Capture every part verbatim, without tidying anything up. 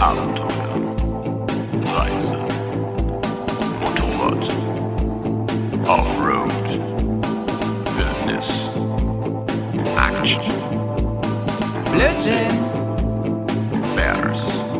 Abenteuer, Reise, Motorrad, Offroad, Wildnis, Action, Blödsinn! Bears,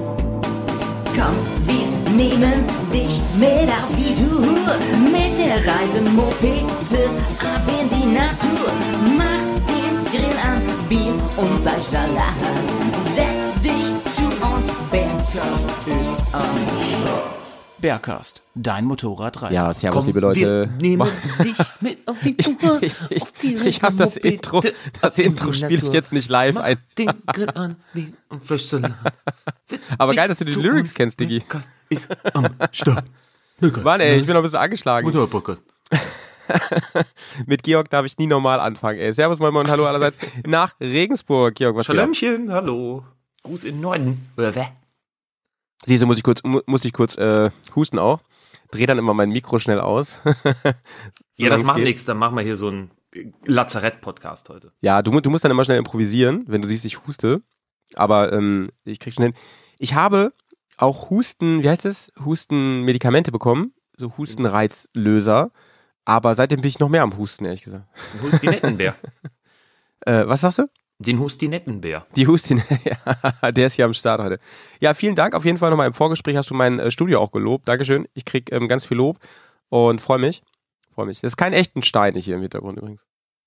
Komm, wir nehmen dich mit auf die Tour. Mit der Reisemopete ab in die Natur. Mach den Grill an, Bier und Fleischsalat. Setz dich zu uns, Bergkast ist am Start. Bergkast, dein Motorradreise. Ja, servus, Komm, liebe Leute. Wir nehmen dich mit auf die Tour. Ich, ich, auf die ich habe das Reisemopete Intro, das ab in Intro die spiele ich Natur. jetzt nicht live Mach ein. den Grill an, Bier und Fleischsalat. Setz Aber dich geil, dass du die zu Lyrics uns, kennst, Diggi. Bergkast ist am Start. Mann, ey, ich bin noch ein bisschen angeschlagen. Motorradpodcast. Mit Georg darf ich nie normal anfangen, ey. Servus, moin moin und hallo allerseits nach Regensburg. Georg, was geht ab? Schalömchen, hallo. Gruß in den Norden. Oder wer? Siehst du, muss ich kurz, mu- musste ich kurz äh, husten auch. Dreh dann immer mein Mikro schnell aus. Ja, das Solang's macht geht. nichts, dann machen wir hier so einen Lazarett-Podcast heute. Ja, du, mu- du musst dann immer schnell improvisieren, wenn du siehst, ich huste. Aber ähm, ich krieg schnell hin. Ich habe auch Husten, wie heißt es? Hustenmedikamente bekommen. So Hustenreizlöser. Aber seitdem bin ich noch mehr am Husten, ehrlich gesagt. Den Hustinettenbär. Äh, was sagst du? Den Hustinettenbär. Die Hustin, ja, der ist hier am Start heute. Ja, vielen Dank. Auf jeden Fall nochmal im Vorgespräch hast du mein äh, Studio auch gelobt. Dankeschön. Ich krieg ähm, ganz viel Lob und freue mich. Freue mich. Das ist kein echten Stein hier im Hintergrund übrigens.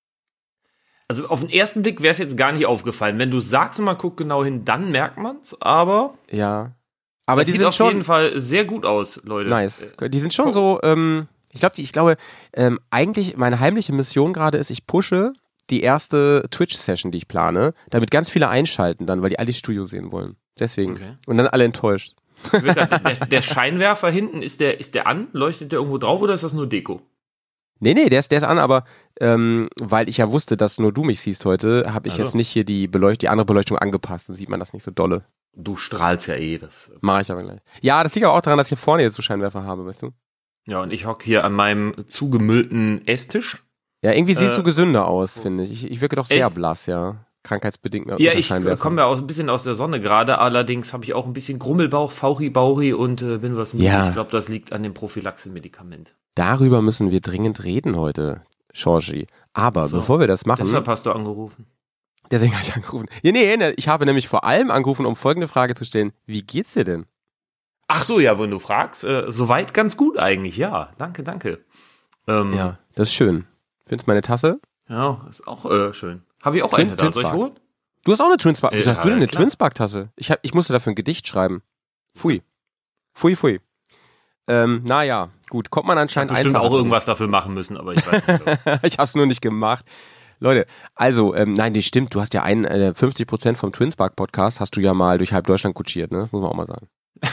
Also auf den ersten Blick wäre es jetzt gar nicht aufgefallen. Wenn du sagst und man guckt genau hin, dann merkt man's. Aber, Ja. Aber das die sieht sind auf schon jeden Fall sehr gut aus, Leute. nice. Äh, Die sind schon so, ähm, ich glaube, ich glaube, ähm, eigentlich meine heimliche Mission gerade ist, ich pushe die erste Twitch-Session, die ich plane, damit ganz viele einschalten dann, weil die alle das Studio sehen wollen. Deswegen. Okay. Und dann alle enttäuscht. ich will grad- der, der Scheinwerfer hinten, ist der, ist der an? Leuchtet der irgendwo drauf oder ist das nur Deko? Nee, nee, der ist, der ist an, aber ähm, weil ich ja wusste, dass nur du mich siehst heute, habe ich Ach so. jetzt nicht hier die, Beleucht die andere Beleuchtung angepasst. Dann sieht man das nicht so dolle. Du strahlst ja eh. Das. Mache ich aber gleich. Ja, das liegt aber auch daran, dass ich hier vorne jetzt so Scheinwerfer habe, weißt du? Ja, und ich hocke hier an meinem zugemüllten Esstisch. Ja, irgendwie siehst Äh, du gesünder aus, finde ich. ich. Ich wirke doch sehr Echt? blass, ja. Krankheitsbedingt. Ja, unter ich Scheinwerfern. komme ja auch ein bisschen aus der Sonne gerade, allerdings habe ich auch ein bisschen Grummelbauch, Fauchi, Bauchi und äh, bin was müde. Ja. Ich glaube, das liegt an dem Prophylaxe-Medikament. Darüber müssen wir dringend reden heute, Georgie. Aber So. bevor wir das machen, Deshalb hast du angerufen. deswegen habe ich angerufen. Ja, nee, nee, ich habe nämlich vor allem angerufen, um folgende Frage zu stellen. Wie geht's dir denn? Ach so, ja, wenn du fragst, äh, soweit ganz gut eigentlich, ja. Danke, danke. Ähm, ja. Das ist schön. Findest du meine Tasse? ja, ist auch äh, schön. Habe ich auch Twin- eine da. Soll ich Twinspark. holen? Du hast auch eine Twinspark. Wieso Ja, hast du denn eine klar. Twinspark-Tasse? Ich, hab, ich musste dafür ein Gedicht schreiben. Pfui. Pfui, pfui. Ähm, naja, gut. Kommt man anscheinend Bestimmt einfach. auch irgendwas dafür machen müssen, aber ich weiß nicht. Ich hab's nur nicht gemacht. Leute, also, ähm, nein, das stimmt. Du hast ja einen, äh, fünfzig Prozent vom Twinspark-Podcast hast du ja mal durch halb Deutschland kutschiert, ne? Das muss man auch mal sagen.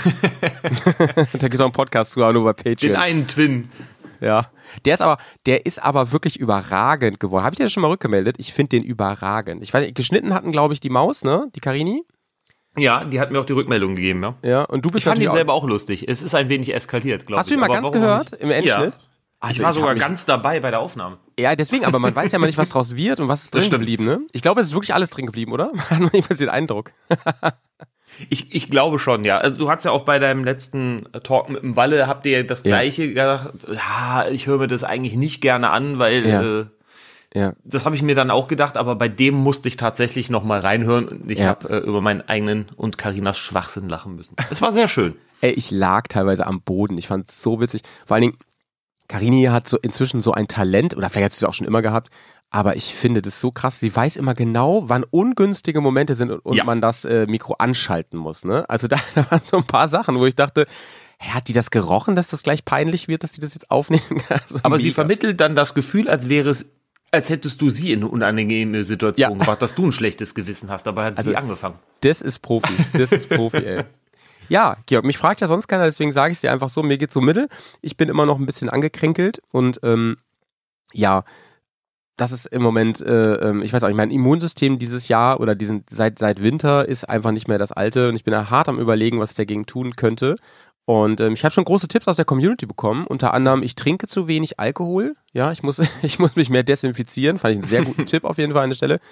Da gibt's auch einen Podcast zu, aber nur bei Patreon. Den einen Twin. Ja. Der ist aber, der ist aber wirklich überragend geworden. Habe ich dir das schon mal rückgemeldet? Ich finde den überragend. Ich weiß nicht, geschnitten hatten, glaube ich, die Maus, ne? Die Karini. Ja, die hat mir auch die Rückmeldung gegeben, ja. Ja. Und du bist Ich fand ihn natürlich selber auch lustig. Es ist ein wenig eskaliert, glaube ich. Hast du ihn mal Aber ganz warum gehört nicht? im Endschnitt? Ja. Also Ich war sogar hab mich- ganz dabei bei der Aufnahme. Ja, deswegen, aber man weiß ja mal nicht, was draus wird und was ist Das drin stimmt. geblieben, ne? Ich glaube, es ist wirklich alles drin geblieben, oder? Hat man jedenfalls den Eindruck. Ich, ich glaube schon, ja. Also, du hast ja auch bei deinem letzten Talk mit dem Walle, habt ihr das Ja. Gleiche gedacht, ja, ich höre mir das eigentlich nicht gerne an, weil Ja. äh, Ja. das habe ich mir dann auch gedacht, aber bei dem musste ich tatsächlich noch mal reinhören und ich Ja. habe äh, über meinen eigenen und Carinas Schwachsinn lachen müssen. Es war sehr schön. Ey, ich lag teilweise am Boden. Ich fand es so witzig. Vor allen Dingen, Karini hat so inzwischen so ein Talent, oder vielleicht hat sie es auch schon immer gehabt, aber ich finde das so krass. Sie weiß immer genau, wann ungünstige Momente sind und, und Ja. man das äh, Mikro anschalten muss. Ne? Also da, da waren so ein paar Sachen, wo ich dachte, hä, hat die das gerochen, dass das gleich peinlich wird, dass die das jetzt aufnehmen kann? So Aber sie mega. vermittelt dann das Gefühl, als wäre es, als hättest du sie in eine unangenehme Situation Ja. gebracht, dass du ein schlechtes Gewissen hast, aber hat Also- sie angefangen. Das ist Profi, das ist Profi, ey. Ja, Georg, mich fragt ja sonst keiner, deswegen sage ich es dir einfach so, mir geht's so mittel. Ich bin immer noch ein bisschen angekränkelt und ähm, ja, das ist im Moment, äh, ähm, ich weiß auch nicht, mein Immunsystem dieses Jahr oder diesen seit seit Winter ist einfach nicht mehr das alte und ich bin da hart am Überlegen, was ich dagegen tun könnte. Und ähm, ich habe schon große Tipps aus der Community bekommen, unter anderem, ich trinke zu wenig Alkohol, ja, ich muss ich muss mich mehr desinfizieren, fand ich einen sehr guten Tipp auf jeden Fall an der Stelle.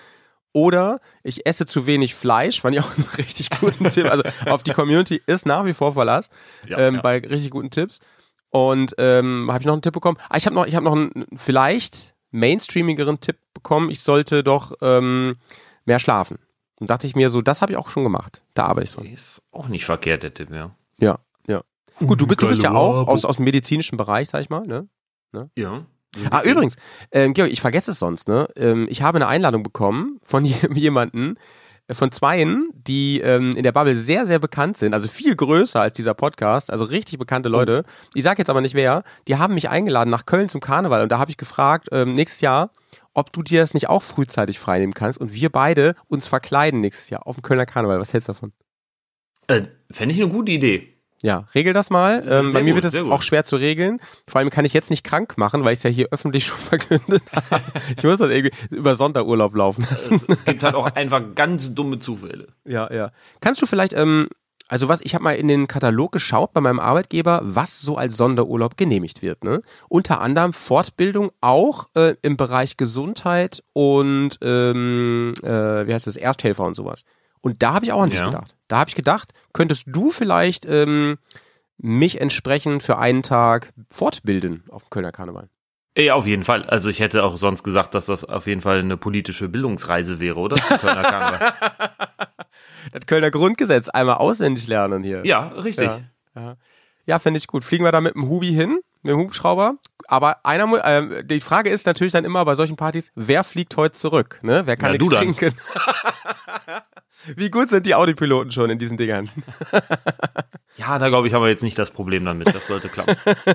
Oder ich esse zu wenig Fleisch, fand ich auch einen richtig guten Tipp. Also auf die Community ist nach wie vor Verlass Ja, ähm, ja. bei richtig guten Tipps. Und ähm, habe ich noch einen Tipp bekommen? Ah, ich habe noch, ich habe noch einen vielleicht mainstreamigeren Tipp bekommen. Ich sollte doch ähm, mehr schlafen. Und dachte ich mir so, das habe ich auch schon gemacht. Da arbeite ich so. Ist auch nicht verkehrt, der Tipp, ja. Ja, ja. Gut, du bist, du bist ja auch aus, aus dem medizinischen Bereich, sag ich mal, ne? Ja. Ah, übrigens, ähm, Georg, ich vergesse es sonst, ne? Ähm, ich habe eine Einladung bekommen von jemanden, äh, von zweien, die ähm, in der Bubble sehr, sehr bekannt sind, also viel größer als dieser Podcast, also richtig bekannte Leute. Ich sage jetzt aber nicht wer. Die haben mich eingeladen nach Köln zum Karneval und da habe ich gefragt, ähm, nächstes Jahr, ob du dir das nicht auch frühzeitig freinehmen kannst und wir beide uns verkleiden nächstes Jahr auf dem Kölner Karneval. Was hältst du davon? Äh, Fände ich eine gute Idee. Ja, regel das mal. Das ist Ähm, sehr bei mir gut, wird es sehr gut. auch schwer zu regeln. Vor allem kann ich jetzt nicht krank machen, weil ich es ja hier öffentlich schon verkündet habe. Ich muss das irgendwie über Sonderurlaub laufen lassen. Es, es gibt halt auch einfach ganz dumme Zufälle. Ja, ja. Kannst du vielleicht, ähm, also was, ich habe mal in den Katalog geschaut bei meinem Arbeitgeber, was so als Sonderurlaub genehmigt wird, ne? Unter anderem Fortbildung auch äh, im Bereich Gesundheit und ähm, äh, wie heißt das, Ersthelfer und sowas. Und da habe ich auch an dich Ja. gedacht. Da habe ich gedacht, könntest du vielleicht ähm, mich entsprechend für einen Tag fortbilden auf dem Kölner Karneval? Ja, auf jeden Fall. Also ich hätte auch sonst gesagt, dass das auf jeden Fall eine politische Bildungsreise wäre, oder? Zum Kölner Karneval. Das Kölner Grundgesetz einmal auswendig lernen hier. Ja, richtig. Ja, ja. ja finde ich gut. Fliegen wir da mit dem Hubi hin, mit dem Hubschrauber. Aber einer, mu- äh, die Frage ist natürlich dann immer bei solchen Partys, wer fliegt heute zurück? Ne? Wer kann Na, nichts du dann. trinken? Wie gut sind die Audi-Piloten schon in diesen Dingern? Ja, da glaube ich, haben wir jetzt nicht das Problem damit. Das sollte klappen.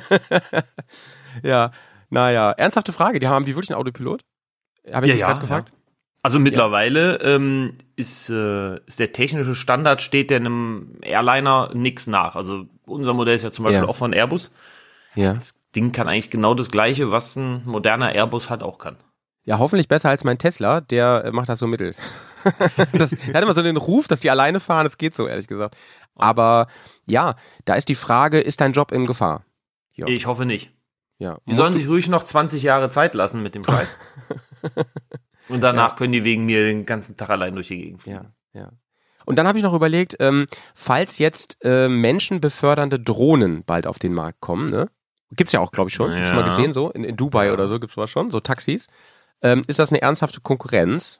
Ja, naja. Ernsthafte Frage, die haben die wirklich einen Autopilot? Habe ich Ja, mich ja, gerade gefragt? Also mittlerweile ähm, ist, äh, ist der technische Standard, steht der einem Airliner nix nach. Also unser Modell ist ja zum Beispiel Ja. auch von Airbus. Ja. Das Ding kann eigentlich genau das Gleiche, was ein moderner Airbus halt auch kann. Ja, hoffentlich besser als mein Tesla, der äh, macht das so mittel. das, der hat immer so den Ruf, dass die alleine fahren, das geht so, ehrlich gesagt. Aber ja, da ist die Frage, ist dein Job in Gefahr? Ja. Ich hoffe nicht. Ja. Die sollen sich ruhig noch zwanzig Jahre Zeit lassen mit dem Scheiß. Und danach Ja. können die wegen mir den ganzen Tag allein durch die Gegend fliegen. Ja, ja. Und dann habe ich noch überlegt, ähm, falls jetzt äh, menschenbefördernde Drohnen bald auf den Markt kommen, ne? Gibt's ja auch, glaube ich, schon. Ja. Schon mal gesehen, so. In, in Dubai Ja. oder so gibt's was schon, so Taxis. Ähm, ist das eine ernsthafte Konkurrenz?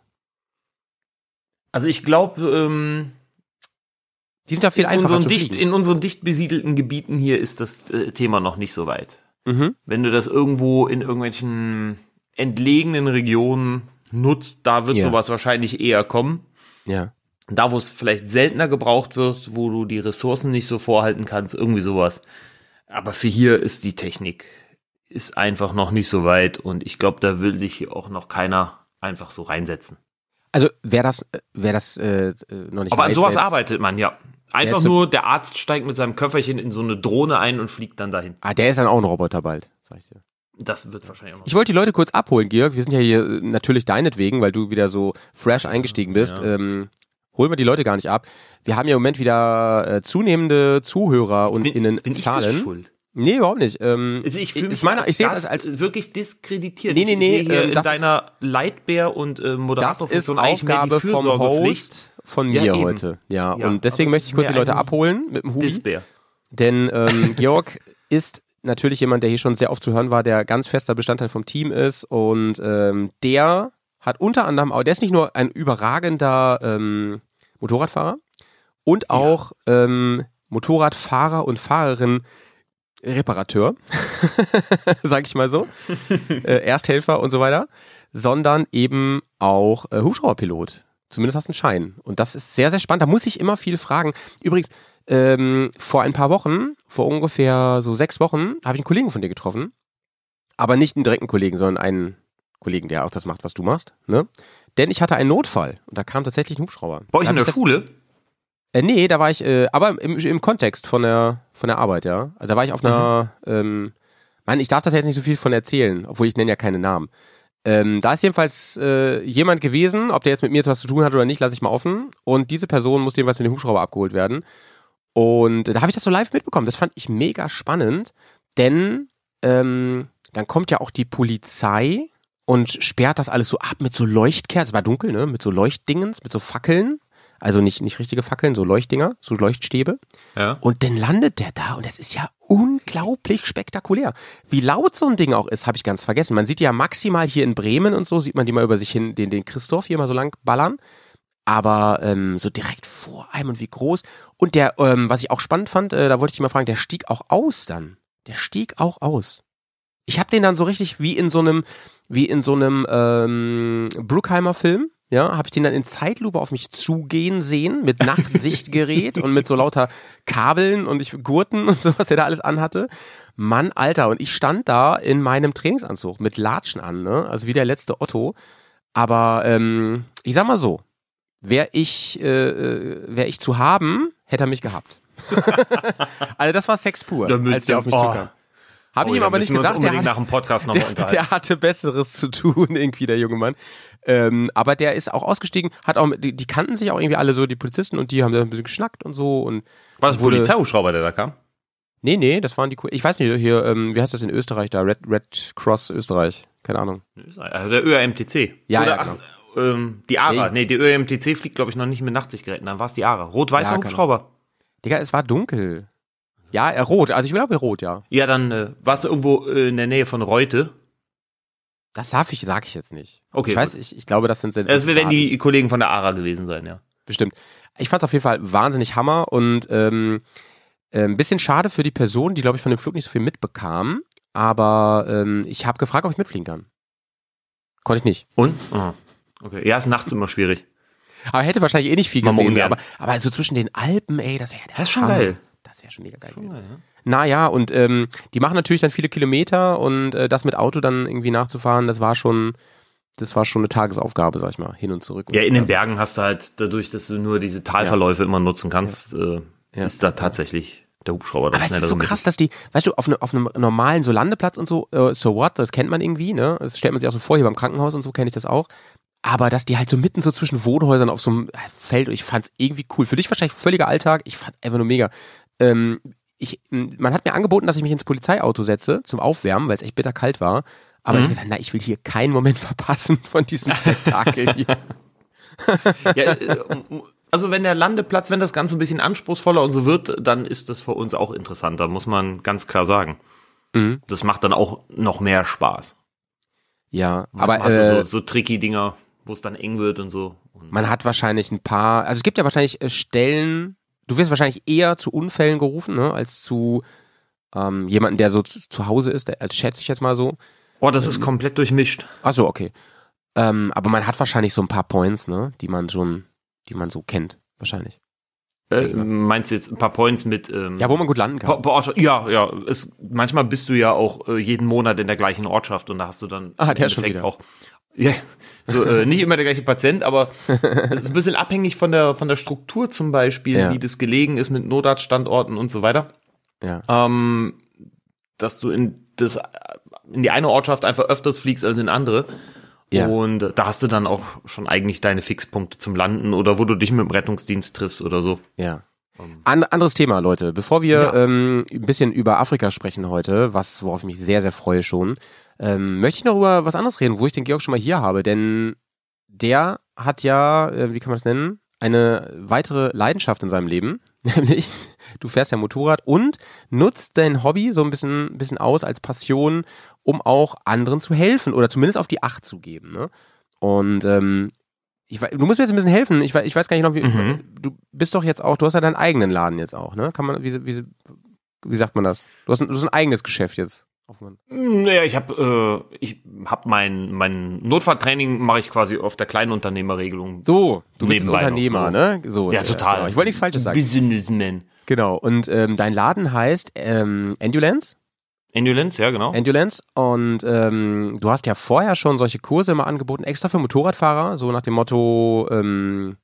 Also ich glaube, ähm, Die sind ja viel in, einfacher unseren zu dicht, fliegen. in unseren dicht besiedelten Gebieten hier ist das äh, Thema noch nicht so weit. Mhm. Wenn du das irgendwo in irgendwelchen entlegenen Regionen nutzt, da wird Ja. sowas wahrscheinlich eher kommen. Ja. Da, wo es vielleicht seltener gebraucht wird, wo du die Ressourcen nicht so vorhalten kannst, irgendwie sowas. Aber für hier ist die Technik ist einfach noch nicht so weit und ich glaube, da will sich hier auch noch keiner einfach so reinsetzen. Also wer das, wer das äh, äh, noch nicht Aber weiß, an sowas wer jetzt- arbeitet man, ja. Einfach jetzt- nur, der Arzt steigt mit seinem Köfferchen in so eine Drohne ein und fliegt dann dahin. Ah, der ist dann auch ein Roboter bald, sag ich dir. Das wird wahrscheinlich auch noch. Ich wollte die Leute kurz abholen, Georg. Wir sind ja hier äh, natürlich deinetwegen, weil du wieder so fresh eingestiegen bist. Ja. Ähm, holen wir die Leute gar nicht ab. Wir haben ja im Moment wieder äh, zunehmende Zuhörer und bin, innen bin ich Zahlen. das schuld? Nee, überhaupt nicht. Ähm, Also ich fühle mich ist meiner, als ich sehe es Gast als, als wirklich diskreditiert. Nee, nee, nee, Ich sehe hier ähm, in das ist- deiner Leitbär und äh, das ist Moderatorfunktion eigentlich mehr die Aufgabe vom Fürsorgepflicht. Host von Ja, mir eben. heute. Ja, Ja, und deswegen aber möchte es ich ist kurz die mehr Leute ein abholen mit dem Hubi. Disbär. Denn ähm, Georg ist natürlich jemand, der hier schon sehr oft zu hören war, der ganz fester Bestandteil vom Team ist und ähm, der hat unter anderem auch, der ist nicht nur ein überragender ähm, Motorradfahrer und auch ähm, Motorradfahrer und Fahrerin Reparateur, sag ich mal so, äh, Ersthelfer und so weiter, sondern eben auch äh, Hubschrauberpilot. Zumindest hast du einen Schein. Und das ist sehr, sehr spannend. Da muss ich immer viel fragen. Übrigens, ähm, vor ein paar Wochen, vor ungefähr so sechs Wochen, habe ich einen Kollegen von dir getroffen. Aber nicht einen direkten Kollegen, sondern einen Kollegen, der auch das macht, was du machst. Ne? Denn ich hatte einen Notfall und da kam tatsächlich ein Hubschrauber. Bei euch Da in hab der ich das- Schule? Äh, nee, da war ich, äh, aber im, im Kontext von der, von der Arbeit, ja. Also da war ich auf einer, ähm, Mann, ich darf das jetzt nicht so viel von erzählen, obwohl ich nenne ja keine Namen. Ähm, da ist jedenfalls äh, jemand gewesen, ob der jetzt mit mir jetzt was zu tun hat oder nicht, lasse ich mal offen. Und diese Person musste jedenfalls mit dem Hubschrauber abgeholt werden. Und äh, da habe ich das so live mitbekommen. Das fand ich mega spannend, denn ähm, dann kommt ja auch die Polizei und sperrt das alles so ab mit so Leuchtkerzen, es war dunkel, ne, mit so Leuchtdingens, mit so Fackeln, also nicht, nicht richtige Fackeln, so Leuchtdinger, so Leuchtstäbe. Ja. Und dann landet der da und das ist ja unglaublich spektakulär. Wie laut so ein Ding auch ist, habe ich ganz vergessen. Man sieht ja maximal hier in Bremen und so, sieht man die mal über sich hin, den, den Christoph hier mal so lang ballern. Aber ähm, so direkt vor einem und wie groß. Und der, ähm, was ich auch spannend fand, äh, da wollte ich dich mal fragen, der stieg auch aus dann. Der stieg auch aus. Ich habe den dann so richtig wie in so einem, wie in so einem ähm, Bruckheimer-Film, ja, habe ich den dann in Zeitlupe auf mich zugehen sehen mit Nachtsichtgerät und mit so lauter Kabeln und ich Gurten und so, was er da alles anhatte. Mann, Alter, und ich stand da in meinem Trainingsanzug mit Latschen an, ne, also wie der letzte Otto. Aber ähm, ich sag mal so, wär ich, äh, wär ich zu haben, hätte er mich gehabt. Also das war Sex pur, als der auf mich oh. zukam. Habe Oh ich ihm ja, aber nicht müssen wir uns gesagt, der, unbedingt hat, nach dem Podcast noch mal der, unterhalten. der hatte Besseres zu tun, irgendwie, der junge Mann. Ähm, aber der ist auch ausgestiegen, hat auch, die, die kannten sich auch irgendwie alle so, die Polizisten, und die haben da ein bisschen geschnackt und so. Und War das ein wurde- Polizeihubschrauber, der da kam? Nee, nee, das waren die, Ko- ich weiß nicht, hier, ähm, wie heißt das in Österreich da? Red, Red Cross Österreich, keine Ahnung. Also der Ö R M T C. Ja, Oder, ja, genau. ach, ähm, die A R A. Nee. Nee, die Ö R M T C fliegt, glaube ich, noch nicht mit Nachtsichtgeräten. Dann war es die A R A. Rot-weißer Ja, Hubschrauber. Digga, es war dunkel. Ja, er rot, also ich glaube rot, ja. Ja, dann äh, warst du irgendwo äh, in der Nähe von Reute. Das darf ich, sag ich jetzt nicht. Okay, Ich weiß, gut. ich, ich glaube, das sind Das sensitive werden Daten. die Kollegen von der A R A gewesen sein, ja. Bestimmt. Ich fand's auf jeden Fall wahnsinnig Hammer und ähm, äh, ein bisschen schade für die Person, die, glaube ich, von dem Flug nicht so viel mitbekam. Aber ähm, ich habe gefragt, ob ich mitfliegen kann. Konnte ich nicht. Und? Oh. Okay. Ja, ist nachts immer schwierig. Aber hätte wahrscheinlich eh nicht viel Machen wir gesehen. ungern. Aber, aber so zwischen den Alpen, ey, das wäre der Das ist schon Hammer. geil. Das wäre schon mega geil Schon gewesen. geil, ja. Naja, und ähm, die machen natürlich dann viele Kilometer und äh, das mit Auto dann irgendwie nachzufahren, das war schon, das war schon eine Tagesaufgabe, sag ich mal, hin und zurück. Ja, in den Also, Bergen hast du halt, dadurch, dass du nur diese Talverläufe immer nutzen kannst, äh, Ja. ist da tatsächlich der Hubschrauber Aber das es ist so krass, dass die, weißt du, auf, ne, auf einem normalen so Landeplatz und so, äh, so what, das kennt man irgendwie, ne? Das stellt man sich auch so vor, hier beim Krankenhaus und so kenne ich das auch. Aber dass die halt so mitten so zwischen Wohnhäusern auf so einem Feld, ich fand's irgendwie cool. Für dich wahrscheinlich völliger Alltag, ich fand einfach nur mega. Ähm, ich, man hat mir angeboten, dass ich mich ins Polizeiauto setze zum Aufwärmen, weil es echt bitterkalt war. Aber Mhm. ich hab gesagt, na, ich will hier keinen Moment verpassen von diesem Spektakel hier. Ja, äh, also wenn der Landeplatz, wenn das Ganze ein bisschen anspruchsvoller und so wird, dann ist das für uns auch interessanter, muss man ganz klar sagen. Mhm. Das macht dann auch noch mehr Spaß. Ja, aber hast du äh, so, so tricky Dinger, wo es dann eng wird und so. Und man hat wahrscheinlich ein paar, also es gibt ja wahrscheinlich äh, Stellen, du wirst wahrscheinlich eher zu Unfällen gerufen, ne, als zu ähm, jemanden, der so zu, zu Hause ist, der, als schätze ich jetzt mal so. oh, das ist komplett durchmischt. Ach so, okay. Ähm, aber man hat wahrscheinlich so ein paar Points, ne, die man schon, die man so kennt, wahrscheinlich. Äh, meinst du jetzt ein paar Points mit ähm, Ja, wo man gut landen kann. Po- po- Ortschaft- ja, ja. Es, manchmal bist du ja auch äh, jeden Monat in der gleichen Ortschaft und da hast du dann Ah, im der schon Endeffekt wieder. auch. Ja, so äh, nicht immer der gleiche Patient, aber es ist ein bisschen abhängig von der von der Struktur zum Beispiel, Ja. wie das gelegen ist mit Notarztstandorten und so weiter. Ja. Ähm, dass du in das in die eine Ortschaft einfach öfters fliegst als in andere. Ja. Und da hast du dann auch schon eigentlich deine Fixpunkte zum Landen oder wo du dich mit dem Rettungsdienst triffst oder so. Ja. An, anderes Thema, Leute. Bevor wir Ja. ähm, ein bisschen über Afrika sprechen heute, was worauf ich mich sehr, sehr freue schon, ähm, möchte ich noch über was anderes reden, wo ich den Georg schon mal hier habe, denn der hat ja, äh, wie kann man das nennen, eine weitere Leidenschaft in seinem Leben, nämlich du fährst ja Motorrad und nutzt dein Hobby so ein bisschen, bisschen aus als Passion, um auch anderen zu helfen oder zumindest auf die Acht zu geben. Ne? Und ähm, ich, wei- du musst mir jetzt ein bisschen helfen. Ich, wei- ich weiß gar nicht noch, wie, Mhm. du bist doch jetzt auch, du hast ja deinen eigenen Laden jetzt auch, ne? Kann man, wie, wie, wie sagt man das? Du hast ein, du hast ein eigenes Geschäft jetzt aufgemacht. Naja, ich habe äh, ich hab mein mein Notfalltraining mache ich quasi auf der Kleinunternehmerregelung. So, du bist Nebenbei noch, Unternehmer, so. ne? So, Ja, äh, total. Genau. Ich wollte nichts Falsches sagen. Businessman. Genau. Und ähm, dein Laden heißt ähm, Endurance. Endurance, ja genau. Endurance. Und ähm, du hast ja vorher schon solche Kurse immer angeboten, extra für Motorradfahrer, so nach dem Motto ähm,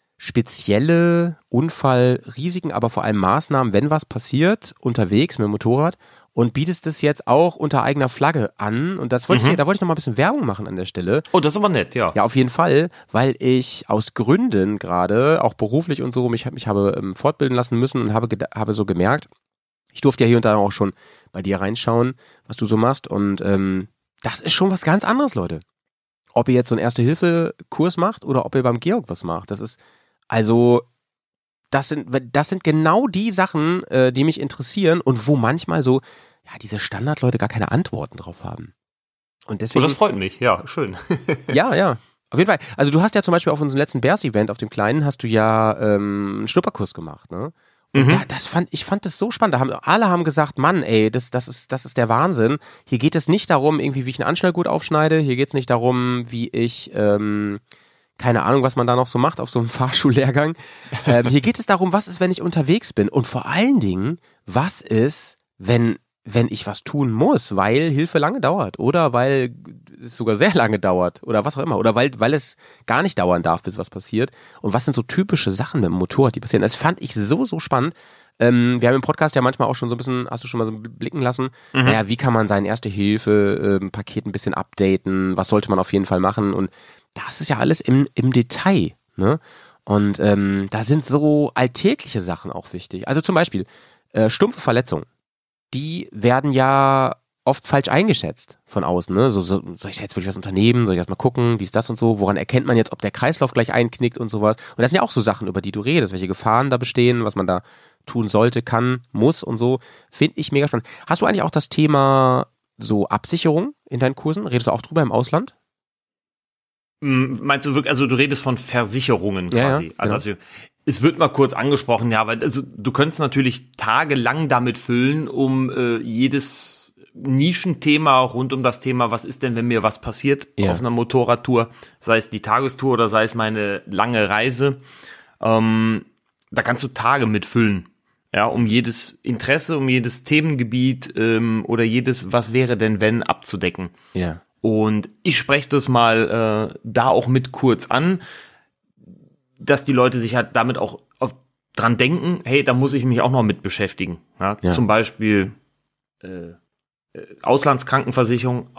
spezielle Unfallrisiken, aber vor allem Maßnahmen, wenn was passiert, unterwegs mit dem Motorrad. Und bietest es jetzt auch unter eigener Flagge an. Und das wollte ich, Mhm. da wollte ich noch mal ein bisschen Werbung machen an der Stelle. Oh, das ist aber nett, ja. Ja, auf jeden Fall, weil ich aus Gründen gerade, auch beruflich und so, mich, mich habe ähm, fortbilden lassen müssen und habe, geda- habe so gemerkt, ich durfte ja hier und da auch schon bei dir reinschauen, was du so machst. Und ähm, das ist schon was ganz anderes, Leute. Ob ihr jetzt so einen Erste-Hilfe-Kurs macht oder ob ihr beim Georg was macht, das ist, also, das sind, das sind genau die Sachen, äh, die mich interessieren und wo manchmal so, ja, diese Standardleute gar keine Antworten drauf haben. Und deswegen. Oh, das freut mich, ja, schön. Ja, ja. Auf jeden Fall. Also du hast ja zum Beispiel auf unserem letzten Bears-Event, auf dem Kleinen, hast du ja ähm, einen Schnupperkurs gemacht, ne? Und Mhm. da, das fand, ich fand das so spannend. Da haben, alle haben gesagt, Mann, ey, das, das ist, das ist der Wahnsinn. Hier geht es nicht darum, irgendwie, wie ich einen Anschnallgurt aufschneide. Hier geht es nicht darum, wie ich, ähm, keine Ahnung, was man da noch so macht auf so einem Fahrschullehrgang. ähm, hier geht es darum, was ist, wenn ich unterwegs bin? Und vor allen Dingen, was ist, wenn wenn ich was tun muss, weil Hilfe lange dauert oder weil es sogar sehr lange dauert oder was auch immer oder weil, weil es gar nicht dauern darf, bis was passiert und was sind so typische Sachen mit dem Motorrad, die passieren. Das fand ich so, so spannend. Ähm, wir haben im Podcast ja manchmal auch schon so ein bisschen, hast du schon mal so blicken lassen, mhm. naja, wie kann man sein Erste-Hilfe-Paket ein bisschen updaten, was sollte man auf jeden Fall machen und das ist ja alles im, im Detail, ne? Und ähm, da sind so alltägliche Sachen auch wichtig. Also zum Beispiel äh, stumpfe Verletzungen. Die werden ja oft falsch eingeschätzt von außen. Ne? So, so, soll ich jetzt wirklich was unternehmen? Soll ich erst mal gucken, wie ist das und so? Woran erkennt man jetzt, ob der Kreislauf gleich einknickt und sowas? Und das sind ja auch so Sachen, über die du redest, welche Gefahren da bestehen, was man da tun sollte, kann, muss und so. Finde ich mega spannend. Hast du eigentlich auch das Thema so Absicherung in deinen Kursen? Redest du auch drüber im Ausland? Meinst du wirklich, also du redest von Versicherungen quasi? Ja, ja, also, genau. also es wird mal kurz angesprochen, ja, weil also du könntest natürlich tagelang damit füllen, um äh, jedes Nischenthema rund um das Thema, was ist denn, wenn mir was passiert Ja. auf einer Motorradtour, sei es die Tagestour oder sei es meine lange Reise, ähm, da kannst du Tage mitfüllen, ja, um jedes Interesse, um jedes Themengebiet ähm, oder jedes was wäre denn wenn abzudecken. Ja. Und ich spreche das mal äh, da auch mit kurz an, dass die Leute sich halt damit auch auf, dran denken, hey, da muss ich mich auch noch mit beschäftigen. Ja? Ja. Zum Beispiel äh, äh, Auslandskrankenversicherung,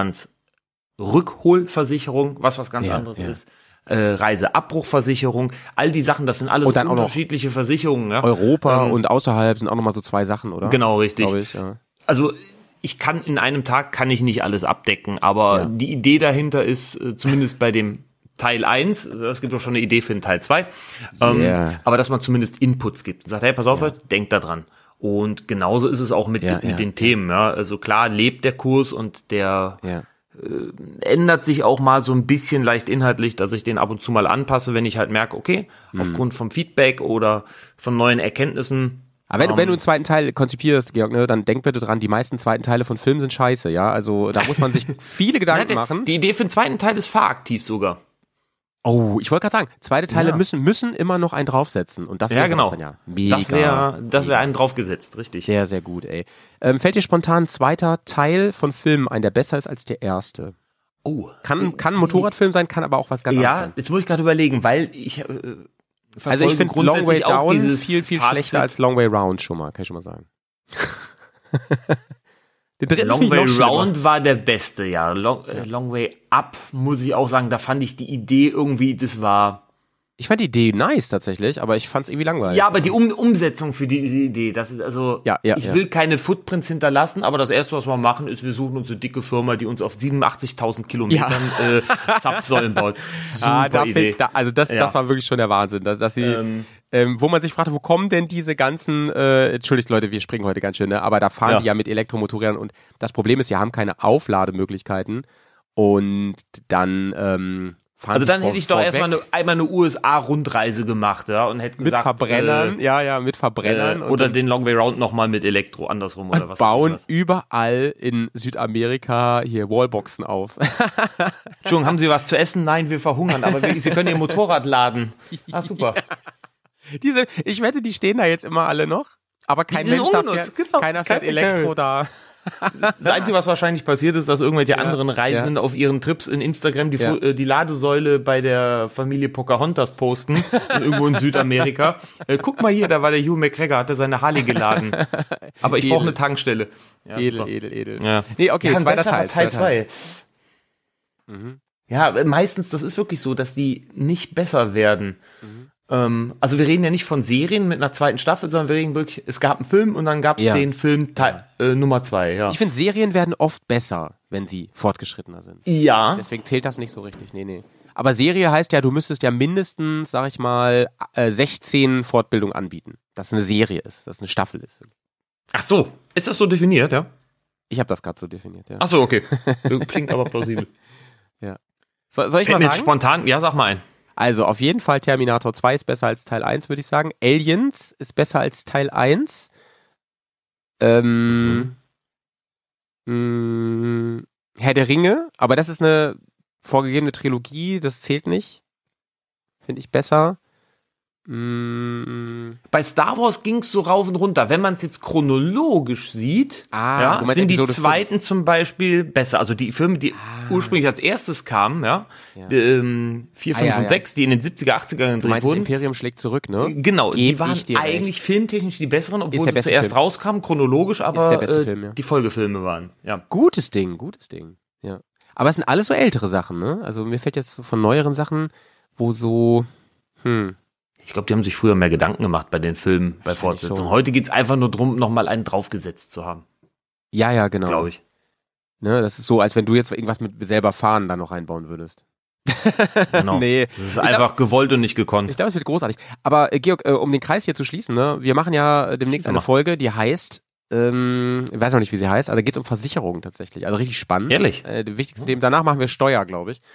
Auslandsrückholversicherung, was was ganz Ja, anderes ja. ist. Äh, Reiseabbruchversicherung, all die Sachen, das sind alles Und dann auch noch unterschiedliche Versicherungen. Ja? Europa Ähm, und außerhalb sind auch nochmal so zwei Sachen, oder? Genau, richtig. Glaube ich, ja. Also ich kann in einem Tag kann ich nicht alles abdecken, aber Ja. die Idee dahinter ist äh, zumindest bei dem Teil eins, es gibt auch schon eine Idee für den Teil zwei, ähm, Yeah. aber dass man zumindest Inputs gibt und sagt, hey, pass auf, Leute, denkt da dran. Und genauso ist es auch mit, Ja, mit ja, den Themen. Ja. Also klar lebt der Kurs und der Ja. ändert sich auch mal so ein bisschen leicht inhaltlich, dass ich den ab und zu mal anpasse, wenn ich halt merke, okay, Mhm. aufgrund vom Feedback oder von neuen Erkenntnissen. Aber wenn, du- Ähm, wenn du einen zweiten Teil konzipierst, Georg, ne, dann denk bitte dran, die meisten zweiten Teile von Filmen sind scheiße, ja? Also da muss man sich viele Gedanken Ja, machen. Die Idee für den zweiten Teil ist fahraktiv sogar. Oh, ich wollte gerade sagen, zweite Teile Ja. müssen müssen immer noch einen draufsetzen. Und das Ja, wäre genau. dann ja mega. Das wäre das wär einen draufgesetzt, richtig. sehr, sehr gut, ey. Ähm, fällt dir spontan ein zweiter Teil von Filmen ein, der besser ist als der erste? Oh. Kann, kann ein Motorradfilm sein, kann aber auch was ganz anderes Ja, sein. jetzt muss ich gerade überlegen, weil ich äh, Also ich finde Long Way grundsätzlich auch Down dieses viel, viel Fazit. schlechter als Long Way Round schon mal, kann ich schon mal sagen. Den dritten Long finde ich Way noch schlimmer. Round war der beste, ja. Long, äh, Long Way Up, muss ich auch sagen, da fand ich die Idee irgendwie, das war... Ich fand die Idee nice tatsächlich, aber ich fand es irgendwie langweilig. Ja, aber die um Umsetzung für die, die Idee, das ist also, Ja, ja, ich ja. will keine Footprints hinterlassen, aber das Erste, was wir machen, ist, wir suchen uns eine dicke Firma, die uns auf siebenundachtzigtausend Kilometern äh, Zapfsäulen baut. Super Ah, da Idee. find, da, also das, Ja. das war wirklich schon der Wahnsinn, dass, dass sie, Ähm. ähm, wo man sich fragte, wo kommen denn diese ganzen, äh, entschuldigt Leute, wir springen heute ganz schön, ne? Aber da fahren Ja. die ja mit Elektromotorrädern und das Problem ist, sie haben keine Auflademöglichkeiten und dann ähm, fahren Also sie dann vor, hätte ich doch vorweg erstmal eine, einmal eine U S A-Rundreise gemacht, ja, und hätte mit gesagt, Verbrennern, ja, ja, mit äh, Verbrennern äh, und oder dann den Long Way Round nochmal mit Elektro, andersrum oder was. bauen weiß ich was. überall in Südamerika hier Wallboxen auf. Entschuldigung, haben Sie was zu essen? Nein, wir verhungern, aber wir, Sie können Ihr Motorrad laden. Ah, super. Diese, ich wette, die stehen da jetzt immer alle noch, aber kein Die sind Mensch da ungenutzt, fährt, genau. keiner fährt Kein- Elektro kein- da. Das Einzige, was wahrscheinlich passiert ist, dass irgendwelche anderen Reisenden auf ihren Trips in Instagram die, Ja. Fu- äh, die Ladesäule bei der Familie Pocahontas posten, in- irgendwo in Südamerika. Äh, guck mal hier, da war der Hugh McGregor, hat er seine Harley geladen. Aber ich Edel. brauche eine Tankstelle. Ja, Edel, super. edel, edel. Ja. Nee, okay, Ja, ein zweiter besserer Teil. Teil zweiter Teil. zwei. Ja, äh, meistens, das ist wirklich so, dass die nicht besser werden. Ähm, also wir reden ja nicht von Serien mit einer zweiten Staffel, sondern wir reden wirklich, es gab einen Film und dann gab es Ja. den Film Teil, äh, Nummer zwei, ja. Ich finde, Serien werden oft besser, wenn sie fortgeschrittener sind. Ja, Deswegen zählt das nicht so richtig. Nee, nee. Aber Serie heißt ja, du müsstest ja mindestens, sag ich mal, äh, sechzehn Fortbildungen anbieten. Dass es eine Serie ist, dass es eine Staffel ist. ach so, ist das so definiert, ja? Ich habe das gerade so definiert, ja. Ach so, okay. Klingt aber plausibel. So, soll ich Fällt mal mir jetzt sagen? spontan, ja, sag mal ein. Also auf jeden Fall Terminator zwei ist besser als Teil eins, würde ich sagen. Aliens ist besser als Teil eins. Ähm, mh, Herr der Ringe, aber das ist eine vorgegebene Trilogie, das zählt nicht. Finde ich besser. Mh, Bei Star Wars ging es so rauf und runter. Wenn man es jetzt chronologisch sieht, Ah, ja, du meinst sind die Episode zweiten zum Beispiel besser. Also die Filme, die Ah. ursprünglich als erstes kamen, ja, Ja. die, ähm, vier, Ah, fünf ja, und ja. sechs, die in den siebziger, achtziger du gedreht meinst, das wurden. Imperium schlägt zurück, ne? Genau, Geb die waren ich dir eigentlich recht. filmtechnisch die besseren, Ist obwohl der sie beste zuerst Film. rauskamen, chronologisch, aber der beste äh, Film, ja. die Folgefilme waren. Ja. Gutes Ding, gutes Ding. Ja. Aber es sind alles so ältere Sachen, ne? Also mir fällt jetzt so von neueren Sachen, wo so, hm, Ich glaube, die haben sich früher mehr Gedanken gemacht bei den Filmen, bei Wahrscheinlich Fortsetzungen. schon. Heute geht's einfach nur drum, nochmal einen draufgesetzt zu haben, ja, ja, genau. glaube ich. Ne, das ist so, als wenn du jetzt irgendwas mit selber fahren da noch reinbauen würdest. Genau. Nee. Das ist Ich einfach glaub- gewollt und nicht gekonnt. Ich glaube, es wird großartig. Aber äh, Georg, äh, um den Kreis hier zu schließen, ne, wir machen ja äh, demnächst Schieß eine mal. Folge, die heißt, ähm, ich weiß noch nicht, wie sie heißt, aber da geht es um Versicherungen tatsächlich. Also richtig spannend. Ehrlich? Äh, die wichtigsten Themen. Danach machen wir Steuer, glaube ich.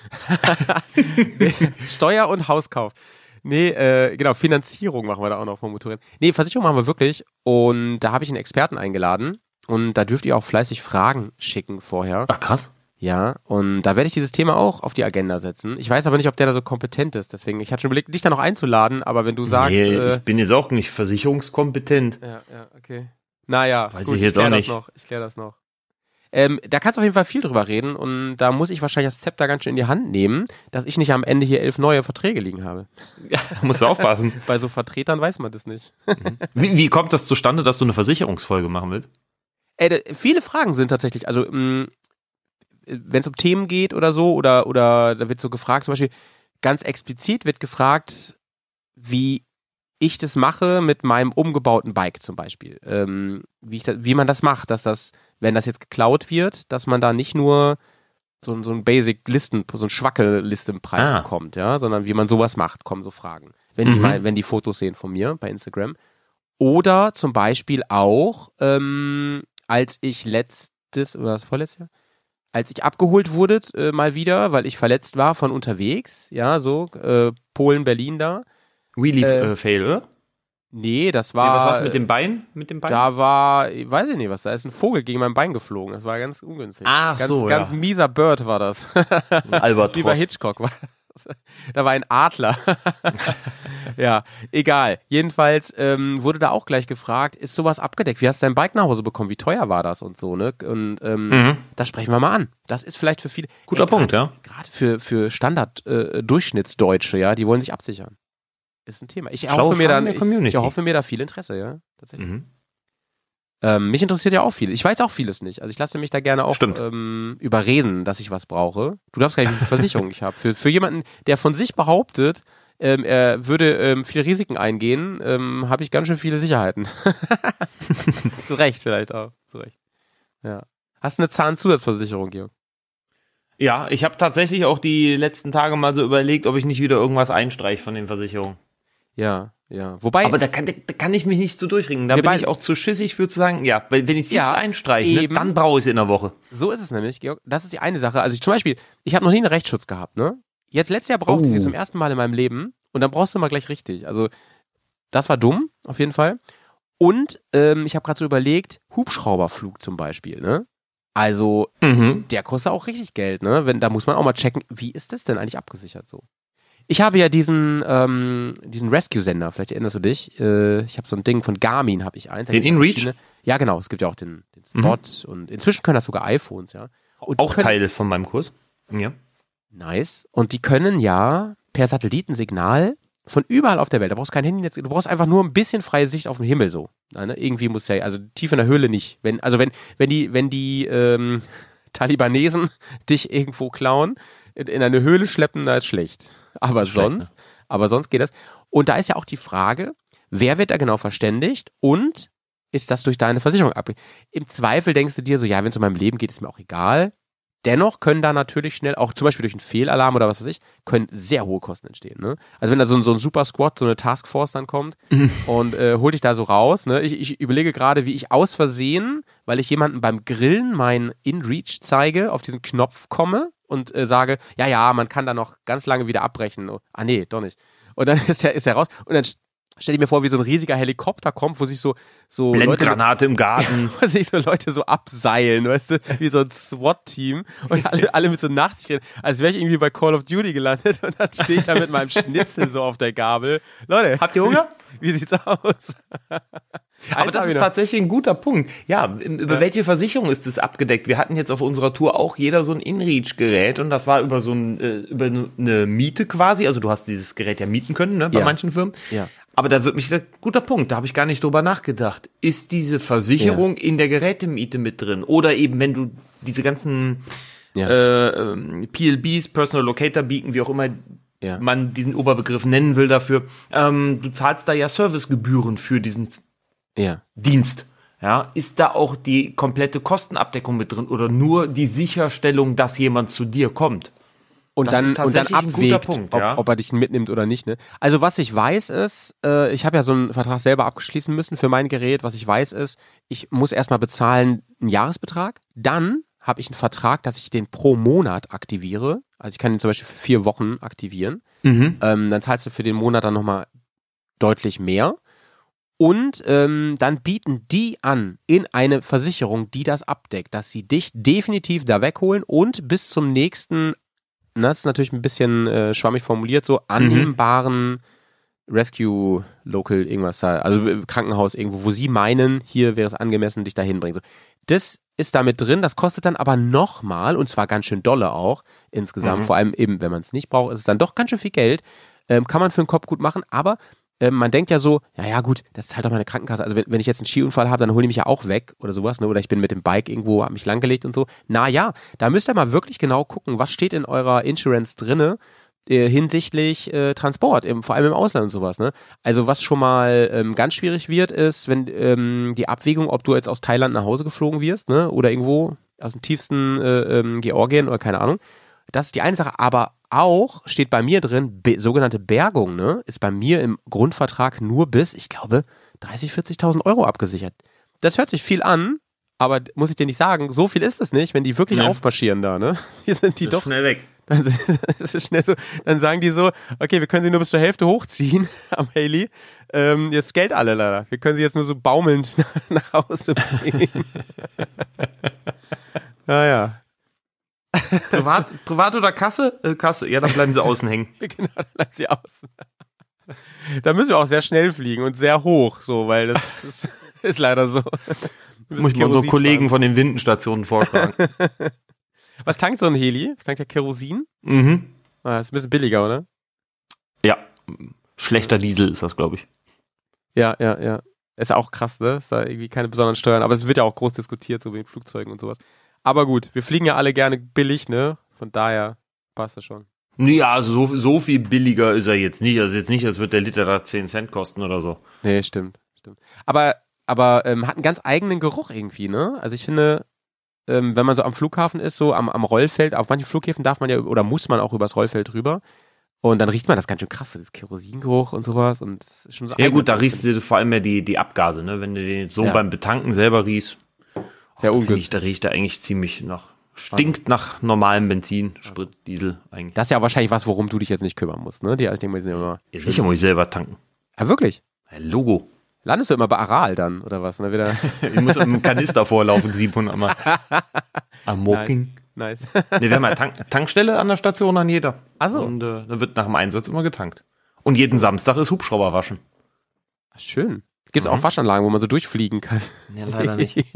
Nee, Steuer und Hauskauf. Nee, äh, genau, Finanzierung machen wir da auch noch vom Motorrad. Nee, Versicherung machen wir wirklich. Und da habe ich einen Experten eingeladen. Und da dürft ihr auch fleißig Fragen schicken vorher. Ach, krass. Ja, und da werde ich dieses Thema auch auf die Agenda setzen. Ich weiß aber nicht, ob der da so kompetent ist. Deswegen, ich hatte schon überlegt, dich da noch einzuladen, aber wenn du sagst, Nee, äh, ich bin jetzt auch nicht versicherungskompetent. ja, ja, okay. Naja, Weiß gut, ich jetzt klär auch das nicht. noch. Ich kläre das noch. Ähm, da kannst du auf jeden Fall viel drüber reden und da muss ich wahrscheinlich das Zepter ganz schön in die Hand nehmen, dass ich nicht am Ende hier elf neue Verträge liegen habe. Ja, musst du aufpassen. Bei so Vertretern weiß man das nicht. Wie, wie kommt das zustande, dass du eine Versicherungsfolge machen willst? Ey, da, viele Fragen sind tatsächlich, also wenn es um Themen geht oder so, oder, oder da wird so gefragt, zum Beispiel ganz explizit wird gefragt, wie ich das mache mit meinem umgebauten Bike zum Beispiel. Ähm, wie, ich da, wie man das macht, dass das, wenn das jetzt geklaut wird, dass man da nicht nur so, so ein Basic-Listen, so ein Schwacke-Listenpreis Ah. bekommt, ja, sondern wie man sowas macht, kommen so Fragen. Wenn die Mhm. mal, wenn die Fotos sehen von mir bei Instagram. Oder zum Beispiel auch, ähm, als ich letztes, oder das vorletztes Jahr? Als ich abgeholt wurde, äh, mal wieder, weil ich verletzt war von unterwegs, ja, so, äh, Polen, Berlin da. Wheelie Äh, äh, Fail, oder? Nee, das Nee, war. was war's mit dem Bein? Mit dem Bein? Da war, ich weiß ich nicht was, da ist ein Vogel gegen mein Bein geflogen. Das war ganz ungünstig. Ach ganz, so, Ganz ja. mieser Bird war das. Albatros. Wie bei Hitchcock war das. Da war ein Adler. Ja, egal. Jedenfalls ähm, wurde da auch gleich gefragt, ist sowas abgedeckt? Wie hast du dein Bike nach Hause bekommen? Wie teuer war das und so, ne? Und ähm, Mhm. das sprechen wir mal an. Das ist vielleicht für viele. Guter Punkt, grad- ja. Gerade für, für Standard-Durchschnittsdeutsche, ja, die wollen sich absichern. Ist ein Thema. Ich Schlaue erhoffe mir Fragen dann, der ich, Community. ich erhoffe mir da viel Interesse, ja. Tatsächlich. Mhm. Ähm, mich interessiert ja auch viel. Ich weiß auch vieles nicht. Also ich lasse mich da gerne auch Stimmt. ähm, überreden, dass ich was brauche. Du darfst gar nicht, wie viel Versicherung ich habe. Für, für jemanden, der von sich behauptet, ähm, er würde ähm, viele Risiken eingehen, ähm, habe ich ganz schön viele Sicherheiten. Zu Recht vielleicht auch. Zu Recht. Ja. Hast du eine Zahnzusatzversicherung, Georg? Ja, ich habe tatsächlich auch die letzten Tage mal so überlegt, ob ich nicht wieder irgendwas einstreiche von den Versicherungen. Ja, ja. Wobei, Aber da kann, da kann ich mich nicht so durchringen. Da Wir bin beide- ich auch zu schissig für zu sagen, ja, weil wenn ich es Ja, jetzt einstreiche, ne, eben. dann brauche ich es in der Woche. so ist es nämlich, Georg. Das ist die eine Sache. Also ich zum Beispiel, ich habe noch nie einen Rechtsschutz gehabt, ne? Jetzt letztes Jahr brauchte ich sie Oh. zum ersten Mal in meinem Leben und dann brauchst du mal gleich richtig. Also das war dumm, auf jeden Fall. Und ähm, ich habe gerade so überlegt, Hubschrauberflug zum Beispiel, ne? Also Mhm. der kostet auch richtig Geld, ne? Wenn, da muss man auch mal checken, wie ist das denn eigentlich abgesichert so? Ich habe ja diesen ähm, diesen Rescue-Sender, vielleicht erinnerst du dich. Äh, ich habe so ein Ding von Garmin, habe ich eins. Da Den gibt's auch InReach? verschiedene- Ja, genau. Es gibt ja auch den, den Spot und inzwischen können das sogar iPhones, ja. Und die Auch können, Teil von meinem Kurs. Ja. Nice. Und die können ja per Satellitensignal von überall auf der Welt, da brauchst du kein Handynetz, du brauchst einfach nur ein bisschen freie Sicht auf den Himmel so. Ja, ne? Irgendwie muss ja, also tief in der Höhle nicht. Wenn, also wenn, wenn die, wenn die ähm, Talibanesen dich irgendwo klauen, in, in eine Höhle schleppen, da ist schlecht. Aber Schlecht, sonst, Aber sonst geht das. Und da ist ja auch die Frage, wer wird da genau verständigt und ist das durch deine Versicherung ab? Im Zweifel denkst du dir so, ja, wenn es um mein Leben geht, ist mir auch egal. Dennoch können da natürlich schnell, auch zum Beispiel durch einen Fehlalarm oder was weiß ich, können sehr hohe Kosten entstehen. Ne? Also wenn da so ein, so ein Super Squad, so eine Taskforce dann kommt mhm. und äh, holt dich da so raus. Ne? Ich, ich überlege gerade, wie ich aus Versehen, weil ich jemanden beim Grillen mein InReach zeige, auf diesen Knopf komme und äh, sage, ja, ja, man kann da noch ganz lange wieder abbrechen. Oh, ah nee, doch nicht. Und dann ist er, ist er raus und dann stell dir mir vor, wie so ein riesiger Helikopter kommt, wo sich so, so Blendgranate im Garten. Wo sich so Leute so abseilen, weißt du, wie so ein SWAT-Team und alle, alle mit so Nachtsicht, als wäre ich irgendwie bei Call of Duty gelandet und dann stehe ich da mit meinem Schnitzel so auf der Gabel. Leute. Habt ihr Hunger? Wie sieht's aus? Aber das ist tatsächlich ein guter Punkt. Ja, über ja. welche Versicherung ist das abgedeckt? Wir hatten jetzt auf unserer Tour auch jeder so ein InReach-Gerät und das war über so ein, äh, über eine Miete quasi. Also du hast dieses Gerät ja mieten können, ne, bei ja. manchen Firmen. Ja. Aber da wird mich, guter Punkt, da habe ich gar nicht drüber nachgedacht. Ist diese Versicherung ja. in der Gerätemiete mit drin? Oder eben, wenn du diese ganzen ja. äh, P L Bs, Personal Locator Beacon, wie auch immer ja. man diesen Oberbegriff nennen will dafür, ähm, du zahlst da ja Servicegebühren für diesen ja. Dienst. Ja, ist da auch die komplette Kostenabdeckung mit drin oder nur die Sicherstellung, dass jemand zu dir kommt? Und das dann, ist und dann abwägt, Punkt, ob, ja. ob er dich mitnimmt oder nicht. Ne? Also was ich weiß ist, äh, ich habe ja so einen Vertrag selber abgeschließen müssen für mein Gerät. Was ich weiß ist, ich muss erstmal bezahlen einen Jahresbetrag. Dann habe ich einen Vertrag, dass ich den pro Monat aktiviere. Also ich kann den zum Beispiel für vier Wochen aktivieren. Mhm. Ähm, dann zahlst du für den Monat dann nochmal deutlich mehr. Und ähm, dann bieten die an in eine Versicherung, die das abdeckt, dass sie dich definitiv da wegholen und bis zum nächsten, das ist natürlich ein bisschen äh, schwammig formuliert, so annehmbaren mhm. Rescue Local irgendwas da, also Krankenhaus irgendwo, wo sie meinen, hier wäre es angemessen, dich da hinbringen. So. Das ist da mit drin, das kostet dann aber nochmal, und zwar ganz schön dolle auch insgesamt, mhm. vor allem eben, wenn man es nicht braucht, ist es dann doch ganz schön viel Geld, ähm, kann man für den Kopf gut machen, aber ähm, man denkt ja so, ja, ja gut, das zahlt doch meine Krankenkasse, also wenn, wenn ich jetzt einen Skiunfall habe, dann holen die mich ja auch weg oder sowas, ne? Oder ich bin mit dem Bike irgendwo, hab mich langgelegt und so. Na ja, da müsst ihr mal wirklich genau gucken, was steht in eurer Insurance drinne, äh, hinsichtlich äh, Transport, eben, vor allem im Ausland und sowas, ne? Also was schon mal ähm, ganz schwierig wird, ist, wenn ähm, die Abwägung, ob du jetzt aus Thailand nach Hause geflogen wirst, ne? Oder irgendwo aus dem tiefsten äh, ähm, Georgien oder keine Ahnung. Das ist die eine Sache, aber auch steht bei mir drin, be- sogenannte Bergung, ne, ist bei mir im Grundvertrag nur bis, ich glaube, dreißig, vierzigtausend Euro abgesichert. Das hört sich viel an, aber muss ich dir nicht sagen, so viel ist es nicht, wenn die wirklich ja. aufmarschieren da, ne? Hier sind die das doch ist schnell weg. Dann, das ist schnell so, dann sagen die so, okay, wir können sie nur bis zur Hälfte hochziehen am Haley. Ähm, jetzt Geld alle leider. Wir können sie jetzt nur so baumelnd nach Hause bringen. Naja. Privat, Privat oder Kasse? Äh, Kasse, ja, dann bleiben sie außen hängen. Genau, dann bleiben sie außen. Da müssen wir auch sehr schnell fliegen und sehr hoch, so, weil das ist, ist leider so. Muss ich mal unsere Kollegen von den Windenstationen vorschlagen. Was tankt so ein Heli? Was tankt der Kerosin? Mhm. Ah, ist ein bisschen billiger, oder? Ja, schlechter Diesel ist das, glaube ich. Ja, ja, ja. Ist auch krass, ne? Ist da irgendwie keine besonderen Steuern, aber es wird ja auch groß diskutiert, so wie in Flugzeugen und sowas. Aber gut, wir fliegen ja alle gerne billig, ne? Von daher passt das schon. Ja, also so, so viel billiger ist er jetzt nicht. Also jetzt nicht, als wird der Liter da zehn Cent kosten oder so. Nee, stimmt, stimmt. Aber, aber ähm, hat einen ganz eigenen Geruch irgendwie, ne? Also ich finde, ähm, wenn man so am Flughafen ist, so am, am Rollfeld, auf manchen Flughäfen darf man ja oder muss man auch übers Rollfeld rüber. Und dann riecht man das ganz schön krass, so das Kerosingeruch und sowas. Und das ist schon so. Ja gut, da riechst du vor allem ja die, die Abgase, ne? Wenn du den jetzt so ja. beim Betanken selber riechst. Sehr ungünstig. Da riecht er eigentlich ziemlich nach, stinkt nach normalem Benzin, Sprit, Diesel eigentlich. Das ist ja auch wahrscheinlich was, worum du dich jetzt nicht kümmern musst, ne? Die, ich denke mal, die sind ja immer. Ja, sicher muss ich selber tanken. Ja, wirklich? Ja, Logo. Landest du immer bei Aral dann, oder was? Ne? Wieder ich muss mit einem Kanister vorlaufen, siebenhundert Mal. Am Walking. Nice. nice. Ne, wir haben ja Tank- Tankstelle an der Station an jeder. Ach so. Und äh, da wird nach dem Einsatz immer getankt. Und jeden Samstag ist Hubschrauber waschen. Ach, schön. Gibt es mhm. auch Waschanlagen, wo man so durchfliegen kann? Ja, leider nicht.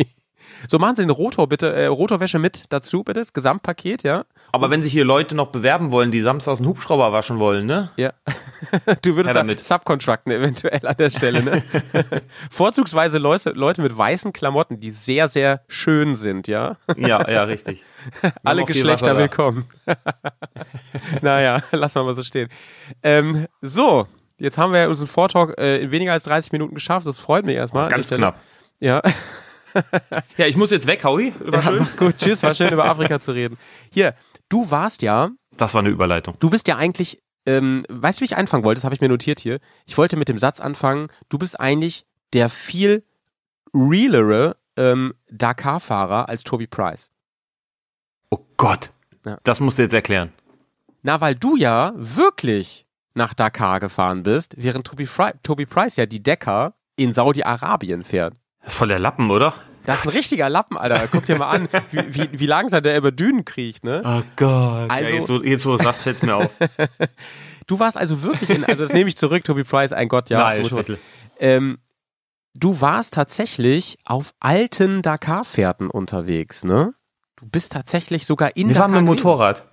So, machen Sie den Rotor bitte, äh, Rotorwäsche mit dazu, bitte, das Gesamtpaket, ja? Aber wenn sich hier Leute noch bewerben wollen, die samstags einen Hubschrauber waschen wollen, ne? Ja. Du würdest Ja, da damit. subcontracten eventuell an der Stelle, ne? Vorzugsweise Leute, Leute mit weißen Klamotten, die sehr, sehr schön sind, ja? Ja, ja, richtig. Alle Noch viel Geschlechter Wasser da. willkommen. Naja, lassen wir mal so stehen. Ähm, so, jetzt haben wir unseren Vortalk äh, in weniger als dreißig Minuten geschafft. Das freut mich erstmal. Ganz Ich- knapp. Ja. Ja, ich muss jetzt weg, Howie. War Ja, schön. mach's gut. Tschüss, war schön über Afrika zu reden. Hier, du warst ja, Das war eine Überleitung. du bist ja eigentlich, ähm, weißt du, wie ich anfangen wollte? Das habe ich mir notiert hier. Ich wollte mit dem Satz anfangen, du bist eigentlich der viel realere ähm, Dakar-Fahrer als Toby Price. Oh Gott. Ja. Das musst du jetzt erklären. Na, weil du ja wirklich nach Dakar gefahren bist, während Toby, Fry, Toby Price ja die Dakar in Saudi-Arabien fährt. Das ist voll der Lappen, oder? Das ist ein richtiger Lappen, Alter. Guck dir mal an, wie, wie, wie langsam der über Dünen kriecht, ne? Oh Gott. Also- ja, jetzt, wo, jetzt, wo du sagst, fällt's mir auf. Du warst also wirklich in, also das nehme ich zurück, Toby Price, ein Gott, ja. Nein, du, Spitzel. ähm, du warst tatsächlich auf alten Dakar-Fährten unterwegs, ne? Du bist tatsächlich sogar in Wir Dakar fahren mit dem gewesen. Motorrad.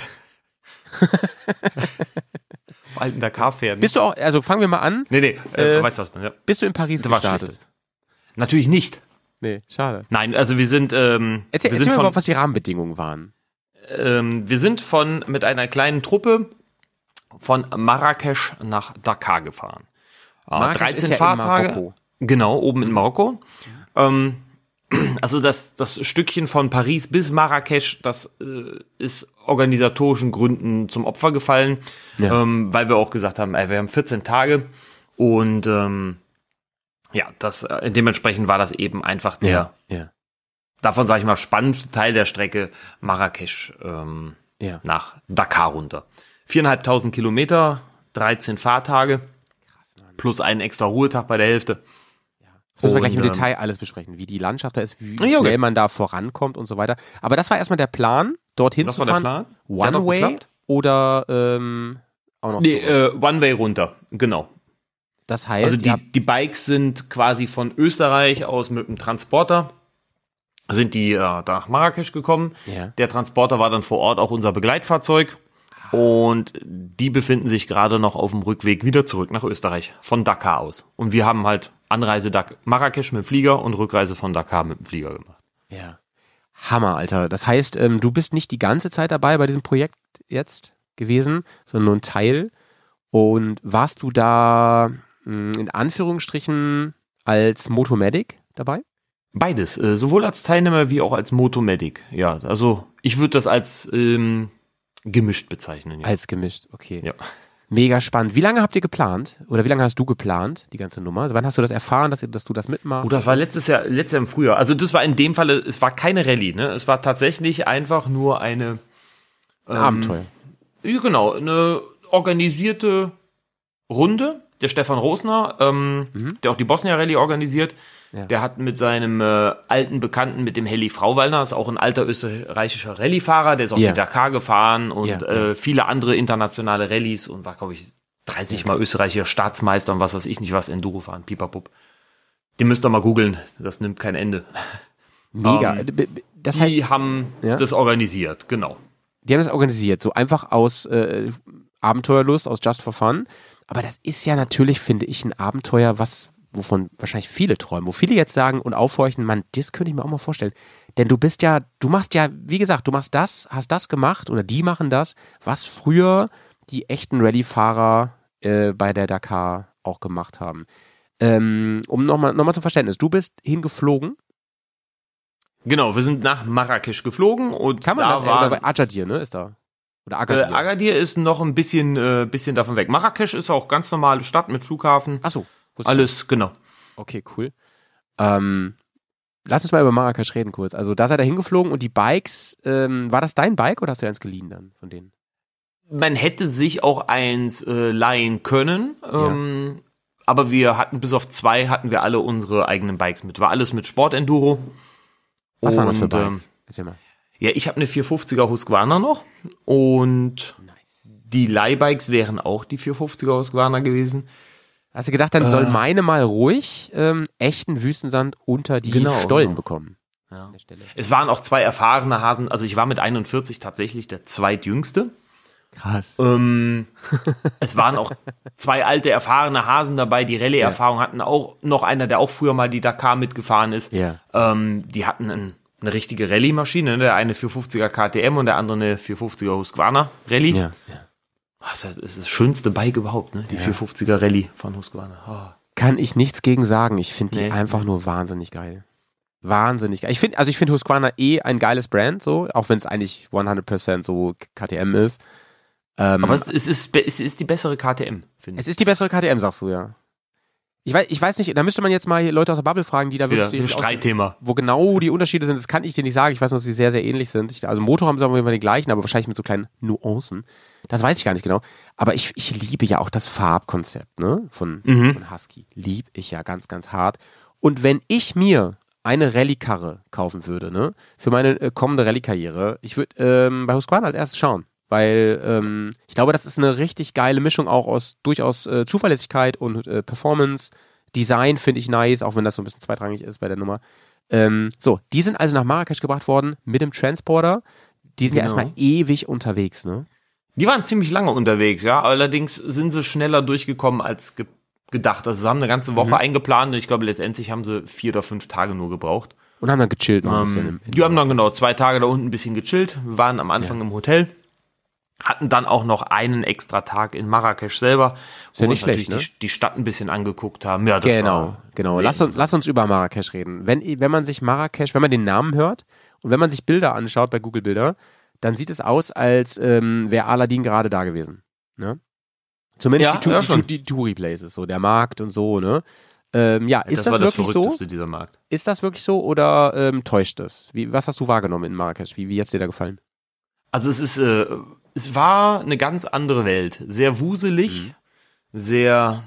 Auf alten Dakar-Pferden. Bist du auch, also fangen wir mal an, Nee, nee, äh, Äh, weißt du was, man, ja. bist du in Paris Das war gestartet? schlecht. Natürlich nicht. Nee, schade. Nein, also wir sind, ähm, Erzähl, wir erzähl sind mir von, mal, was die Rahmenbedingungen waren. ähm, wir sind von, mit einer kleinen Truppe von Marrakesch nach Dakar gefahren. Äh, Marrakesch dreizehn ist ja in Fahrtage. Marokko. Genau, oben in Marokko. Ähm, also das, das Stückchen von Paris bis Marrakesch, das äh, ist organisatorischen Gründen zum Opfer gefallen, Ja. ähm, weil wir auch gesagt haben, ey, wir haben vierzehn Tage und ähm, ja, das äh, dementsprechend war das eben einfach der, ja, davon sage ich mal, spannendste Teil der Strecke Marrakesch ähm, ja. nach Dakar runter. Viereinhalbtausend Kilometer, dreizehn Fahrtage, plus einen extra Ruhetag bei der Hälfte. Das müssen wir gleich im Und, ähm, Detail alles besprechen, wie die Landschaft da ist, wie Ja, okay. schnell man da vorankommt und so weiter. Aber das war erstmal der Plan, dorthin Das zu war der fahren. Plan. Der hat auch One-Way geklappt. oder ähm, auch noch Nee, zurück. äh, One-Way runter, genau. Das heißt, Also ihr die, habt, die Bikes sind quasi von Österreich aus mit dem Transporter, sind die äh, da nach Marrakesch gekommen. Ja. Der Transporter war dann vor Ort auch unser Begleitfahrzeug. Und die befinden sich gerade noch auf dem Rückweg wieder zurück nach Österreich, von Dakar aus. Und wir haben halt Anreise Dak- Marrakesch mit dem Flieger und Rückreise von Dakar mit dem Flieger gemacht. ja. Hammer, Alter. Das heißt, ähm, du bist nicht die ganze Zeit dabei bei diesem Projekt jetzt gewesen, sondern nur ein Teil. Und warst du da mh, in Anführungsstrichen als Motomedic dabei? Beides, äh, sowohl als Teilnehmer wie auch als Motomedic. Ja, also ich würde das als ähm, gemischt bezeichnen. Ja. Als gemischt, okay. Ja. Mega spannend. Wie lange habt ihr geplant? Oder wie lange hast du geplant, die ganze Nummer? Also wann hast du das erfahren, dass, ihr, dass du das mitmachst? Oh, das war letztes Jahr, letztes Jahr im Frühjahr. Also das war in dem Falle, es war keine Rallye, ne? Es war tatsächlich einfach nur eine Ein Abenteuer. Ja, genau, eine organisierte Runde. Der Stefan Rosner, ähm, der auch die Bosnia Rallye organisiert, Ja. der hat mit seinem äh, alten Bekannten, mit dem Heli Frauwallner, ist auch ein alter österreichischer Rallye-Fahrer, der ist auch Ja. die Dakar gefahren und Ja, ja. Äh, viele andere internationale Rallyes und war, glaube ich, dreißig Mal österreichischer Staatsmeister und was weiß ich nicht was, Enduro fahren, pipapup. Den müsst ihr mal googeln, das nimmt kein Ende. Mega. ähm, B- b- das Die heißt, haben Ja. das organisiert, genau. die haben das organisiert, so einfach aus äh, Abenteuerlust, aus Just for Fun. Aber das ist ja natürlich, finde ich, ein Abenteuer, was, wovon wahrscheinlich viele träumen, wo viele jetzt sagen und aufhorchen, Mann, das könnte ich mir auch mal vorstellen. Denn du bist ja, du machst ja, wie gesagt, du machst das, hast das gemacht oder die machen das, was früher die echten Rallye-Fahrer äh, bei der Dakar auch gemacht haben. Ähm, um nochmal noch mal zum Verständnis, du bist hingeflogen, Genau, wir sind nach Marrakesch geflogen und kann man da das, war äh, bei Agadir, ne, ist da? Oder Äh, Agadir. Agadir ist noch ein bisschen, äh, bisschen davon weg. Marrakesch ist auch ganz normale Stadt mit Flughafen. Achso. Alles, genau. Okay, cool. Ähm, lass uns mal über Marrakesch reden kurz. Also da seid ihr hingeflogen und die Bikes, ähm, war das dein Bike oder hast du eins geliehen dann von denen? Man hätte sich auch eins äh, leihen können, ähm, aber wir hatten bis auf zwei hatten wir alle unsere eigenen Bikes mit. War alles mit Sport-Enduro. Was waren das für Und, Bikes? ähm, Erzähl mal. Ja, ich habe eine vierhundertfünfziger Husqvarna noch und die Leihbikes wären auch die vierhundertfünfziger Husqvarna gewesen. Hast du gedacht, dann soll meine mal ruhig ähm, echten Wüstensand unter die Genau, Stollen genau. bekommen? Ja. an der Stelle. Es waren auch zwei erfahrene Hasen, also ich war mit einundvierzig tatsächlich der zweitjüngste. Krass. Ähm, es waren auch zwei alte, erfahrene Hasen dabei, die Rallye-Erfahrung hatten. Auch noch einer, der auch früher mal die Dakar mitgefahren ist. Ja. Ähm, die hatten ein, eine richtige Rallye-Maschine, ne? Der eine vierhundertfünfziger K T M und der andere eine vierhundertfünfziger Husqvarna Rallye. Ja, ja. Das ist das schönste Bike überhaupt, ne? Die Ja. vierhundertfünfziger Rallye von Husqvarna. Oh. Kann ich nichts gegen sagen. Ich finde die Nee. einfach nur wahnsinnig geil. Wahnsinnig geil. Ich finde, also ich finde Husqvarna eh ein geiles Brand, so, auch wenn es eigentlich hundert Prozent so K T M ist. Ähm, Aber es, es, ist, es ist die bessere K T M, finde es ich. ist die bessere K T M, sagst du, ja. Ich weiß, ich weiß nicht, da müsste man jetzt mal hier Leute aus der Bubble fragen, die da Wieder wirklich ein Streitthema. wo genau die Unterschiede sind, das kann ich dir nicht sagen. Ich weiß nur, dass sie sehr, sehr ähnlich sind. Ich, also Motor haben sie auf jeden Fall die gleichen, aber wahrscheinlich mit so kleinen Nuancen. Das weiß ich gar nicht genau. Aber ich, ich liebe ja auch das Farbkonzept, ne, von, Mhm. von Husky. Lieb ich ja ganz, ganz hart. Und wenn ich mir eine Rallye-Karre kaufen würde, ne, für meine äh, kommende Rallye-Karriere, ich würde ähm, bei Husqvarna als erstes schauen. Weil ähm, ich glaube, das ist eine richtig geile Mischung auch aus durchaus äh, Zuverlässigkeit und äh, Performance. Design finde ich nice, auch wenn das so ein bisschen zweitrangig ist bei der Nummer. Ähm, so, die sind also nach Marrakesch gebracht worden mit dem Transporter. Die sind ja Genau. erstmal ewig unterwegs, ne? Die waren ziemlich lange unterwegs, ja. Allerdings sind sie schneller durchgekommen als ge gedacht. Also sie haben eine ganze Woche Mhm. eingeplant und ich glaube, letztendlich haben sie vier oder fünf Tage nur gebraucht. Und haben dann gechillt noch ein bisschen. Ähm, Im, die haben dann genau zwei Tage da unten ein bisschen gechillt. Wir waren am Anfang im Hotel. Hatten dann auch noch einen extra Tag in Marrakesch selber, Ist ja wo wir nicht uns schlecht, natürlich die, die Stadt ein bisschen angeguckt haben. Ja, das genau, war genau. sehr Lass uns, lass uns über Marrakesch reden. Wenn, wenn man sich Marrakesch, wenn man den Namen hört und wenn man sich Bilder anschaut bei Google Bilder, dann sieht es aus, als ähm, wäre Aladdin gerade da gewesen. Ne? Zumindest Ja, die, Tu- ja, die, schon. Tu- die Touri-Places, so der Markt und so, ne? Ähm, ja, ist das, das, war das wirklich so? Verrückteste dieser Markt. Ist das wirklich so oder ähm, täuscht das? Wie, was hast du wahrgenommen in Marrakesch? Wie, wie hat's dir da gefallen? Also es ist, äh, es war eine ganz andere Welt. Sehr wuselig, Mhm. sehr,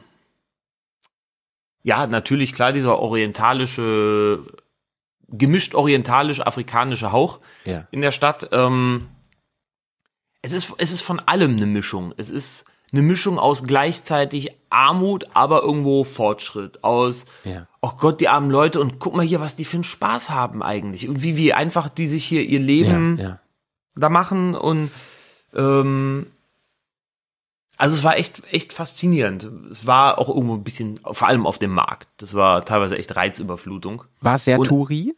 ja, natürlich klar, dieser orientalische, gemischt orientalisch-afrikanische Hauch Ja. in der Stadt. Ähm, es ist, es ist von allem eine Mischung. Es ist eine Mischung aus gleichzeitig Armut, aber irgendwo Fortschritt. Aus, Ja. oh Gott, die armen Leute und guck mal hier, was die für einen Spaß haben eigentlich. Und wie, wie einfach die sich hier ihr Leben Ja, ja. da machen und ähm, also es war echt echt faszinierend. Es war auch irgendwo ein bisschen, vor allem auf dem Markt. Das war teilweise echt Reizüberflutung. War es sehr Und- Touri?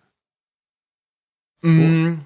Mm,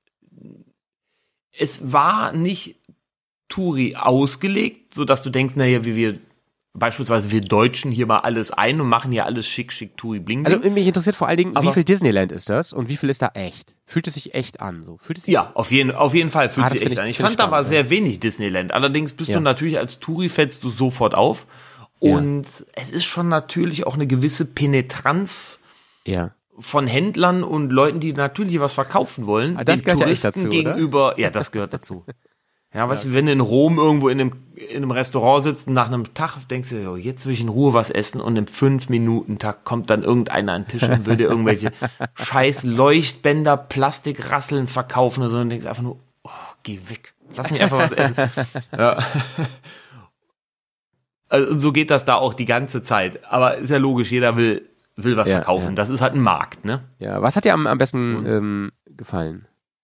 Es war nicht Touri ausgelegt, so dass du denkst, naja, wie wir beispielsweise wir Deutschen hier mal alles ein und machen hier alles schick, schick, Touri, bling, Also bling. mich interessiert vor allen Dingen, wie Aber- viel Disneyland ist das und wie viel ist da echt? Fühlt es sich echt an? So? Fühlt es sich Ja, auf jeden, auf jeden Fall fühlt Ah, sich das find echt ich- an. Ich find fand, ich da war spannend, sehr wenig Disneyland. Allerdings bist Ja. du natürlich als Touri fällst du sofort auf. Ja. Und es ist schon natürlich auch eine gewisse Penetranz Ja. von Händlern und Leuten, die natürlich was verkaufen wollen. Ah, das den gehört ja echt Touristen dazu, oder? gegenüber. Ja, das gehört dazu. Ja, weißt du, wenn du in Rom irgendwo in einem, in einem Restaurant sitzt und nach einem Tag denkst du, jo, jetzt will ich in Ruhe was essen und im Fünf-Minuten-Takt kommt dann irgendeiner an den Tisch und will dir irgendwelche scheiß Leuchtbänder, Plastikrasseln verkaufen oder so und denkst einfach nur, oh, geh weg. Lass mich einfach was essen. Ja. Also so geht das da auch die ganze Zeit. Aber ist ja logisch, jeder will, will was Ja, verkaufen. ja. Das ist halt ein Markt, ne? Ja. Was hat dir am, am besten Und- ähm, gefallen?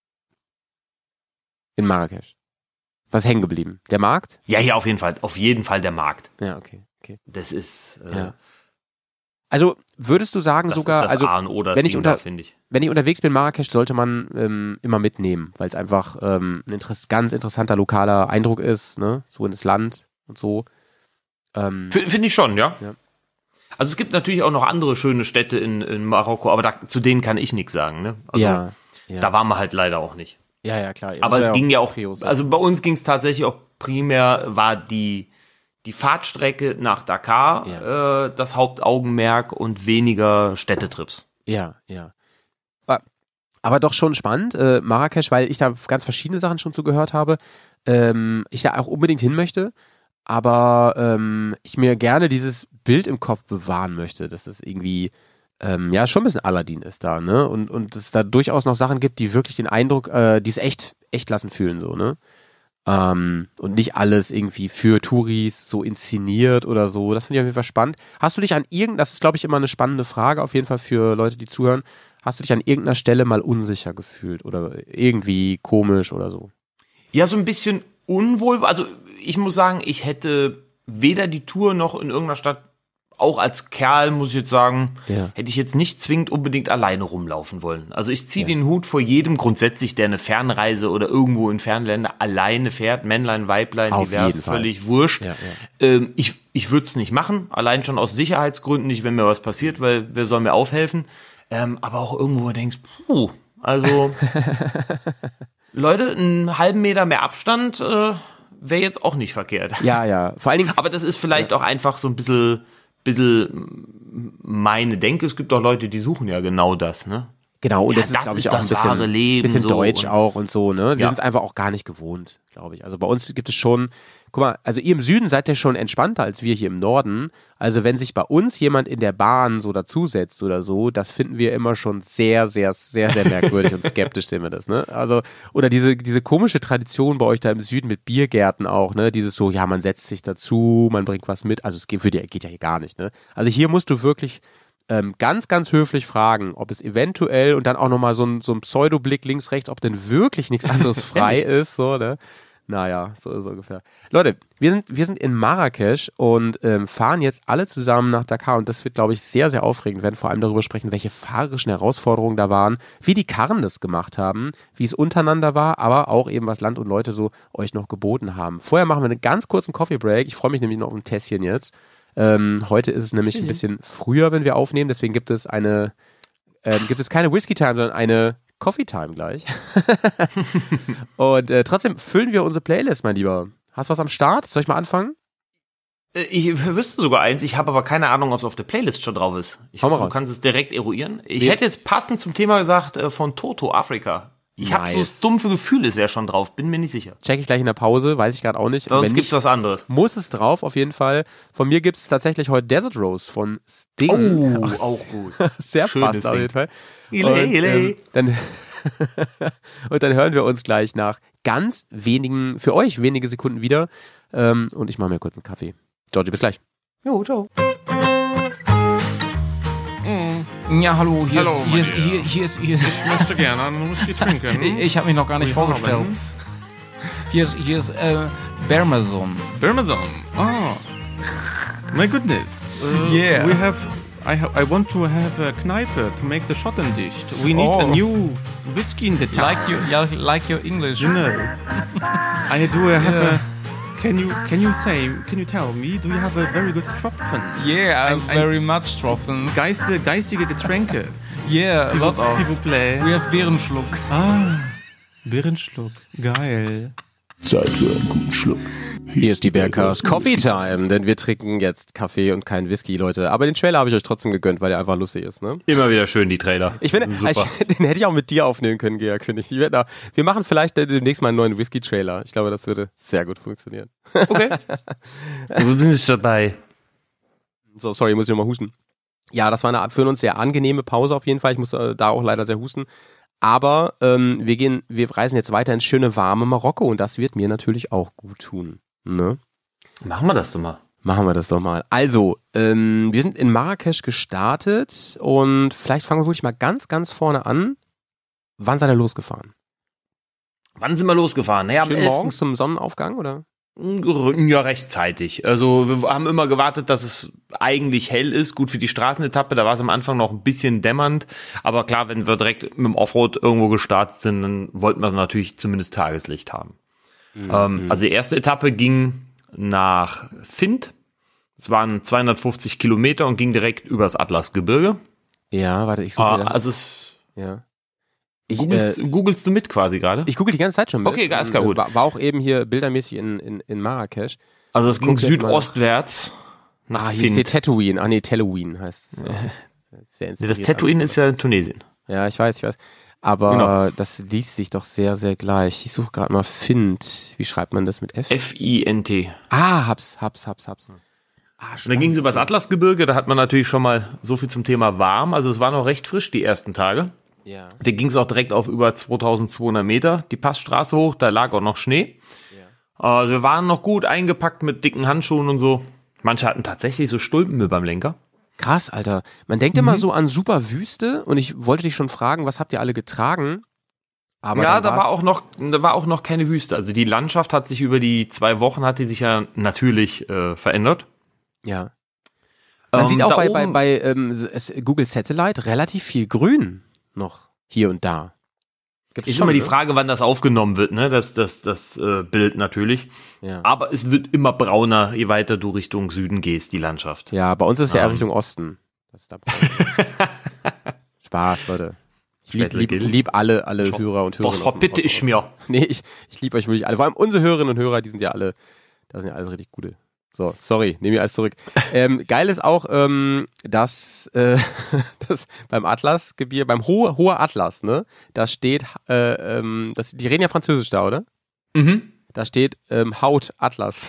In Marrakesch. Was ist hängen geblieben? Der Markt? Ja, ja, auf jeden Fall. Auf jeden Fall der Markt. Ja, okay. okay. Das ist, äh, Ja. Also würdest du sagen das sogar, ist das also A und O, das wenn ich Ding unter- da, finde ich. wenn ich unterwegs bin in Marrakesch, sollte man ähm, immer mitnehmen, weil es einfach ähm, ein interess ganz interessanter lokaler Eindruck ist, ne? So in das Land und so. Ähm, F- Finde ich schon, ja. Ja. Also es gibt natürlich auch noch andere schöne Städte in, in Marokko, aber da, zu denen kann ich nichts sagen, ne? Also ja, ja. da waren wir halt leider auch nicht. ja, ja, klar. Aber es ging ja auch, Prios setzen. also bei uns ging es tatsächlich auch primär, war die, die Fahrtstrecke nach Dakar Ja. äh, das Hauptaugenmerk und weniger Städtetrips. Ja, ja. Aber, aber doch schon spannend, äh, Marrakesch, weil ich da ganz verschiedene Sachen schon zugehört habe. Ähm, ich da auch unbedingt hin möchte, aber ähm, ich mir gerne dieses Bild im Kopf bewahren möchte, dass das irgendwie ähm, ja schon ein bisschen Aladdin ist da, ne? Und, und es da durchaus noch Sachen gibt, die wirklich den Eindruck, äh, die es echt, echt lassen fühlen, so, ne? Ähm, und nicht alles irgendwie für Touris so inszeniert oder so. Das finde ich auf jeden Fall spannend. Hast du dich an irgend, das ist glaube ich immer eine spannende Frage, auf jeden Fall für Leute, die zuhören, Hast du dich an irgendeiner Stelle mal unsicher gefühlt oder irgendwie komisch oder so? Ja, so ein bisschen unwohl. Also ich muss sagen, ich hätte weder die Tour noch in irgendeiner Stadt, auch als Kerl, muss ich jetzt sagen, Ja. hätte ich jetzt nicht zwingend unbedingt alleine rumlaufen wollen. Also ich ziehe Ja. den Hut vor jedem grundsätzlich, der eine Fernreise oder irgendwo in Fernländer alleine fährt, Männlein, Weiblein, Auf divers, jeden Fall. völlig wurscht. Ja, ja. Ähm, ich ich würde es nicht machen, allein schon aus Sicherheitsgründen nicht, wenn mir was passiert, weil wer soll mir aufhelfen? Ähm, aber auch irgendwo wo du denkst, puh, also Leute, einen halben Meter mehr Abstand äh, wäre jetzt auch nicht verkehrt. Ja, ja. Vor allen Dingen, Aber das ist vielleicht auch einfach so ein bisschen, bisschen meine Denke. Es gibt auch Leute, die suchen ja genau das, ne? genau, und Ja, das ist, das glaube ich, ist auch ein das bisschen, wahre Leben, bisschen so, deutsch und- auch und so, ne? Wir Ja. sind es einfach auch gar nicht gewohnt, glaube ich. Also bei uns gibt es schon, guck mal, also ihr im Süden seid ja schon entspannter als wir hier im Norden. Also wenn sich bei uns jemand in der Bahn so dazusetzt oder so, das finden wir immer schon sehr, sehr, sehr, sehr merkwürdig und skeptisch sehen wir das, ne? Also, oder diese, diese komische Tradition bei euch da im Süden mit Biergärten auch, ne? Dieses so, ja, man setzt sich dazu, man bringt was mit. Also es geht, für die, geht ja hier gar nicht, ne? Also hier musst du wirklich ähm, ganz, ganz höflich fragen, ob es eventuell und dann auch nochmal so ein, so ein Pseudoblick links, rechts, ob denn wirklich nichts anderes frei ist, so, ne? Naja, so ist es ungefähr. Leute, wir sind, wir sind in Marrakesch und ähm, fahren jetzt alle zusammen nach Dakar und das wird, glaube ich, sehr, sehr aufregend. Wir werden vor allem darüber sprechen, welche fahrerischen Herausforderungen da waren, wie die Karren das gemacht haben, wie es untereinander war, aber auch eben, was Land und Leute so euch noch geboten haben. Vorher machen wir einen ganz kurzen Coffee Break. Ich freue mich nämlich noch auf ein Tässchen jetzt. Ähm, heute ist es nämlich ein bisschen früher, wenn wir aufnehmen, deswegen gibt es eine, ähm, gibt es keine Whisky Time, sondern eine Coffee Time gleich. Und äh, trotzdem füllen wir unsere Playlist, mein Lieber. Hast du was am Start? Soll ich mal anfangen? Äh, Ich wüsste sogar eins, ich habe aber keine Ahnung, ob es auf der Playlist schon drauf ist. Ich Hau mal hoffe, du raus. kannst es direkt eruieren. Ich Nee. hätte jetzt passend zum Thema gesagt, äh, von Toto, Afrika. Ich habe so Nice. das dumpfe Gefühl, es wäre schon drauf, bin mir nicht sicher. Check ich gleich in der Pause, weiß ich gerade auch nicht. Sonst Wenn gibt's nicht, was anderes. muss es drauf, auf jeden Fall. Von mir gibt es tatsächlich heute Desert Rose von Sting. Oh, auch gut. Sehr schönes passt auf Ding. jeden Fall. Ile, Und, ile. ähm, dann und dann hören wir uns gleich nach ganz wenigen, für euch wenige Sekunden wieder. Ähm, und ich mache mir kurz einen Kaffee. Georgie, bis gleich. Jo, ciao. Ja, hallo, hier Hallo, ist, hier ist, mein hier, hier ist, hier ist, Ich möchte gerne einen Whisky trinken. ich, ich habe mich noch gar nicht Wir vorgestellt. haben Hier ist, hier ist, äh, Bermazon. Parmesan. Ah, my goodness. Uh, Yeah. We have. I ha I want to have a Kneipe to make the Schottendicht. We need Oh. a new whisky in the town. Like you, yeah, like your English. You know. I do have Yeah. a. Can you can you say? Can you tell me? Do you have a very good Tropfen? Yeah, Ein- ein- very much Tropfen. Geiste, geistige Getränke. Yeah, a S'il lot vous, of. s'il vous plaît. We have Beerenschluck. Ah, Birnenschluck. Geil. Zeit für einen guten Schluck. Hier ist die Berghaus Coffee Time, denn wir trinken jetzt Kaffee und keinen Whisky, Leute. Aber den Trailer habe ich euch trotzdem gegönnt, weil der einfach lustig ist, ne? Immer wieder schön, die Trailer. Ich finde, Super. ich, den hätte ich auch mit dir aufnehmen können, Georg, finde ich. ich werd da, wir machen vielleicht demnächst mal einen neuen Whisky-Trailer. Ich glaube, das würde sehr gut funktionieren. Okay. Also bin ich dabei. So, sorry, muss ich nochmal husten. Ja, das war eine für uns sehr angenehme Pause auf jeden Fall. Ich muss äh, da auch leider sehr husten. Aber ähm, wir gehen, wir reisen jetzt weiter ins schöne, warme Marokko und das wird mir natürlich auch gut tun. Ne? Machen wir das doch mal. Machen wir das doch mal. Also, ähm, wir sind in Marrakesch gestartet und vielleicht fangen wir wirklich mal ganz, ganz vorne an. Wann seid ihr losgefahren? Wann sind wir losgefahren? Naja, am Schön elften morgens zum Sonnenaufgang, oder? Ja, rechtzeitig. Also wir haben immer gewartet, dass es eigentlich hell ist. Gut für die Straßenetappe, da war es am Anfang noch ein bisschen dämmernd. Aber klar, wenn wir direkt mit dem Offroad irgendwo gestartet sind, dann wollten wir natürlich zumindest Tageslicht haben. Mhm. Ähm, also die erste Etappe ging nach Find. Es waren zweihundertfünfzig Kilometer und ging direkt übers Atlasgebirge. Ja, warte, ich suche Ah, mir das. also es, Ja. Ich, googelst, äh, googelst du mit quasi gerade? ich google die ganze Zeit schon mit. Okay, alles klar, gut. War, war auch eben hier bildermäßig in, in, in Marrakesch. Also es ging guck jetzt mal. südostwärts nach Ah, hier ist hier Find. Tatooine. Ah, nee, Tatooine heißt es. Ja. Sehr Nee, das inspiriert. Tatooine ist ja in Tunesien. Ja, ich weiß, ich weiß. Aber Genau. das liest sich doch sehr, sehr gleich. Ich suche gerade mal Find. Wie schreibt man das mit F? F I N T. Ah, hab's, hab's, hab's, hab's. Ah, Und dann ging es über das Atlasgebirge, da hat man natürlich schon mal so viel zum Thema warm. Also es war noch recht frisch die ersten Tage. Ja. Da ging es auch direkt auf über zweitausendzweihundert Meter, die Passstraße hoch, da lag auch noch Schnee. Ja. Also wir waren noch gut eingepackt mit dicken Handschuhen und so. Manche hatten tatsächlich so Stulpen mit beim Lenker. Krass, Alter. Man denkt Mhm. immer so an super Wüste und ich wollte dich schon fragen, was habt ihr alle getragen? Aber ja, dann da war war's- auch noch, da war auch noch keine Wüste. Also die Landschaft hat sich über die zwei Wochen hat die sich ja natürlich äh, verändert. Ja. Man Ähm, sieht auch da bei, bei, oben- bei ähm, s- Google Satellite relativ viel Grün noch hier und da. Gibt's Ist schon, immer die ne? Frage, wann das aufgenommen wird, ne? Das, das, das äh, Bild natürlich. Ja. Aber es wird immer brauner, je weiter du Richtung Süden gehst, die Landschaft. ja, bei uns ist ja eher Ähm. Richtung Osten. Das ist da Spaß, Leute. Ich lieb, Spätle lieb, Gill. lieb alle, alle Hörer und Hörerinnen. Das aus dem verbitte ich Osten. mir. Nee, ich, ich liebe euch wirklich alle. Vor allem unsere Hörerinnen und Hörer, die sind ja alle, da sind ja alles richtig gute. So, sorry, nehme ich alles zurück. ähm, geil ist auch, ähm, dass, äh, das beim Atlasgebirge, beim Hohe, Hohe Atlas, ne, da steht, äh, ähm, das, die reden ja Französisch da, oder? Mhm. Da steht ähm, Haut Atlas.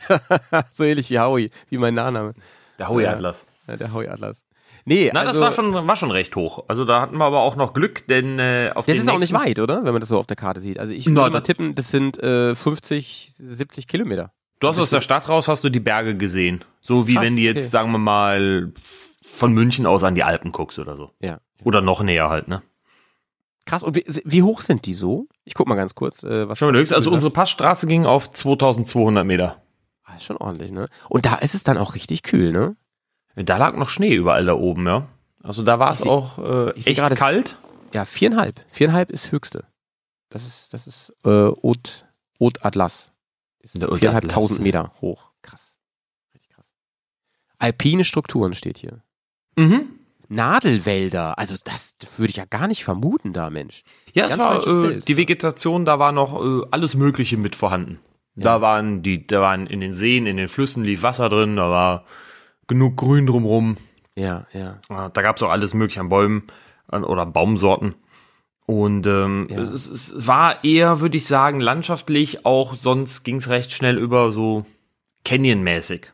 So ähnlich wie Howie, wie mein Nachname. Der Hohe Ja. Atlas. Ja, der Howie Atlas. Nee, Na, also, das war schon, war schon recht hoch. Also da hatten wir aber auch noch Glück, denn äh, auf das den ist auch nicht nächsten- weit, oder? Wenn man das so auf der Karte sieht. Also ich Na, würde mal das- tippen, das sind äh, fünfzig, siebzig Kilometer. Du hast aus der Stadt raus, hast du die Berge gesehen. So wie Krass, wenn du jetzt, okay. sagen wir mal, von München aus an die Alpen guckst oder so. Ja. Oder noch näher halt, ne? Krass, und wie, wie hoch sind die so? Ich guck mal ganz kurz. Äh, was Schon mal höchst. Also gesagt. unsere Passstraße ging auf zweitausendzweihundert Meter. Ah, ist schon ordentlich, ne? Und da ist es dann auch richtig kühl, ne? Da lag noch Schnee überall da oben, ja. Also da war Ich es seh- auch äh, ich seh echt gerade- kalt. Ja, viereinhalb. Viereinhalb ist höchste. Das ist, das ist äh, Haute, Haute Atlas. Ist Der Haute viereinhalbtausend Atlas. Meter hoch. Krass. Richtig krass. Alpine Strukturen steht hier. Mhm. Nadelwälder, also das würde ich ja gar nicht vermuten da, Mensch. Ja, es Ganz war, falsches äh, Bild. die Vegetation, da war noch äh, alles Mögliche mit vorhanden. Da waren die, da waren in den Seen, in den Flüssen lief Wasser drin, da war genug Grün drumrum. Ja, ja. Äh, Da gab es auch alles Mögliche an Bäumen an, oder Baumsorten. Und ähm, Ja. es, es war eher, würde ich sagen, landschaftlich, auch sonst ging es recht schnell über so Canyon-mäßig.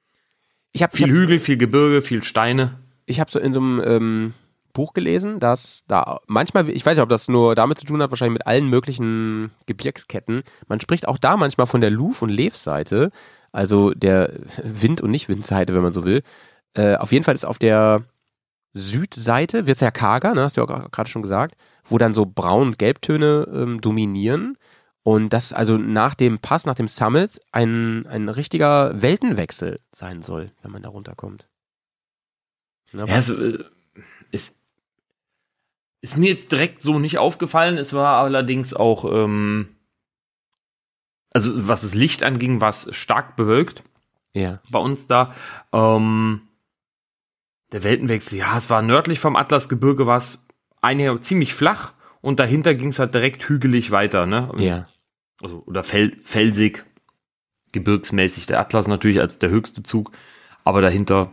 Ich habe Viel ich hab, Hügel, viel Gebirge, viel Steine. ich hab so in so einem ähm, Buch gelesen, dass da manchmal, ich weiß nicht, ob das nur damit zu tun hat, wahrscheinlich mit allen möglichen Gebirgsketten, man spricht auch da manchmal von der Luf- und Lev-Seite, also der Wind- und Nicht-Wind-Seite, wenn man so will. Äh, auf jeden Fall ist auf der Südseite, wird es ja karger, ne, hast du ja auch gerade schon gesagt, wo dann so Braun- und Gelbtöne ähm, dominieren. Und das also nach dem Pass, nach dem Summit, ein, ein richtiger Weltenwechsel sein soll, wenn man da runterkommt. Ne, Ja, es äh, ist, ist mir jetzt direkt so nicht aufgefallen. Es war allerdings auch, ähm, also was das Licht anging, war es stark bewölkt ja. bei uns da. Ähm, der Weltenwechsel, ja, es war nördlich vom Atlasgebirge, war es einher ziemlich flach und dahinter ging es halt direkt hügelig weiter, ne? Ja. Also, oder fel felsig, gebirgsmäßig. Der Atlas natürlich als der höchste Zug, aber dahinter,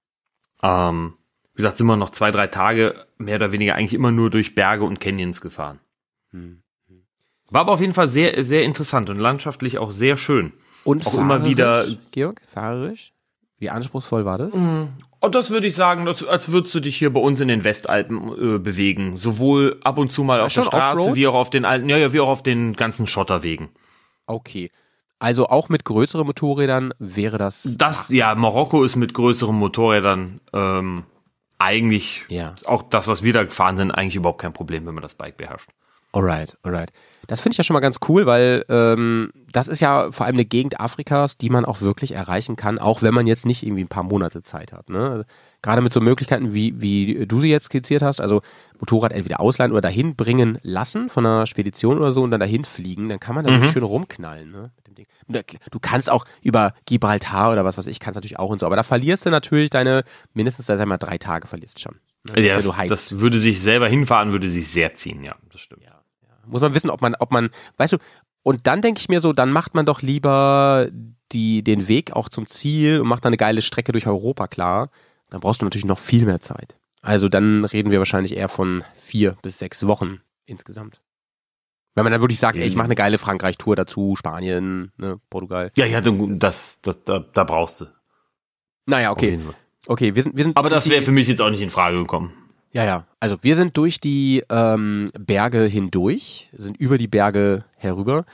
ähm, wie gesagt, sind wir noch zwei, drei Tage mehr oder weniger eigentlich immer nur durch Berge und Canyons gefahren. Hm. War aber auf jeden Fall sehr, sehr interessant und landschaftlich auch sehr schön. Und Auch immer fahrerisch, wieder- Georg, fahrerisch? Wie anspruchsvoll war das? Und das würde ich sagen, das, als würdest du dich hier bei uns in den Westalpen äh, bewegen. Sowohl ab und zu mal auf schon der Straße, Offroad? wie auch auf den alten, ja, ja, wie auch auf den ganzen Schotterwegen. Okay. Also auch mit größeren Motorrädern wäre das. Das, ja, Marokko ist mit größeren Motorrädern ähm, eigentlich, Ja. auch das, was wir da gefahren sind, eigentlich überhaupt kein Problem, wenn man das Bike beherrscht. Alright, alright. Das finde ich ja schon mal ganz cool, weil ähm, das ist ja vor allem eine Gegend Afrikas, die man auch wirklich erreichen kann, auch wenn man jetzt nicht irgendwie ein paar Monate Zeit hat. Ne? Also, gerade mit so Möglichkeiten, wie, wie du sie jetzt skizziert hast, also Motorrad entweder ausleihen oder dahin bringen lassen von einer Spedition oder so und dann dahin fliegen, dann kann man da wirklich schön rumknallen. Ne? Mit dem Ding. Und da- Du kannst auch über Gibraltar oder was weiß ich, kannst natürlich auch und so, aber da verlierst du natürlich deine, mindestens sag ich mal, drei Tage verlierst schon. Ne? Ja, Wenn du das, hikest. das würde sich selber hinfahren, würde sich sehr ziehen, ja, das stimmt. Muss man wissen, ob man, ob man, weißt du, und dann denke ich mir so, dann macht man doch lieber die, den Weg auch zum Ziel und macht dann eine geile Strecke durch Europa klar. Dann brauchst du natürlich noch viel mehr Zeit. Also dann reden wir wahrscheinlich eher von vier bis sechs Wochen insgesamt. Wenn man dann wirklich sagt, ey, ich mache eine geile Frankreich-Tour dazu, Spanien, ne, Portugal. Ja, ja, du- das, das, da, da brauchst du. Naja, auf okay. jeden Fall. Okay, wir sind, wir sind. Aber das die- wäre für mich jetzt auch nicht in Frage gekommen. Ja, ja. Also wir sind durch die ähm, Berge hindurch, sind über die Berge herüber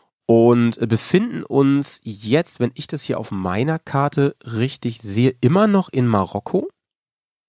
und befinden uns jetzt, wenn ich das hier auf meiner Karte richtig sehe, immer noch in Marokko.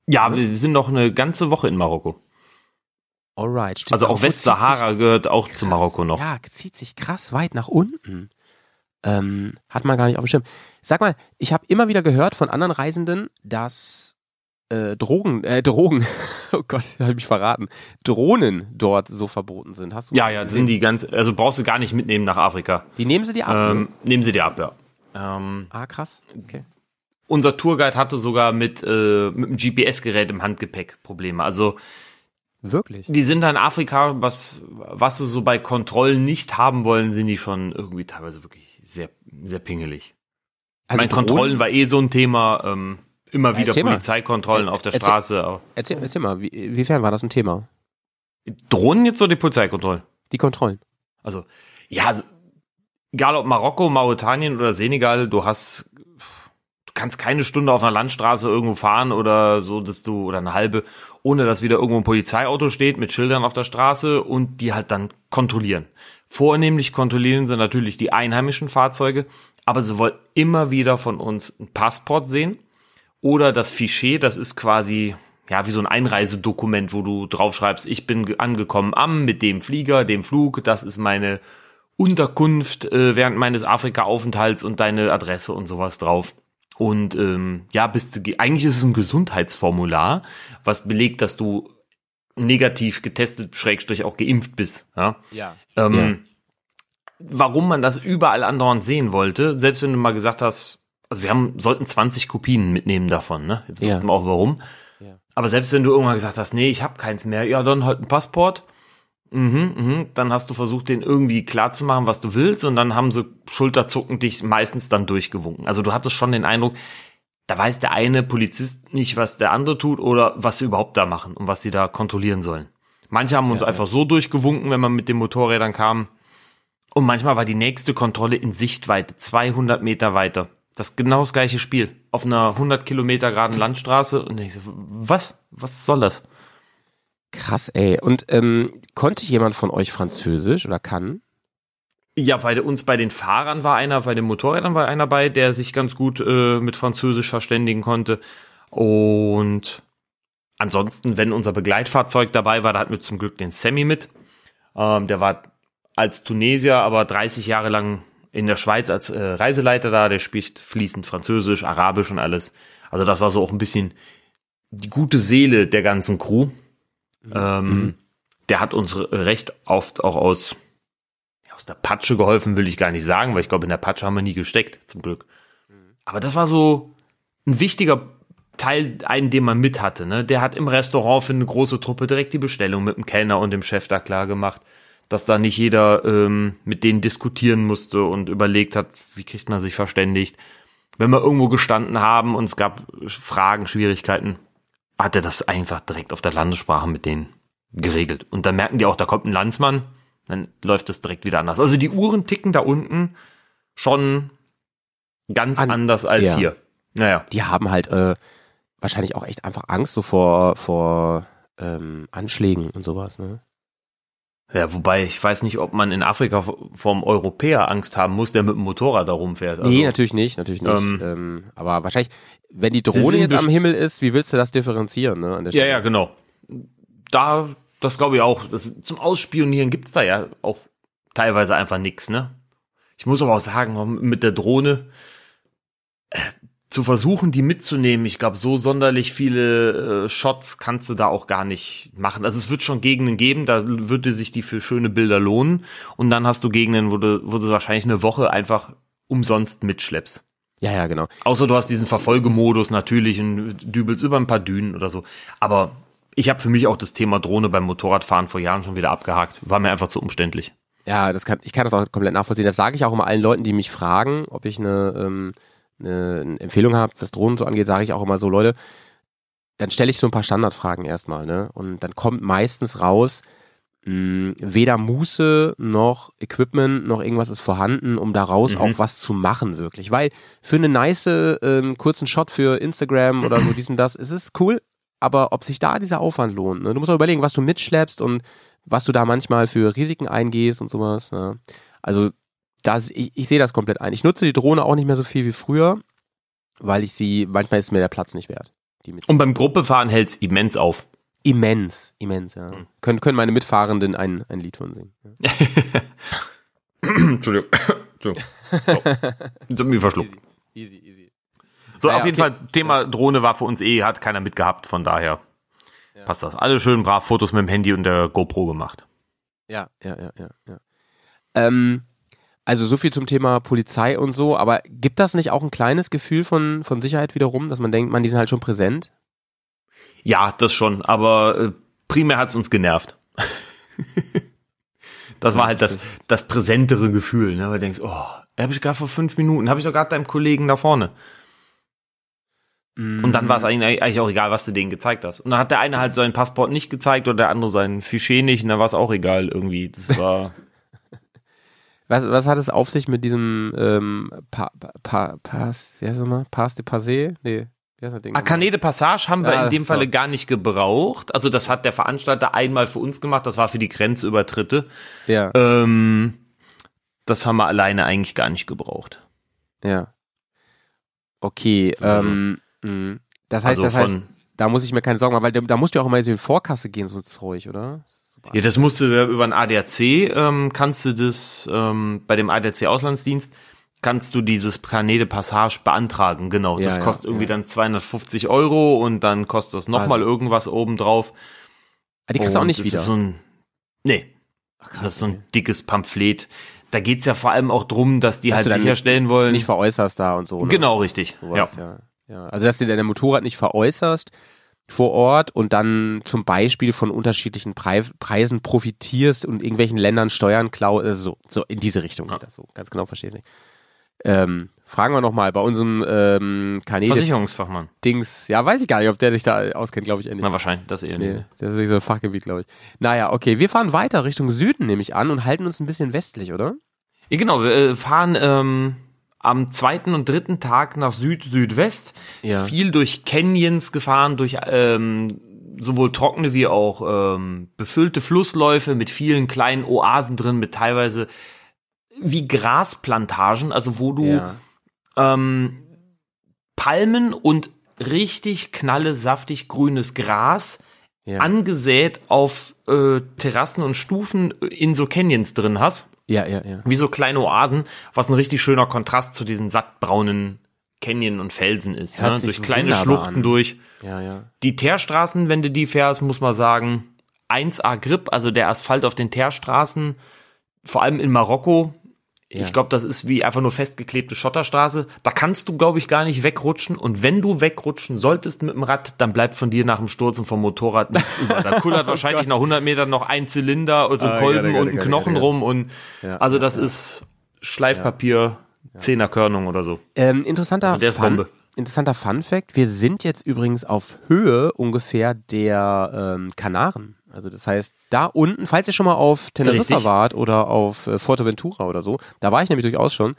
Ja, wir sind noch eine ganze Woche in Marokko. Alright. Stimmt. Also auch wo zieht Westsahara sich- gehört auch krass, zu Marokko noch. Ja, zieht sich krass weit nach unten. Ähm, hat man gar nicht auf dem Schirm. Sag mal, ich habe immer wieder gehört von anderen Reisenden, dass äh, Drogen, äh, Drogen, oh Gott, habe ich mich verraten, Drohnen dort so verboten sind. Hast du Ja, ja, sind die ganz, also brauchst du gar nicht mitnehmen nach Afrika. Die nehmen sie dir ab. ne? Ähm, nehmen sie dir ab, ja. Ähm, Ah, krass. Okay. unser Tourguide hatte sogar mit, äh, mit einem G P S-Gerät im Handgepäck Probleme. Also Wirklich? die sind da in Afrika, was, was sie so bei Kontrollen nicht haben wollen, sind die schon irgendwie teilweise wirklich sehr, sehr pingelig. Also Meine Drohnen- Kontrollen war eh so ein Thema, ähm, immer wieder Erzähl mal. Polizeikontrollen Er- auf der erzähl- Straße. Aber Erzähl, erzähl mal, wie, inwiefern war das ein Thema? Drohnen jetzt oder die Polizeikontrollen? Die Kontrollen. Also, ja, also, egal ob Marokko, Mauretanien oder Senegal, du hast, du kannst keine Stunde auf einer Landstraße irgendwo fahren oder so, dass du, oder eine halbe, ohne dass wieder irgendwo ein Polizeiauto steht mit Schildern auf der Straße und die halt dann kontrollieren. Vornehmlich kontrollieren sie natürlich die einheimischen Fahrzeuge, aber sie wollen immer wieder von uns ein Passport sehen oder das Fichier, das ist quasi, ja, wie so ein Einreisedokument, wo du draufschreibst, ich bin ge- angekommen am, mit dem Flieger, dem Flug, das ist meine Unterkunft äh, während meines Afrika-Aufenthalts und deine Adresse und sowas drauf. Und ähm, ja, bist du, ge- eigentlich ist es ein Gesundheitsformular, was belegt, dass du negativ getestet, Schrägstrich auch geimpft bist. Ja. Ja. Ähm, Warum man das überall andauernd sehen wollte, selbst wenn du mal gesagt hast, also wir haben, sollten zwanzig Kopien mitnehmen davon, ne? Jetzt Ja. wussten wir auch warum. Ja. Aber selbst wenn du irgendwann gesagt hast, nee, ich habe keins mehr, ja, dann halt ein Passport. Mhm, mhm. Dann hast du versucht, den irgendwie klar zu machen, was du willst, und dann haben sie schulterzuckend dich meistens dann durchgewunken. Also du hattest schon den Eindruck, da weiß der eine Polizist nicht, was der andere tut oder was sie überhaupt da machen und was sie da kontrollieren sollen. Manche haben uns Ja, einfach so durchgewunken, wenn man mit den Motorrädern kam. Und manchmal war die nächste Kontrolle in Sichtweite, zweihundert Meter weiter. Das ist genau das gleiche Spiel. Auf einer hundert Kilometer geraden Landstraße. Und ich so, was? Was soll das? Krass, ey. Und ähm, konnte jemand von euch Französisch oder kann? Ja, bei uns bei den Fahrern war einer, bei den Motorrädern war einer bei, der sich ganz gut äh, mit Französisch verständigen konnte. Und ansonsten, wenn unser Begleitfahrzeug dabei war, da hatten wir zum Glück den Sammy mit. Ähm, der war als Tunesier, aber dreißig Jahre lang in der Schweiz als äh, Reiseleiter da. Der spricht fließend Französisch, Arabisch und alles. Also das war so auch ein bisschen die gute Seele der ganzen Crew. Mhm. Ähm, der hat uns recht oft auch aus aus der Patsche geholfen, will ich gar nicht sagen, weil ich glaube, in der Patsche haben wir nie gesteckt, zum Glück. Aber das war so ein wichtiger Teil, einen, den man mit hatte. Ne? Der hat im Restaurant für eine große Truppe direkt die Bestellung mit dem Kellner und dem Chef da klar gemacht, dass da nicht jeder ähm, mit denen diskutieren musste und überlegt hat, wie kriegt man sich verständigt. Wenn wir irgendwo gestanden haben und es gab Fragen, Schwierigkeiten, hat er das einfach direkt auf der Landessprache mit denen geregelt. Und dann merken die auch, da kommt ein Landsmann, dann läuft es direkt wieder anders. Also die Uhren ticken da unten schon ganz An, anders als ja. hier. Naja. Die haben halt äh, wahrscheinlich auch echt einfach Angst so vor, vor ähm, Anschlägen und sowas, ne? Ja, wobei, ich weiß nicht, ob man in Afrika vom Europäer Angst haben muss, der mit dem Motorrad da rumfährt. Also, nee, natürlich nicht, natürlich nicht. ähm, Ähm, aber wahrscheinlich, wenn die Sie Drohne sind jetzt am best- Himmel ist, wie willst du das differenzieren, ne? An der Ja, Stelle? ja, genau. Da, das glaube ich auch. Das, zum Ausspionieren gibt's da ja auch teilweise einfach nix, ne? Ich muss aber auch sagen, mit der Drohne äh, zu versuchen, die mitzunehmen, ich glaube, so sonderlich viele äh, Shots kannst du da auch gar nicht machen. Also es wird schon Gegenden geben, da würde sich die für schöne Bilder lohnen. Und dann hast du Gegenden, wo du, wo du wahrscheinlich eine Woche einfach umsonst mitschleppst. Ja, ja, genau. Außer du hast diesen Verfolgemodus natürlich und dübelst über ein paar Dünen oder so. Aber ich habe für mich auch das Thema Drohne beim Motorradfahren vor Jahren schon wieder abgehakt. War mir einfach zu umständlich. Ja, das kann, ich kann das auch komplett nachvollziehen. Das sage ich auch immer allen Leuten, die mich fragen, ob ich eine, ähm, eine, eine Empfehlung habe, was Drohnen so angeht, sage ich auch immer so, Leute, dann stelle ich so ein paar Standardfragen erstmal, ne? Und dann kommt meistens raus, mh, weder Muße noch Equipment noch irgendwas ist vorhanden, um daraus Mhm. auch was zu machen, wirklich. Weil für eine nice ähm, kurzen Shot für Instagram oder so, dies und das, ist es cool, aber ob sich da dieser Aufwand lohnt, ne? Du musst auch überlegen, was du mitschleppst und was du da manchmal für Risiken eingehst und sowas. Ja. Also das, ich, ich sehe das komplett ein. Ich nutze die Drohne auch nicht mehr so viel wie früher, weil ich sie, manchmal ist mir der Platz nicht wert. die mit Und beim Gruppefahren hält's immens auf. immens, immens, ja. Mhm. Können, können meine Mitfahrenden ein, ein Lied von singen. Ja. Entschuldigung. Entschuldigung. So. Jetzt haben wir verschluckt. Easy, easy. easy. So, Naja, auf jeden okay. Fall, Thema Drohne war für uns eh, hat keiner mitgehabt, von daher passt das. Alle schön brav Fotos mit dem Handy und der GoPro gemacht. Ja, ja, ja, ja, ja. Ähm, also so viel zum Thema Polizei und so, aber gibt das nicht auch ein kleines Gefühl von, von Sicherheit wiederum, dass man denkt, man, die sind halt schon präsent? Ja, das schon, aber äh, primär hat's uns genervt. Das war halt das, das präsentere Gefühl, ne? Weil du denkst, oh, habe ich gerade vor fünf Minuten, habe ich doch gerade deinem Kollegen da vorne. Und dann war es eigentlich, eigentlich auch egal, was du denen gezeigt hast. Und dann hat der eine halt seinen Passport nicht gezeigt oder der andere seinen Fiché nicht und dann war es auch egal irgendwie. Das war Was, was hat es auf sich mit diesem ähm, pa, pa, pa, Pass, wie heißt das mal? Pass de Passé? Nee, wie heißt das Ding? Ah, Carnet de Passage haben wir Ja, in dem so. Falle gar nicht gebraucht. Also das hat der Veranstalter einmal für uns gemacht, das war für die Grenzübertritte. Ja, Ähm, das haben wir alleine eigentlich gar nicht gebraucht. ja. Okay, ähm, mh. das heißt, Also das heißt, von- da muss ich mir keine Sorgen machen, weil da, da musst du ja auch immer so in Vorkasse gehen, so ein Zeug, oder? Ja, das musst du ja über ein A D A C, ähm, kannst du das, ähm, bei dem A D A C Auslandsdienst, kannst du dieses Carnet de Passage beantragen, genau. Ja, Das ja, kostet irgendwie ja. dann zweihundertfünfzig Euro und dann kostet das nochmal Also. irgendwas obendrauf. Ah, die kriegst du auch Und nicht das wieder. Ist so ein, nee, Ach, krass, das ist so okay. ein dickes Pamphlet. Da geht's ja vor allem auch drum, dass die Dass halt du dann sicherstellen wollen. nicht veräußerst da und so. Ne? Genau, richtig. Sowas, ja. Ja. Also, dass du dein Motorrad nicht veräußerst vor Ort und dann zum Beispiel von unterschiedlichen Pre- Preisen profitierst und irgendwelchen Ländern Steuern klaust, also so, so in diese Richtung geht das so. Ganz genau verstehe ich nicht. Ähm, fragen wir nochmal bei unserem ähm, Kanäle Versicherungsfachmann. Dings, ja, weiß ich gar nicht, ob der sich da auskennt, glaube ich eher nicht. Na, wahrscheinlich, das eher Nee, nicht. das ist nicht so ein Fachgebiet, glaube ich. Naja, okay, wir fahren weiter Richtung Süden, nehme ich an, und halten uns ein bisschen westlich, oder? Ja, genau, wir äh, fahren ähm, am zweiten und dritten Tag nach Süd-Südwest, Ja. viel durch Canyons gefahren, durch ähm, sowohl trockene wie auch ähm, befüllte Flussläufe mit vielen kleinen Oasen drin, mit teilweise wie Grasplantagen, also wo du Ja. ähm, Palmen und richtig knalle, saftig grünes Gras Ja. angesät auf äh, Terrassen und Stufen in so Canyons drin hast. Ja, ja, ja. Wie so kleine Oasen, was ein richtig schöner Kontrast zu diesen sattbraunen Canyon und Felsen ist. Hört Ne? sich Durch kleine wunderbar Schluchten an. durch. Ja, ja. Die Teerstraßen, wenn du die fährst, muss man sagen, eins A Grip, also der Asphalt auf den Teerstraßen, vor allem in Marokko. Ja. Ich glaube, das ist wie einfach nur festgeklebte Schotterstraße. Da kannst du, glaube ich, gar nicht wegrutschen. Und wenn du wegrutschen solltest mit dem Rad, dann bleibt von dir nach dem Sturz und vom Motorrad nichts über. Da kullert wahrscheinlich nach hundert Metern noch ein Zylinder und so ein Ah, Kolben Gott, Gott, und ein Gott, Knochen Gott, Gott. rum. Und Ja, also ja, das ja. ist Schleifpapier, Zehnerkörnung oder so. Ähm, interessanter, Also der ist Fun, Bombe. interessanter Fun Fact, wir sind jetzt übrigens auf Höhe ungefähr der ähm, Kanaren. Also das heißt, da unten, falls ihr schon mal auf Teneriffa Richtig. wart oder auf äh, Fuerteventura oder so, da war ich nämlich durchaus schon,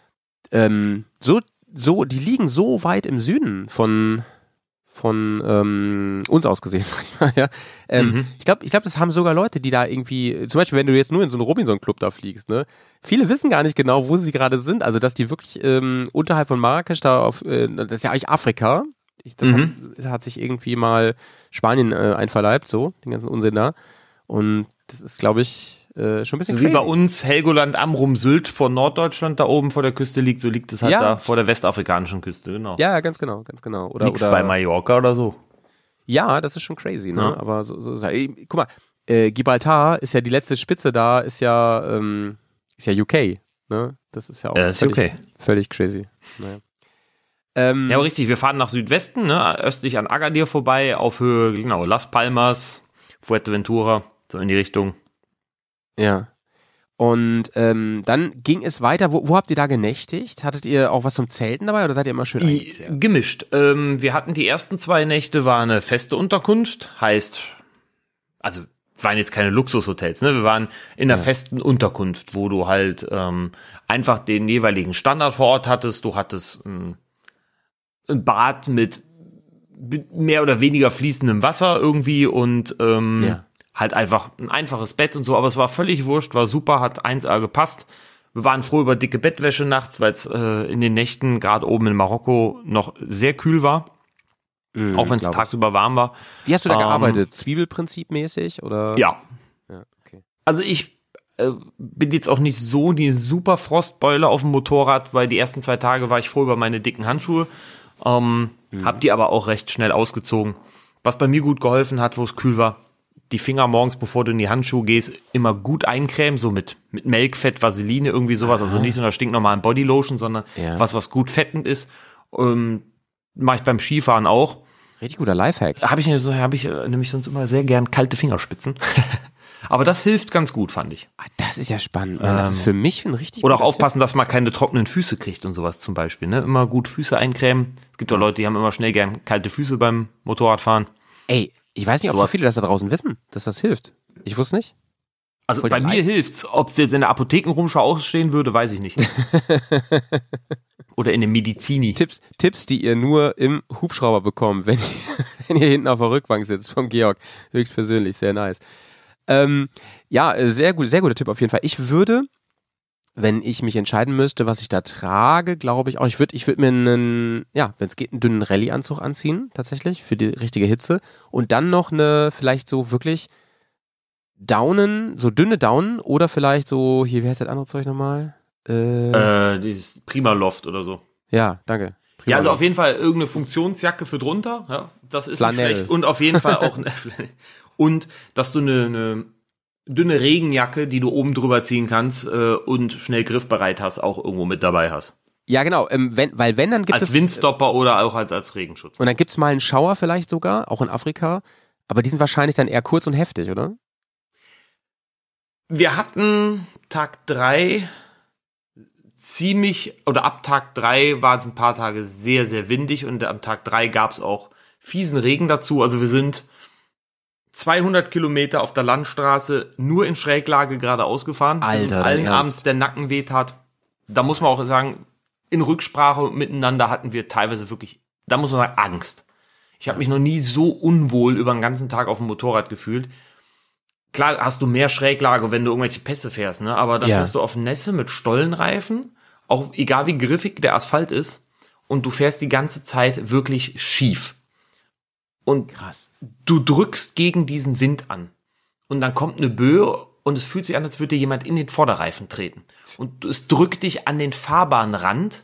ähm, so, so, die liegen so weit im Süden von von ähm, uns aus gesehen, sag ich mal, ja. Ähm, Mhm. Ich glaube, ich glaub, das haben sogar Leute, die da irgendwie, zum Beispiel, wenn du jetzt nur in so einen Robinson-Club da fliegst, ne, viele wissen gar nicht genau, wo sie gerade sind, also dass die wirklich ähm, unterhalb von Marrakesch da auf, äh, das ist ja eigentlich Afrika, ich, das Mhm. hat, hat sich irgendwie mal Spanien äh, einverleibt, so, den ganzen Unsinn da, und das ist, glaube ich, äh, schon ein bisschen So wie bei crazy. uns Helgoland, Amrum, Sylt vor Norddeutschland da oben vor der Küste liegt, so liegt es halt Ja. da vor der westafrikanischen Küste, genau. Ja, ja, ganz genau, ganz genau. Oder, Nix oder, bei Mallorca oder so. Ja, das ist schon crazy, ne? Ja. Aber so, so, so ey, guck mal, äh, Gibraltar ist ja die letzte Spitze da, ist ja, ähm, ist ja U K, ne? Das ist ja auch Ja, ist völlig, U K. völlig crazy. Naja. Ähm, Ja, aber richtig, wir fahren nach Südwesten, ne, östlich an Agadir vorbei, auf Höhe, genau, Las Palmas, Fuerteventura, so in die Richtung. ja. Und ähm, dann ging es weiter. Wo, wo habt ihr da genächtigt? Hattet ihr auch was zum Zelten dabei oder seid ihr immer schön I, eingekehrt? gemischt. Ähm, wir hatten die ersten zwei Nächte, war eine feste Unterkunft, heißt, also waren jetzt keine Luxushotels, ne? Wir waren in einer Ja. festen Unterkunft, wo du halt ähm, einfach den jeweiligen Standard vor Ort hattest. Du hattest ein, ein Bad mit mehr oder weniger fließendem Wasser irgendwie und ähm, Ja. halt einfach ein einfaches Bett und so, aber es war völlig wurscht, war super, hat eins A gepasst. Wir waren froh über dicke Bettwäsche nachts, weil es äh, in den Nächten, gerade oben in Marokko, noch sehr kühl war. Mhm, auch wenn es glaub ich. tagsüber warm war. Wie hast du da Ähm, gearbeitet? Zwiebelprinzipmäßig oder? Ja. Ja, okay. Also ich äh, bin jetzt auch nicht so die super Frostbeule auf dem Motorrad, weil die ersten zwei Tage war ich froh über meine dicken Handschuhe. Ähm, Mhm. Hab die aber auch recht schnell ausgezogen. Was bei mir gut geholfen hat, wo es kühl war, die Finger morgens, bevor du in die Handschuhe gehst, immer gut eincremen, so mit, mit Melkfett, Vaseline, irgendwie sowas. Also nicht so einer stinknormalen Bodylotion, sondern Ja. was, was gut fettend ist. Ähm, Mache ich beim Skifahren auch. Richtig guter Lifehack. Habe ich, so, hab ich äh, nämlich sonst immer sehr gern kalte Fingerspitzen. Aber das hilft ganz gut, fand ich. Ah, das ist ja spannend. Mann. Das ist für mich ein richtig Oder auch guter aufpassen, dass man keine trockenen Füße kriegt und sowas zum Beispiel. Ne? Immer gut Füße eincremen. Es gibt ja Leute, die haben immer schnell gern kalte Füße beim Motorradfahren. Tipp. Ey, ich weiß nicht, ob so Sowas. viele das da draußen wissen, dass das hilft. Ich wusste nicht. Also Voll bei der mir Leid. hilft's. Ob es jetzt in der Apothekenrumschau ausstehen würde, weiß ich nicht. Oder in dem Medizini. Tipps, Tipps, die ihr nur im Hubschrauber bekommt, wenn ihr, wenn ihr hinten auf der Rückbank sitzt, vom Georg. Höchstpersönlich, sehr nice. Ähm, ja, äh, sehr gut, sehr guter Tipp auf jeden Fall. Ich würde, wenn ich mich entscheiden müsste, was ich da trage, glaube ich auch, ich würde ich würde mir einen, ja, wenn es geht, einen dünnen Rallye-Anzug anziehen, tatsächlich, für die richtige Hitze. Und dann noch eine, vielleicht so wirklich Daunen, so dünne Daunen oder vielleicht so, hier, wie heißt das andere Zeug nochmal? Äh, Äh, dieses Primaloft oder so. ja, danke. Prima. Ja, also auf jeden Fall irgendeine Funktionsjacke für drunter. Ja, das ist Flanell. nicht schlecht. Und auf jeden Fall auch eine und dass du eine, eine dünne Regenjacke, die du oben drüber ziehen kannst äh, und schnell griffbereit hast, auch irgendwo mit dabei hast. Ja, genau, ähm, wenn, weil wenn, dann gibt Als es... Windstopper oder auch als, als Regenschutz. Und dann gibt's mal einen Schauer vielleicht sogar, auch in Afrika. Aber die sind wahrscheinlich dann eher kurz und heftig, oder? Wir hatten Tag drei ziemlich, oder ab Tag drei waren es ein paar Tage sehr, sehr windig und am Tag drei gab es auch fiesen Regen dazu. Also wir sind zweihundert Kilometer auf der Landstraße nur in Schräglage geradeaus gefahren. bis Alter, uns dein allen Ernst? abends der Nacken weht hat. Da muss man auch sagen, in Rücksprache miteinander hatten wir teilweise wirklich, da muss man sagen, Angst. Ich habe mich noch nie so unwohl über den ganzen Tag auf dem Motorrad gefühlt. Klar hast du mehr Schräglage, wenn du irgendwelche Pässe fährst, ne? Aber dann Ja. fährst du auf Nässe mit Stollenreifen, auch egal wie griffig der Asphalt ist, und du fährst die ganze Zeit wirklich schief. Und Krass. du drückst gegen diesen Wind an. Und dann kommt eine Böe und es fühlt sich an, als würde dir jemand in den Vorderreifen treten. Und es drückt dich an den Fahrbahnrand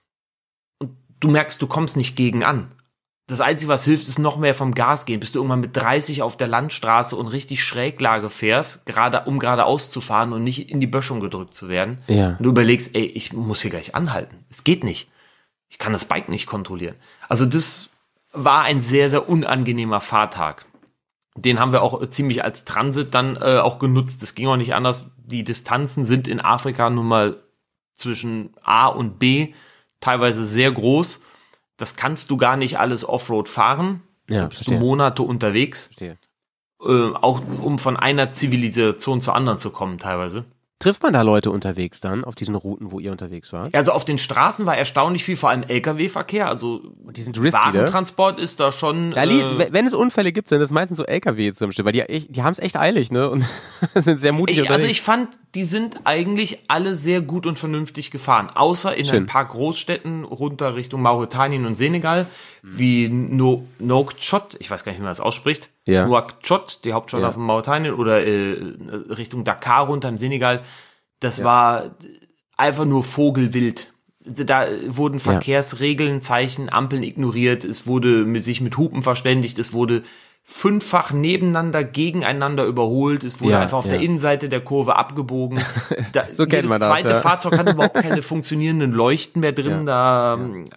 und du merkst, du kommst nicht gegen an. Das Einzige, was hilft, ist noch mehr vom Gas gehen, bis du irgendwann mit dreißig auf der Landstraße und richtig Schräglage fährst, gerade, um geradeaus zu fahren und nicht in die Böschung gedrückt zu werden. Ja. Und du überlegst, ey, ich muss hier gleich anhalten. Es geht nicht. Ich kann das Bike nicht kontrollieren. Also das war ein sehr, sehr unangenehmer Fahrtag. Den haben wir auch ziemlich als Transit dann äh, auch genutzt. Das ging auch nicht anders. Die Distanzen sind in Afrika nun mal zwischen A und B teilweise sehr groß. Das kannst du gar nicht alles Offroad fahren. Ja, da bist verstehe. du Monate unterwegs. Verstehe. Äh, auch um von einer Zivilisation zur anderen zu kommen teilweise. Trifft man da Leute unterwegs dann, auf diesen Routen, wo ihr unterwegs wart? Also auf den Straßen war erstaunlich viel, vor allem L K W-Verkehr. Also Und die sind risky, ne? Warentransport ist da schon... Da li- äh, wenn es Unfälle gibt, sind das meistens so L K W zum Beispiel, weil die, echt- die haben es echt eilig, ne? Und sind sehr mutig Ey, also unterwegs. ich fand, die sind eigentlich alle sehr gut und vernünftig gefahren. Außer in Schön. ein paar Großstädten runter Richtung Mauretanien und Senegal, wie no Nouakchott, ich weiß gar nicht, wie man das ausspricht. Ja. Nouakchott, die Hauptstadt Ja. von Mauretanien, oder äh, Richtung Dakar runter im Senegal. Das war einfach nur Vogelwild. Da wurden Verkehrsregeln, Zeichen, Ampeln ignoriert. Es wurde mit sich mit Hupen verständigt. Es wurde fünffach nebeneinander, gegeneinander überholt. Es wurde Ja, einfach auf ja. der Innenseite der Kurve abgebogen. Da, So kennt jedes man das, zweite ja. Fahrzeug hatte überhaupt keine funktionierenden Leuchten mehr drin. Da,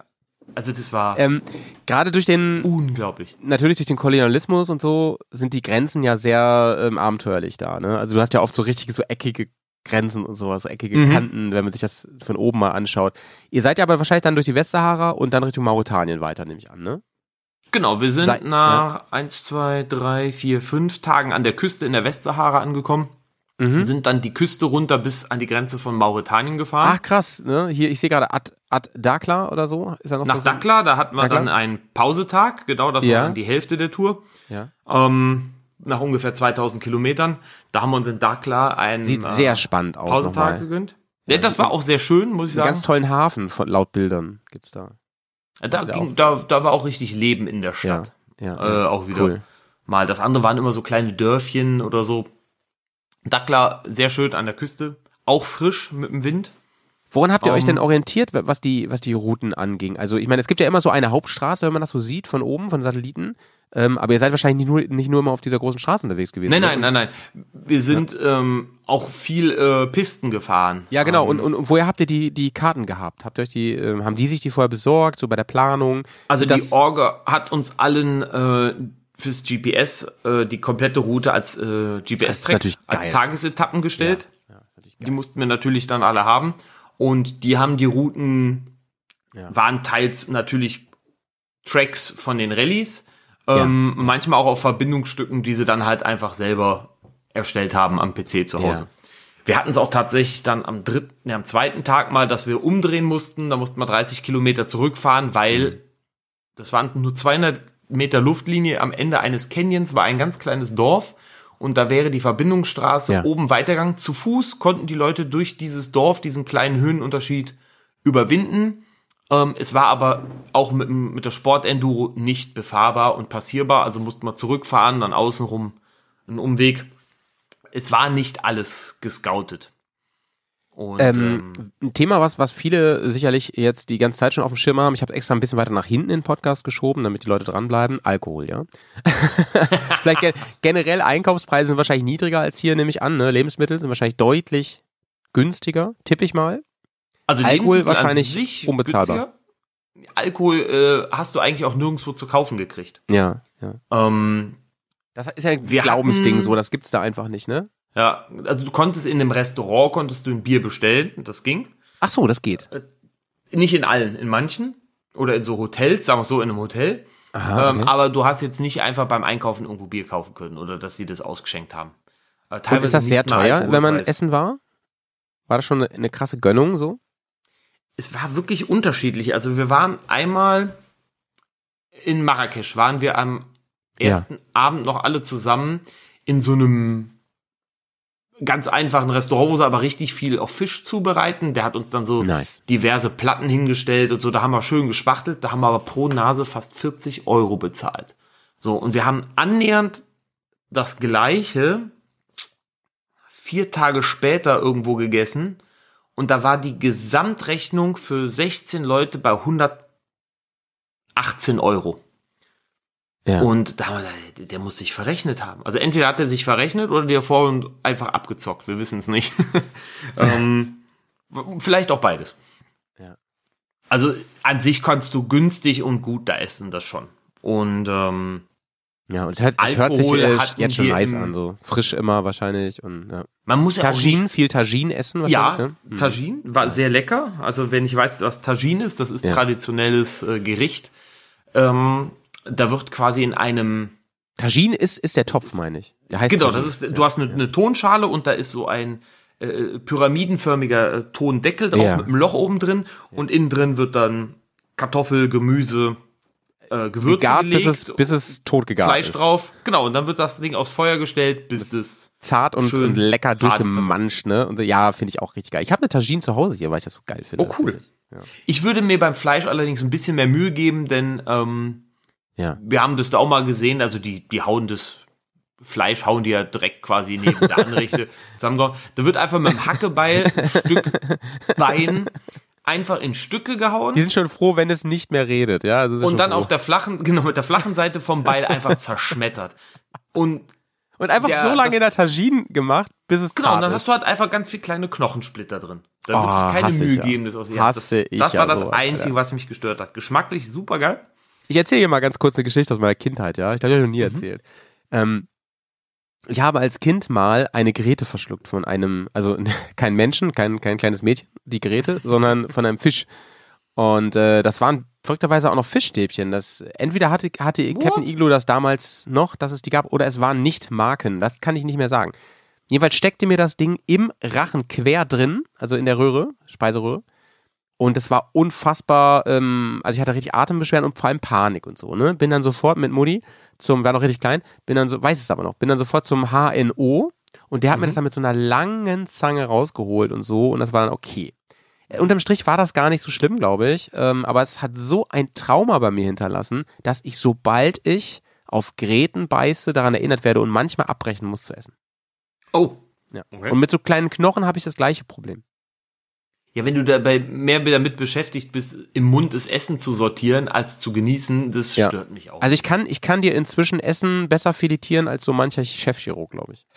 also das war Ähm, gerade durch den, unglaublich. natürlich durch den Kolonialismus und so, sind die Grenzen ja sehr ähm, abenteuerlich da, ne? Also du hast ja oft so richtige, so eckige Grenzen und sowas, so eckige Mhm. Kanten, wenn man sich das von oben mal anschaut. Ihr seid ja aber wahrscheinlich dann durch die Westsahara und dann Richtung Mauretanien weiter, nehme ich an, ne? Genau, wir sind Sei- nach eins, zwei, drei, vier, fünf Tagen an der Küste in der Westsahara angekommen. Mhm. Sind dann die Küste runter bis an die Grenze von Mauretanien gefahren. Ach krass, ne? Hier, ich sehe gerade Ad, Ad Dakla oder so. Ist da noch Nach so? Dakla, da hatten wir Dakla? dann einen Pausetag, genau, das Ja. war dann die Hälfte der Tour. Ja. Ähm, nach ungefähr zweitausend Kilometern. Da haben wir uns in Dakla einen Sieht äh, sehr spannend aus Pausetag nochmal. gegönnt. Ja, das war auch sehr schön, muss ich Einen sagen. ganz tollen Hafen, von, laut Bildern gibt's da. Da, ging, da, da war auch richtig Leben in der Stadt. Ja, ja, äh, auch wieder cool. mal. Das andere waren immer so kleine Dörfchen oder so. Dackla, sehr schön an der Küste. Auch frisch mit dem Wind. Woran habt ihr Um, euch denn orientiert, was die, was die Routen anging? Also ich meine, es gibt ja immer so eine Hauptstraße, wenn man das so sieht, von oben, von Satelliten. Ähm, aber ihr seid wahrscheinlich nicht nur, nicht nur immer auf dieser großen Straße unterwegs gewesen. Nein, oder? nein, nein, nein. Wir sind ja. ähm, auch viel äh, Pisten gefahren. Ja, genau. Ähm, und, und, und woher habt ihr die, die Karten gehabt? Habt ihr euch die, ähm, haben die sich die vorher besorgt, so bei der Planung? Also das, die Orga hat uns allen äh, fürs G P S äh, die komplette Route als äh, G P S-Track, als Tagesetappen gestellt. Ja. Ja, die mussten wir natürlich dann alle haben. Und die haben die Routen, ja. waren teils natürlich Tracks von den Rallyes, ähm, ja. manchmal auch auf Verbindungsstücken, die sie dann halt einfach selber erstellt haben am P C zu Hause. Ja. Wir hatten es auch tatsächlich dann am dritten, ne, am zweiten Tag mal, dass wir umdrehen mussten, da mussten wir dreißig Kilometer zurückfahren, weil mhm. das waren nur zweihundert Meter Luftlinie, am Ende eines Canyons war ein ganz kleines Dorf und da wäre die Verbindungsstraße ja. oben weitergegangen. Zu Fuß konnten die Leute durch dieses Dorf, diesen kleinen Höhenunterschied überwinden. Ähm, es war aber auch mit, mit der Sport-Enduro nicht befahrbar und passierbar, also mussten wir zurückfahren, dann außenrum einen Umweg. Es war nicht alles gescoutet. Und, ähm, ähm, ein Thema, was, was viele sicherlich jetzt die ganze Zeit schon auf dem Schirm haben, ich habe extra ein bisschen weiter nach hinten in den Podcast geschoben, damit die Leute dranbleiben, Alkohol, ja. Vielleicht gen- generell Einkaufspreise sind wahrscheinlich niedriger als hier, nehme ich an, ne? Lebensmittel sind wahrscheinlich deutlich günstiger, tippe ich mal. Also Alkohol wahrscheinlich unbezahlbar. Günstiger. Alkohol äh, hast du eigentlich auch nirgendwo zu kaufen gekriegt. Ja, ja. Ähm, das ist ja ein Glaubensding so, das gibt's da einfach nicht, ne? Ja, also du konntest in dem Restaurant, konntest du ein Bier bestellen, das ging. Ach so, das geht. Äh, nicht in allen, in manchen. Oder in so Hotels, sagen wir so, in einem Hotel. Aha, okay. ähm, aber du hast jetzt nicht einfach beim Einkaufen irgendwo Bier kaufen können oder dass sie das ausgeschenkt haben. Äh, teilweise Und ist das sehr nicht mehr teuer, wenn man alkoholfrei. essen war? War das schon eine, eine krasse Gönnung so? Es war wirklich unterschiedlich. Also wir waren einmal in Marrakesch, waren wir am ersten ja. Abend noch alle zusammen in so einem ganz einfachen Restaurant, wo sie aber richtig viel auf Fisch zubereiten. Der hat uns dann so nice. diverse Platten hingestellt und so. Da haben wir schön gespachtelt. Da haben wir aber pro Nase fast vierzig Euro bezahlt. So, und wir haben annähernd das Gleiche vier Tage später irgendwo gegessen. Und da war die Gesamtrechnung für sechzehn Leute bei hundertachtzehn Euro. Ja. Und da haben wir gesagt, der muss sich verrechnet haben. Also entweder hat er sich verrechnet oder der vorhin einfach abgezockt. Wir wissen es nicht. ähm, vielleicht auch beides. Ja. Also an sich kannst du günstig und gut da essen, das schon. Und ähm, ja, und es hört, es hört sich äh, jetzt schon nice an, so frisch immer wahrscheinlich und ja. Man muss ja Tagine, auch nicht, viel Tagine essen wahrscheinlich. Ja, ne? Tagine war sehr lecker. Also wenn ich weiß, was Tagine ist, das ist ja. traditionelles äh, Gericht. Ähm, da wird quasi in einem Tagine ist ist der Topf, meine ich. Der heißt genau, Tagine. das ist. Ja. Du hast eine, eine Tonschale und da ist so ein äh, pyramidenförmiger äh, Tondeckel drauf Ja. mit einem Loch oben drin und innen drin wird dann Kartoffel, Gemüse, äh, Gewürze gegart, gelegt, bis es bis es tot gegart Fleisch ist. drauf. Genau, und dann wird das Ding aufs Feuer gestellt, bis das Zart und, schön und lecker zart ist. durchgemanscht, ne? Und so, ja, finde ich auch richtig geil. Ich habe eine Tagine zu Hause hier, weil ich das so geil finde. Oh, cool. Ja. Ich würde mir beim Fleisch allerdings ein bisschen mehr Mühe geben, denn ähm, Ja. wir haben das da auch mal gesehen, also die, die hauen das Fleisch, hauen die ja direkt quasi neben der Anrichte zusammengehauen. Da wird einfach mit dem Hackebeil ein Stück Bein einfach in Stücke gehauen. Die sind schon froh, wenn es nicht mehr redet, ja. Also Und dann froh. auf der flachen, genau, mit der flachen Seite vom Beil einfach zerschmettert. Und Und einfach der, so lange das, in der Tagine gemacht, bis es genau, zart und dann ist. hast du halt einfach ganz viel kleine Knochensplitter drin. Da Oh, wird sich keine hasse Mühe ich ja. geben, das aus. Ja, das Hasse ich das ja war das sowas, Einzige, Alter. was mich gestört hat. Geschmacklich super geil. Ich erzähle hier mal ganz kurz eine Geschichte aus meiner Kindheit, ja. Ich glaube, ich habe noch nie Mhm. erzählt. Ähm, ich habe als Kind mal eine Grete verschluckt von einem, also kein Menschen, kein, kein kleines Mädchen, die Grete, sondern von einem Fisch. Und äh, das waren verrückterweise auch noch Fischstäbchen. Das, entweder hatte, hatte Captain Igloo das damals noch, dass es die gab, oder es waren nicht Marken. Das kann ich nicht mehr sagen. Jedenfalls steckte mir das Ding im Rachen quer drin, also in der Röhre, Speiseröhre. Und es war unfassbar, ähm, also ich hatte richtig Atembeschwerden und vor allem Panik und so, ne? Bin dann sofort mit Mutti zum, war noch richtig klein, bin dann so, weiß es aber noch, bin dann sofort zum H N O und der hat Mhm. mir das dann mit so einer langen Zange rausgeholt und so und das war dann okay. unterm Strich war das gar nicht so schlimm, glaube ich. Ähm, aber es hat so ein Trauma bei mir hinterlassen, dass ich, sobald ich auf Gräten beiße, daran erinnert werde und manchmal abbrechen muss zu essen. Oh. Ja. Okay. Und mit so kleinen Knochen habe ich das gleiche Problem. Ja, wenn du dabei mehr damit beschäftigt bist, im Mund das Essen zu sortieren, als zu genießen, das Ja. stört mich auch. Also ich kann, ich kann dir inzwischen Essen besser filetieren als so mancher Chefchirurg, glaube ich.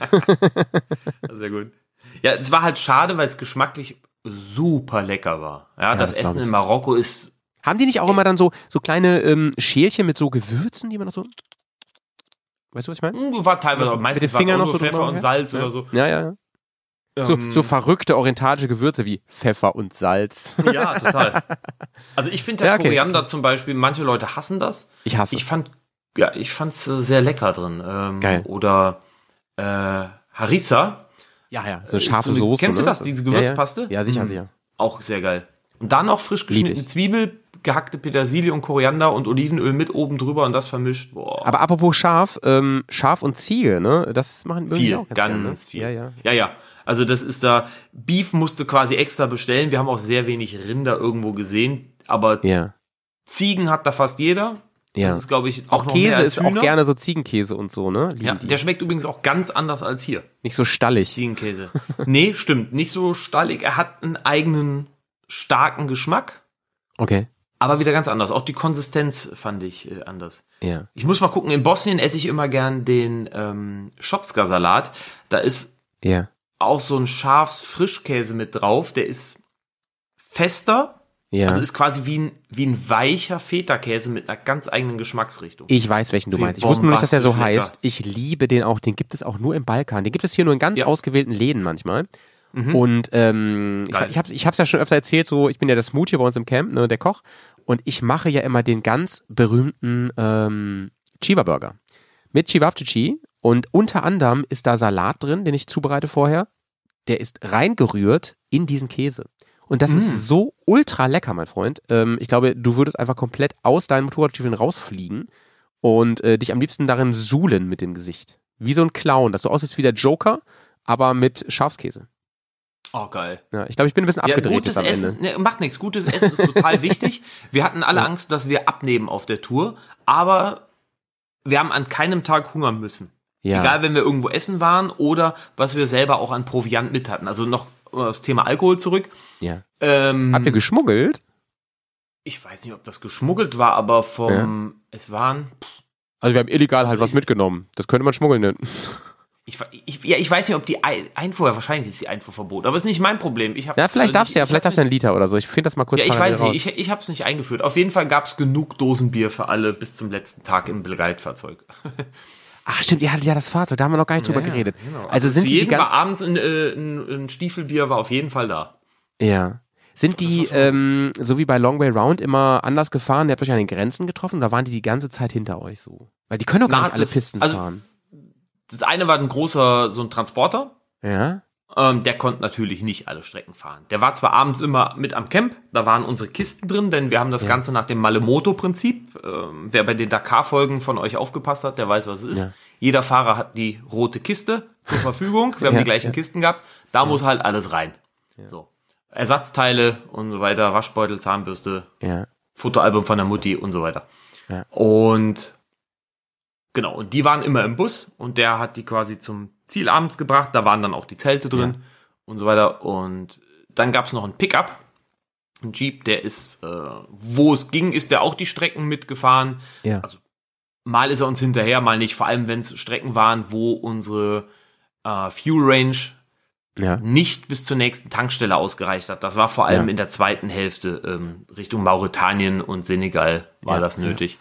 Sehr gut. Ja, es war halt schade, weil es geschmacklich super lecker war. Ja, Ja, das, das glaub Essen ich. in Marokko ist, Haben die nicht auch immer dann so, so kleine ähm, Schälchen mit so Gewürzen, die man noch so... Weißt du, was ich meine? mh, war teilweise auch Mit meistens den Fingern war es noch auch so nur Pfeffer drüber, und Salz ja. oder so. Ja, ja, ja. So, Ähm, so verrückte orientalische Gewürze wie Pfeffer und Salz. Ja, total. Also ich finde der Ja, okay. Koriander zum Beispiel, manche Leute hassen das. Ich hasse Ich es. fand, ja, ich fand's äh, sehr lecker drin. Ähm, Geil. Oder äh, Harissa. Ja, ja, so Ist scharfe so eine- Soße. kennst du ne? das, diese Gewürzpaste? Ja, ja. ja sicher, Mhm. sicher. Auch sehr geil. Und dann noch frisch geschnittene ich. Zwiebel, gehackte Petersilie und Koriander und Olivenöl mit oben drüber und das vermischt. Boah. Aber apropos scharf, ähm, Schaf und Ziege, ne? Das machen wir viel, auch ganz, ganz gern, ne? viel. Ja, ja. ja, ja. Also das ist da, Beef musste quasi extra bestellen. Wir haben auch sehr wenig Rinder irgendwo gesehen, aber Ja, Ziegen hat da fast jeder. ja. Das ist, glaube ich, auch, Auch noch mehr Käse als ist auch Hühner. gerne so Ziegenkäse und so, ne? Lieben Ja, die. der schmeckt übrigens auch ganz anders als hier. Nicht so stallig. Ziegenkäse. Nee, stimmt. Nicht so stallig. Er hat einen eigenen starken Geschmack, Okay. aber wieder ganz anders. Auch die Konsistenz fand ich äh, anders. Ja. Ich muss mal gucken, in Bosnien esse ich immer gern den ähm, Schopska-Salat. Da ist Ja. auch so ein Schafs-Frischkäse mit drauf. Der ist fester, Ja. also ist quasi wie ein, wie ein weicher Feta-Käse mit einer ganz eigenen Geschmacksrichtung. Ich weiß, welchen du Wie meinst. Ich wusste nur nicht, dass der so bombastisch heißt. Ich liebe den auch. Den gibt es auch nur im Balkan. Den gibt es hier nur in ganz Ja. ausgewählten Läden manchmal. Mhm. Und ähm, ich, Geil. ich habe ich hab's ja schon öfter erzählt, so ich bin ja der Smoothie bei uns im Camp, ne, der Koch. Und ich mache ja immer den ganz berühmten ähm, Chiva-Burger mit Chivapchichi. Und unter anderem ist da Salat drin, den ich zubereite vorher. Der ist reingerührt in diesen Käse. Und das Mm. ist so ultra lecker, mein Freund. Ähm, ich glaube, du würdest einfach komplett aus deinen Motorradstiefeln rausfliegen und äh, dich am liebsten darin suhlen mit dem Gesicht. Wie so ein Clown, das so aussieht wie der Joker, aber mit Schafskäse. Oh, geil. Ja, ich glaube, ich bin ein bisschen Ja, abgedreht gutes jetzt am Essen, Ende. ne, macht nichts. Gutes Essen ist total wichtig. Wir hatten alle Angst, dass wir abnehmen auf der Tour, aber wir haben an keinem Tag hungern müssen. Ja. Egal, wenn wir irgendwo essen waren oder was wir selber auch an Proviant mit hatten. Also noch äh, das Thema Alkohol zurück. Ja. Ähm, Habt ihr geschmuggelt? ich weiß nicht, ob das geschmuggelt war, aber vom, es waren, Also wir haben illegal halt Also was ich- mitgenommen. Das könnte man schmuggeln nennen. ich, ich, ja, ich weiß nicht, ob die Ei- Einfuhr, wahrscheinlich ist die Einfuhr verboten, aber ist nicht mein Problem. Ich hab's, Ja, vielleicht äh, darfst du ja, ich vielleicht hab's darfst du einen Liter oder so. Ich finde das mal kurz Ja, ich parallel weiß raus. nicht, ich, ich habe es nicht eingeführt. Auf jeden Fall gab es genug Dosenbier für alle bis zum letzten Tag im Begleitfahrzeug. Ach stimmt, ihr hattet ja das Fahrzeug, da haben wir noch gar nicht drüber Ja, geredet. genau. Also sind für die, die jeden gan- war abends ein, äh, ein, ein Stiefelbier war auf jeden Fall da. Ja. Sind die, ähm, so wie bei Long Way Round, immer anders gefahren? Ihr habt euch an den Grenzen getroffen oder waren die die ganze Zeit hinter euch so? Weil die können doch gar Na, nicht alle das- Pisten also- fahren. Das eine war ein großer, so ein Transporter. Ja? Ähm, der konnte natürlich nicht alle Strecken fahren. Der war zwar abends immer mit am Camp, da waren unsere Kisten drin, denn wir haben das Ja. Ganze nach dem Malemoto-Prinzip. Ähm, wer bei den Dakar-Folgen von euch aufgepasst hat, der weiß, was es ist. Ja. Jeder Fahrer hat die rote Kiste zur Verfügung. Wir haben Ja, die gleichen ja. Kisten gehabt. Da muss halt alles rein. So. Ersatzteile und so weiter, Waschbeutel, Zahnbürste, Ja. Fotoalbum von der Mutti und so weiter. Ja. Und genau, und die waren immer im Bus und der hat die quasi zum Ziel abends gebracht. Da waren dann auch die Zelte drin und so weiter. Und dann gab es noch einen Pickup, einen Jeep, der ist, äh, wo es ging, ist der auch die Strecken mitgefahren. Ja. Also mal ist er uns hinterher, mal nicht. Vor allem, wenn es Strecken waren, wo unsere äh, Fuel Range Ja. nicht bis zur nächsten Tankstelle ausgereicht hat. Das war vor allem Ja. in der zweiten Hälfte ähm, Richtung Mauretanien und Senegal war Ja, das nötig.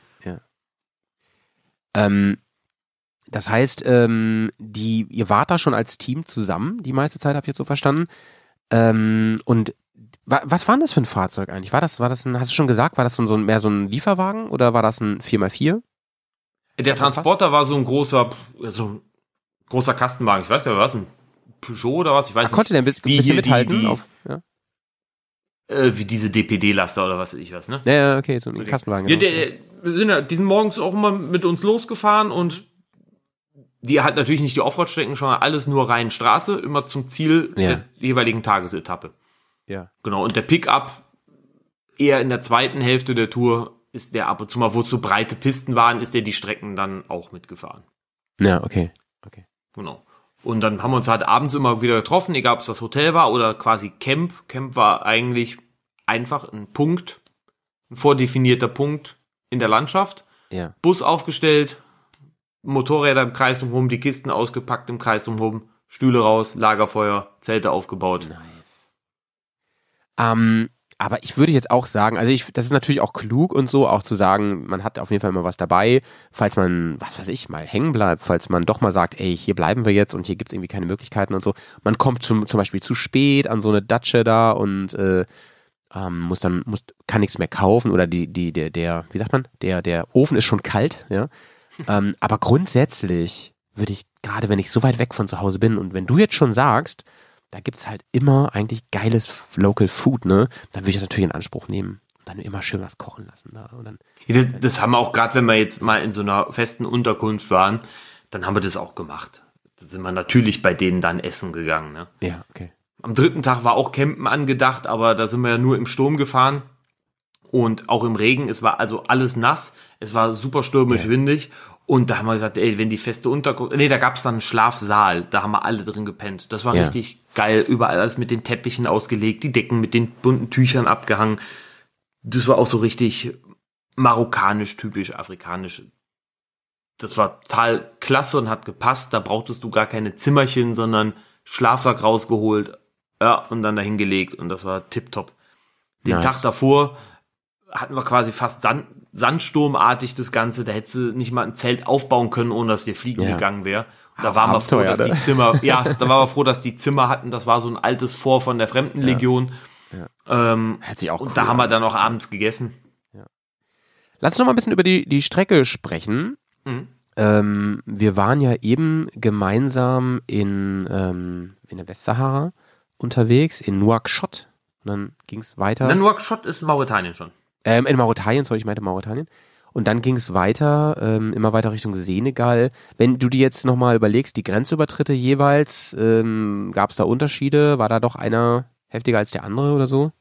Ähm, das heißt, ähm, die, ihr wart da schon als Team zusammen, die meiste Zeit, habe ich jetzt so verstanden. Ähm, und wa was war denn das für ein Fahrzeug eigentlich? War das, war das ein, hast du schon gesagt, war das so ein, so ein, mehr so ein Lieferwagen oder war das ein vier mal vier? Der Transporter war so ein großer, so ein großer Kastenwagen. Ich weiß gar nicht, was, ein Peugeot oder was? Ich weiß Ach, konnte der ein bisschen, Wie bisschen hier die- mithalten? die- auf, ja? nicht. Äh, wie diese D P D-Laster oder was weiß ich was, ne? Ja, ja, okay, so ein Kastenwagen. Ja, genau. der, wir sind ja, die sind morgens auch immer mit uns losgefahren und die hat natürlich nicht die Offroad-Strecken, schon alles nur rein Straße, immer zum Ziel Ja. der jeweiligen Tagesetappe. Ja. Genau, und der Pickup eher in der zweiten Hälfte der Tour ist der ab und zu mal, wo es so breite Pisten waren, ist der die Strecken dann auch mitgefahren. Ja, okay. okay. Genau. Und dann haben wir uns halt abends immer wieder getroffen, egal ob es das Hotel war oder quasi Camp. Camp war eigentlich einfach ein Punkt, ein vordefinierter Punkt in der Landschaft. Ja. Bus aufgestellt, Motorräder im Kreis drumherum, die Kisten ausgepackt im Kreis drumherum, Stühle raus, Lagerfeuer, Zelte aufgebaut. Nice. Ähm, aber ich würde jetzt auch sagen, also ich, das ist natürlich auch klug und so, auch zu sagen, man hat auf jeden Fall immer was dabei, falls man, was weiß ich, mal hängen bleibt, falls man doch mal sagt, ey, hier bleiben wir jetzt und hier gibt's irgendwie keine Möglichkeiten und so. Man kommt zum, zum Beispiel zu spät an so eine Datsche da und äh, ähm, muss dann, muss, kann nichts mehr kaufen oder die, die, der, der, wie sagt man, der, der Ofen ist schon kalt, ja. ähm, aber grundsätzlich würde ich, gerade wenn ich so weit weg von zu Hause bin und wenn du jetzt schon sagst, da gibt's halt immer eigentlich geiles Local Food, ne? Dann würde ich das natürlich in Anspruch nehmen und dann immer schön was kochen lassen da. Und dann, Ja, das, das haben wir auch gerade, wenn wir jetzt mal in so einer festen Unterkunft waren, dann haben wir das auch gemacht. Da sind wir natürlich bei denen dann essen gegangen. Ne? ja, okay. Am dritten Tag war auch Campen angedacht, aber da sind wir ja nur im Sturm gefahren und auch im Regen. Es war also alles nass, es war super stürmisch, Ja. windig. Und da haben wir gesagt, ey, wenn die feste Unterkunft, nee, da gab es dann einen Schlafsaal, da haben wir alle drin gepennt. Das war Ja. richtig geil, überall alles mit den Teppichen ausgelegt, die Decken mit den bunten Tüchern abgehangen. Das war auch so richtig marokkanisch, typisch afrikanisch. Das war total klasse und hat gepasst. Da brauchtest du gar keine Zimmerchen, sondern Schlafsack rausgeholt, ja, und dann dahin gelegt und das war tipptopp. Den Nice. Tag davor hatten wir quasi fast Sand, Sandsturmartig das Ganze. Da hättest du nicht mal ein Zelt aufbauen können, ohne dass dir fliegen Ja. gegangen wäre. Da Ah, waren wir froh, Abenteuer, dass ne? die Zimmer, ja, da waren wir froh, dass die Zimmer hatten. Das war so ein altes Fort von der Fremdenlegion. Ähm, Hört sich auch und cool da haben wir an. dann auch abends gegessen. Lass uns noch mal ein bisschen über die, die Strecke sprechen. Mhm. Ähm, wir waren ja eben gemeinsam in, ähm, in der Westsahara unterwegs, in Nouakchott. Und dann ging es weiter. Dann Nouakchott ist Mauretanien schon. Ähm, in Mauretanien, sorry, ich meinte Mauretanien. Und dann ging es weiter, ähm, immer weiter Richtung Senegal. Wenn du dir jetzt nochmal überlegst, die Grenzübertritte jeweils, ähm, gab es da Unterschiede? War da doch einer heftiger als der andere oder so?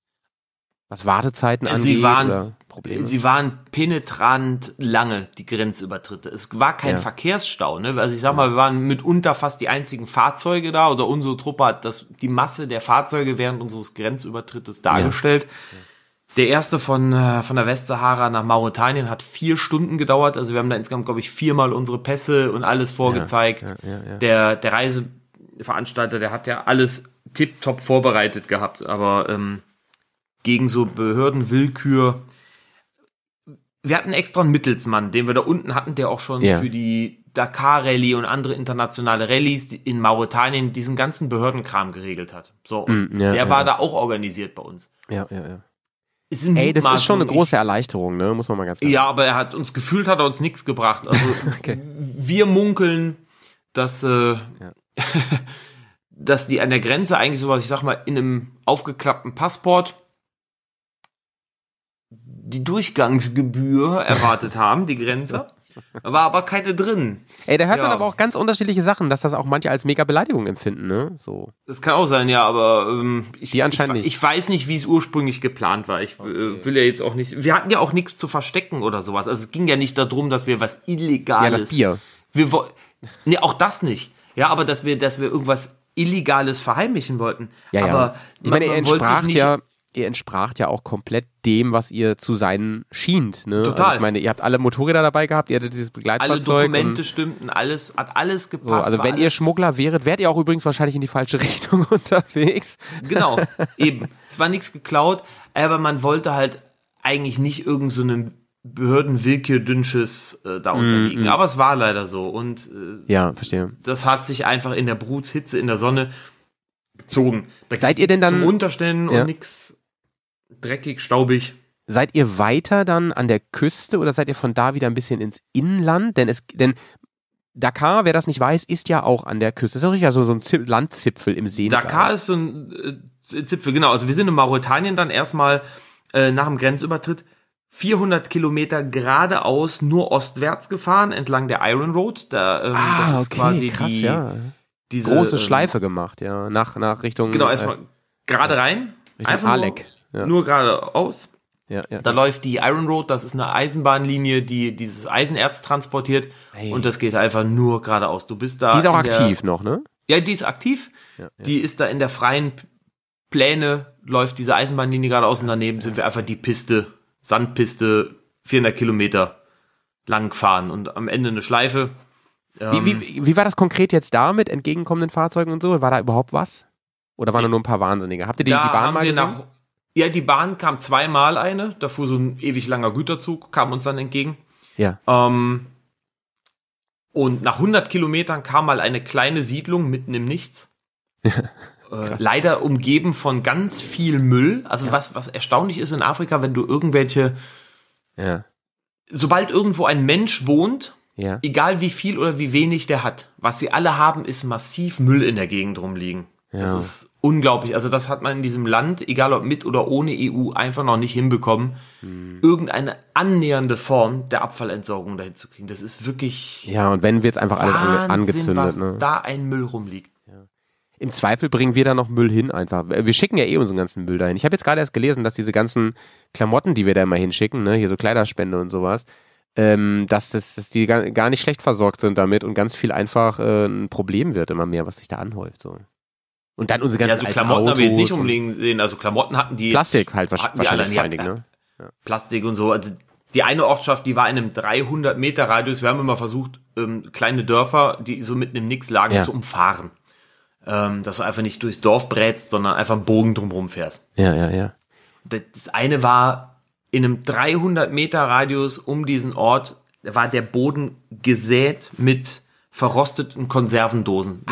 Was Wartezeiten Sie angeht waren- oder Probleme? Sie waren penetrant lange, die Grenzübertritte. Es war kein Ja. Verkehrsstau. Ne? Also ich sag mal, wir waren mitunter fast die einzigen Fahrzeuge da. Oder unsere Truppe hat das, die Masse der Fahrzeuge während unseres Grenzübertrittes dargestellt. Der erste von, äh, von der Westsahara nach Mauretanien hat vier Stunden gedauert. Also wir haben da insgesamt, glaube ich, viermal unsere Pässe und alles vorgezeigt. ja, ja, ja. Der, der Reiseveranstalter, der hat ja alles tipptopp vorbereitet gehabt. Aber ähm, gegen so Behördenwillkür. Wir hatten extra einen Mittelsmann, den wir da unten hatten, der auch schon Ja. für die Dakar-Rallye und andere internationale Rallyes in Mauretanien diesen ganzen Behördenkram geregelt hat. So, und Mm, ja, der ja, war ja. da auch organisiert bei uns. Ja, ja, ja. Es sind Ey, das ist schon eine Mutmaßungen. große Erleichterung, ne? Muss man mal ganz klar Ich, Ja, aber er hat uns gefühlt, hat er uns nichts gebracht. Also Okay. wir munkeln, dass, äh, dass die an der Grenze eigentlich sowas, ich sag mal, in einem aufgeklappten Passport die Durchgangsgebühr erwartet haben, die Grenze. Da war aber keine drin. Ey, da hört Ja. man aber auch ganz unterschiedliche Sachen, dass das auch manche als mega Beleidigung empfinden, ne? So. Das kann auch sein, ja, aber ähm, ich, Die anscheinend ich, nicht. ich weiß nicht, wie es ursprünglich geplant war. Ich äh, will ja jetzt auch nicht. Wir hatten ja auch nichts zu verstecken oder sowas. Also es ging ja nicht darum, dass wir was Illegales. Ja, das Bier. Wir wo- nee, auch das nicht. Ja, aber dass wir, dass wir irgendwas Illegales verheimlichen wollten. Ja, ja. Aber ich meine, ihr man wollte sich entspracht nicht. ja, ihr entspracht ja auch komplett dem, was ihr zu sein schient, ne? Total. Also ich meine, ihr habt alle Motorräder dabei gehabt, ihr hattet dieses alle Begleitfahrzeug. Dokumente und stimmten, alles hat alles gepasst. so, also war wenn ihr alles, Schmuggler wäret, wärt ihr auch übrigens wahrscheinlich in die falsche Richtung unterwegs. Genau, eben. Es war nichts geklaut, aber man wollte halt eigentlich nicht irgend so einem Behördenwillkür-Dünnsches äh, da unterliegen. Aber es war leider so. Und äh, Ja, verstehe. das hat sich einfach in der Brutshitze, in der Sonne gezogen. Da Seid gibt's ihr denn nichts dann- zum Unterstellen Ja. und nix dreckig, staubig. Seid ihr weiter dann an der Küste oder seid ihr von da wieder ein bisschen ins Inland? Denn es, denn Dakar, wer das nicht weiß, ist ja auch an der Küste. Das ist ja so, so ein Zip- Landzipfel im Senegal. Dakar ist so ein äh, Zipfel, genau. Also wir sind in Mauretanien dann erstmal äh, nach dem Grenzübertritt vierhundert Kilometer geradeaus nur ostwärts gefahren, entlang der Iron Road. Da, ähm, Ah, das ist okay, quasi krass, die ja. diese Große ähm, Schleife gemacht, ja, nach, nach Richtung Genau, erstmal äh, gerade rein. Richtung Einfach Alec. nur, Ja. nur geradeaus. Ja, ja. Da läuft die Iron Road, das ist eine Eisenbahnlinie, die dieses Eisenerz transportiert. Hey. Und das geht einfach nur geradeaus. Du bist da. Die ist auch in der- aktiv noch, ne? Ja, die ist aktiv. Ja, ja. Die ist da in der freien P- Pläne, läuft diese Eisenbahnlinie geradeaus und daneben sind wir einfach die Piste, Sandpiste, vierhundert Kilometer lang gefahren und am Ende eine Schleife. Ähm, Wie, wie, wie war das konkret jetzt da mit entgegenkommenden Fahrzeugen und so? War da überhaupt was? Oder waren da nur ein paar Wahnsinnige? Habt ihr die, da die Bahn haben mal wir gesehen? nach, ja, die Bahn kam zweimal eine, da fuhr so ein ewig langer Güterzug, kam uns dann entgegen. Ja. Ähm, und nach hundert Kilometern kam mal eine kleine Siedlung mitten im Nichts. äh, leider umgeben von ganz viel Müll. Also was, was erstaunlich ist in Afrika, wenn du irgendwelche, Ja. sobald irgendwo ein Mensch wohnt, Ja. egal wie viel oder wie wenig der hat, was sie alle haben, ist massiv Müll in der Gegend rumliegen. Das Ja. ist unglaublich. Also das hat man in diesem Land, egal ob mit oder ohne E U, einfach noch nicht hinbekommen, Hm. irgendeine annähernde Form der Abfallentsorgung dahin zu kriegen. Das ist wirklich Ja, und wenn wird es einfach alles ange Wahnsinn, angezündet. was Ne? da ein Müll rumliegt. Im Zweifel bringen wir da noch Müll hin einfach. Wir schicken ja eh unseren ganzen Müll dahin. Ich habe jetzt gerade erst gelesen, dass diese ganzen Klamotten, die wir da immer hinschicken, ne, hier so Kleiderspende und sowas, ähm, dass, das, dass die gar, gar nicht schlecht versorgt sind damit und ganz viel einfach äh, ein Problem wird immer mehr, was sich da anhäuft. So. Und dann unsere Ja, ganzen so alten Klamotten haben wir jetzt nicht Autos und umliegen sehen. Also Klamotten hatten die Plastik halt hatten wahrscheinlich, die alle, wahrscheinlich ja, vor allen Dingen, ne? Plastik und so. Also die eine Ortschaft, die war in einem dreihundert Meter Radius. Wir haben immer versucht, ähm, kleine Dörfer, die so mitten im Nix lagen, Ja. zu umfahren. Ähm, dass du einfach nicht durchs Dorf brätst, sondern einfach einen Bogen drumherum fährst. Ja, ja, ja. Das eine war in einem dreihundert Meter Radius um diesen Ort, war der Boden gesät mit verrosteten Konservendosen.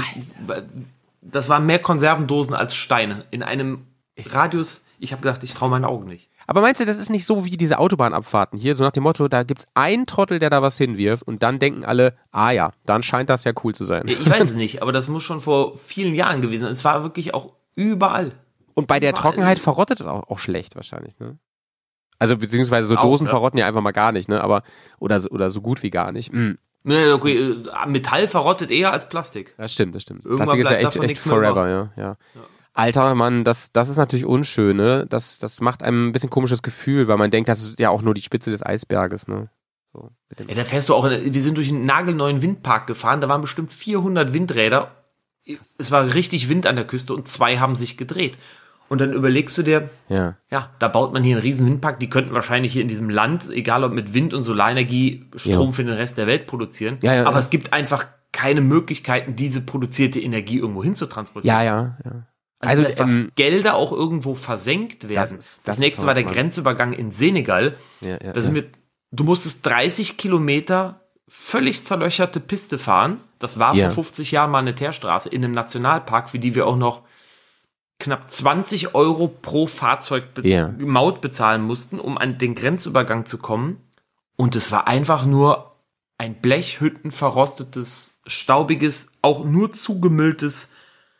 Das waren mehr Konservendosen als Steine. In einem Radius, ich habe gedacht, ich traue meinen Augen nicht. Aber meinst du, das ist nicht so wie diese Autobahnabfahrten hier, so nach dem Motto, da gibt's einen Trottel, der da was hinwirft und dann denken alle, ah ja, dann scheint das ja cool zu sein. Ich weiß es nicht, aber das muss schon vor vielen Jahren gewesen sein. Es war wirklich auch überall. Und bei der Überall. Trockenheit verrottet es auch, auch schlecht wahrscheinlich, ne? Also beziehungsweise so Auch, Dosen ja. verrotten ja einfach mal gar nicht, ne? Aber oder so- oder so gut wie gar nicht. Mm, Ne, okay, äh, Metall verrottet eher als Plastik. das stimmt, das stimmt. Irgendwann Plastik ist ja bleibt echt, davon echt nichts mehr forever, ja, ja. Alter Mann, das, das ist natürlich unschön, ne? Das, das macht einem ein bisschen komisches Gefühl, weil man denkt, das ist ja auch nur die Spitze des Eisberges, ne? So, mit dem Ja, da fährst du auch, in, wir sind durch einen nagelneuen Windpark gefahren, da waren bestimmt vierhundert Windräder. Es war richtig Wind an der Küste und zwei haben sich gedreht. Und dann überlegst du dir, ja. ja, da baut man hier einen riesen Windpark, die könnten wahrscheinlich hier in diesem Land, egal ob mit Wind und Solarenergie, Strom Ja. für den Rest der Welt produzieren. Ja, ja, Aber ja. es gibt einfach keine Möglichkeiten, diese produzierte Energie irgendwo hinzutransportieren. Ja, ja, ja. Also, Also, dass ähm, Gelder auch irgendwo versenkt werden. Das Das, ist- das ist nächste war der verrückt, Mann. Grenzübergang in Senegal. Ja, ja, Da sind ja. wir, du musstest dreißig Kilometer völlig zerlöcherte Piste fahren. Das war Ja. vor fünfzig Jahren mal eine Teerstraße in einem Nationalpark, für die wir auch noch knapp zwanzig Euro pro Fahrzeug be Ja. Maut bezahlen mussten, um an den Grenzübergang zu kommen. Und es war einfach nur ein blechhüttenverrostetes, staubiges, auch nur zugemülltes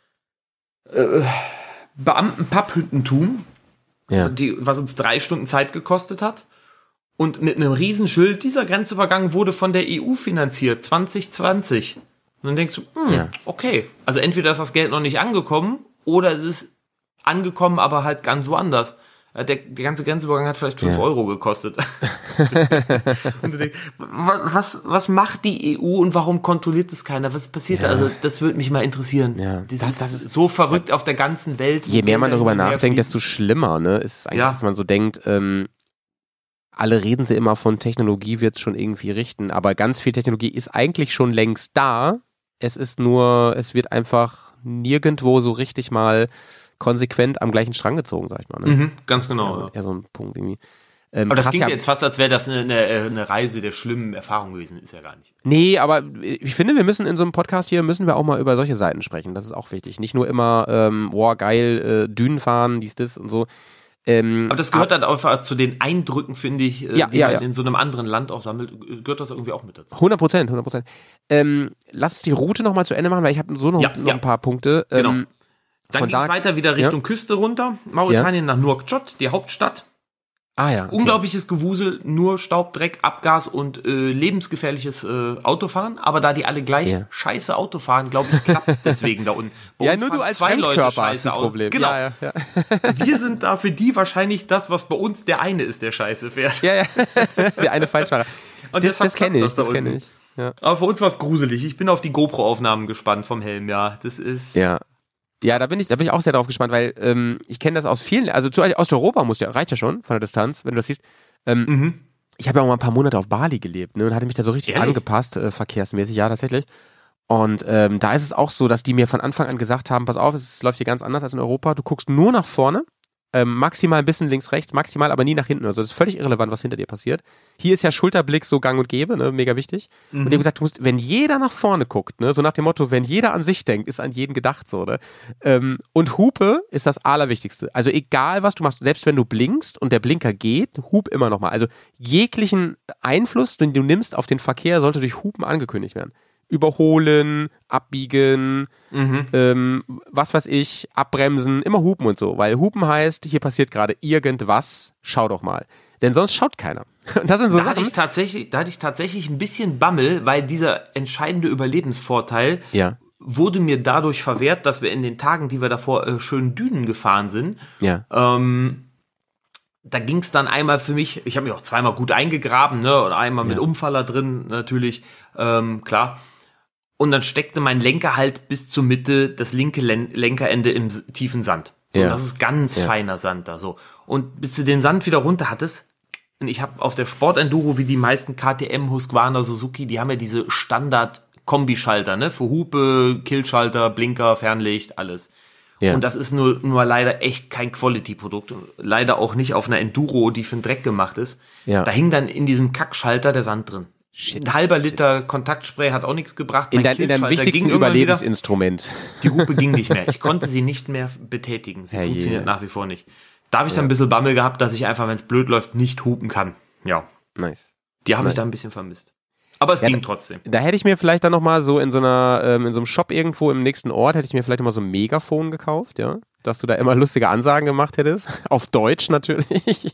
äh, Beamtenpapphüttentum, ja. die, was uns drei Stunden Zeit gekostet hat. Und mit einem Riesenschild, dieser Grenzübergang wurde von der E U finanziert, zwanzig zwanzig. Und dann denkst du, hm, Ja. okay. Also entweder ist das Geld noch nicht angekommen oder es ist angekommen, aber halt ganz woanders. Äh, Der, der ganze Grenzübergang hat vielleicht fünf Ja. Euro gekostet. Und du denkst, wa- was, was macht die E U und warum kontrolliert das keiner? Was passiert Ja. da? Also das würde mich mal interessieren. Ja. Das, Das- ist das ist- so verrückt auf der ganzen Welt. wo Je mehr man Gelder darüber hin und her nachdenkt, fließen. desto schlimmer, ne? Ist eigentlich, Ja. dass man so denkt, ähm, alle reden sie immer von Technologie wird schon irgendwie richten, aber ganz viel Technologie ist eigentlich schon längst da. Es ist nur, es wird einfach nirgendwo so richtig mal konsequent am gleichen Strang gezogen, sag ich mal. Ne? Mhm, ganz genau. Also ja. eher so ein Punkt irgendwie. Ähm, Aber das krass, klingt ja- jetzt fast, als wäre das eine, eine, eine Reise der schlimmen Erfahrungen gewesen. Ist ja gar nicht. Nee, aber ich finde, wir müssen in so einem Podcast hier, müssen wir auch mal über solche Seiten sprechen. Das ist auch wichtig. Nicht nur immer, ähm, boah, geil, äh, Dünen fahren, dies, das und so. Ähm, Aber das gehört dann einfach zu den Eindrücken, finde ich, äh, Ja, die ja, man ja. in so einem anderen Land auch sammelt. Gehört das irgendwie auch mit dazu? hundert Prozent, hundert Prozent. Ähm, lass uns die Route nochmal zu Ende machen, weil ich habe so noch, Ja, noch ja. ein paar Punkte. Genau. Ähm, Dann von ging es da- weiter wieder Richtung Küste runter. Mauretanien nach Nouakchott, die Hauptstadt. Ah ja. Okay. Unglaubliches Gewusel, nur Staub, Dreck, Abgas und äh, lebensgefährliches äh, Autofahren. Aber da die alle gleich Ja. scheiße Auto fahren, glaube ich, klappt es deswegen da unten. Bei Ja, uns nur du fahren als zwei Leute Fremdkörper hast scheiße ein Auto. Problem. Genau. Ja, ja, ja. Wir sind da für die wahrscheinlich das, was bei uns der eine ist, der scheiße fährt. Ja, ja. Der eine Falschfahrer. Und Das, deshalb das kenne klappt ich, da das kenne unten. ich. Ja. Aber für uns war es gruselig. Ich bin auf die GoPro-Aufnahmen gespannt vom Helm, ja. Das ist... Ja. Ja, da bin ich, da bin ich auch sehr drauf gespannt, weil ähm, ich kenne das aus vielen, also zu, aus Europa muss ja, reicht ja schon von der Distanz, wenn du das siehst. Ähm, Mhm. Ich habe ja auch mal ein paar Monate auf Bali gelebt, ne, und hatte mich da so richtig Ehrlich? angepasst, äh, verkehrsmäßig, ja, tatsächlich. Und ähm, da ist es auch so, dass die mir von Anfang an gesagt haben, pass auf, es läuft hier ganz anders als in Europa, du guckst nur nach vorne, ähm, maximal ein bisschen links, rechts, maximal, aber nie nach hinten. Also das ist völlig irrelevant, was hinter dir passiert. Hier ist ja Schulterblick so gang und gäbe, ne, mega wichtig. Mhm. Und die haben gesagt, du musst, wenn jeder nach vorne guckt, ne, so nach dem Motto, wenn jeder an sich denkt, ist an jeden gedacht, so, ne. Ähm, und Hupe ist das Allerwichtigste. Also egal, was du machst, selbst wenn du blinkst und der Blinker geht, Hub immer nochmal. Also jeglichen Einfluss, den du nimmst auf den Verkehr, sollte durch Hupen angekündigt werden. Überholen, abbiegen, Mhm. ähm, was weiß ich, abbremsen, immer hupen und so, weil hupen heißt, hier passiert gerade irgendwas, schau doch mal. Denn sonst schaut keiner. Und das sind so Da hatte Sachen. ich tatsächlich, da hatte ich tatsächlich ein bisschen Bammel, weil dieser entscheidende Überlebensvorteil Ja, wurde mir dadurch verwehrt, dass wir in den Tagen, die wir davor äh, schön Dünen gefahren sind, ja, ähm, da ging es dann einmal für mich, ich habe mich auch zweimal gut eingegraben, ne, und einmal mit Ja. Umfaller drin, natürlich, ähm, klar. Und dann steckte mein Lenker halt bis zur Mitte, das linke Len- Lenkerende im s- tiefen Sand. So, Ja. das ist ganz Ja. feiner Sand da, so. Und bis du den Sand wieder runter hattest, und ich habe auf der Sport-Enduro, wie die meisten K T M, Husqvarna, Suzuki, die haben ja diese Standard-Kombischalter, ne, für Hupe, Killschalter, Blinker, Fernlicht, alles. ja. Und das ist nur, nur leider echt kein Quality-Produkt. Leider auch nicht auf einer Enduro, die für den Dreck gemacht ist. Ja. Da hing dann in diesem Kackschalter der Sand drin. Shit. Ein halber Liter Kontaktspray hat auch nichts gebracht. in, Mein dein, in deinem Killschalter wichtigsten ging irgendwann wieder. Überlebensinstrument. Die Hupe ging nicht mehr. Ich konnte sie nicht mehr betätigen. Sie Herrje. funktioniert nach wie vor nicht. Da habe ich dann ein bisschen Bammel gehabt, dass ich einfach, wenn es blöd läuft, nicht hupen kann. Ja, Nice. die habe Nice. ich da ein bisschen vermisst. Aber es Ja, ging da- trotzdem. Da hätte ich mir vielleicht dann nochmal so in so einer, ähm, in so einem Shop irgendwo im nächsten Ort, hätte ich mir vielleicht nochmal so ein Megafon gekauft, ja. Dass du da immer lustige Ansagen gemacht hättest. Auf Deutsch natürlich.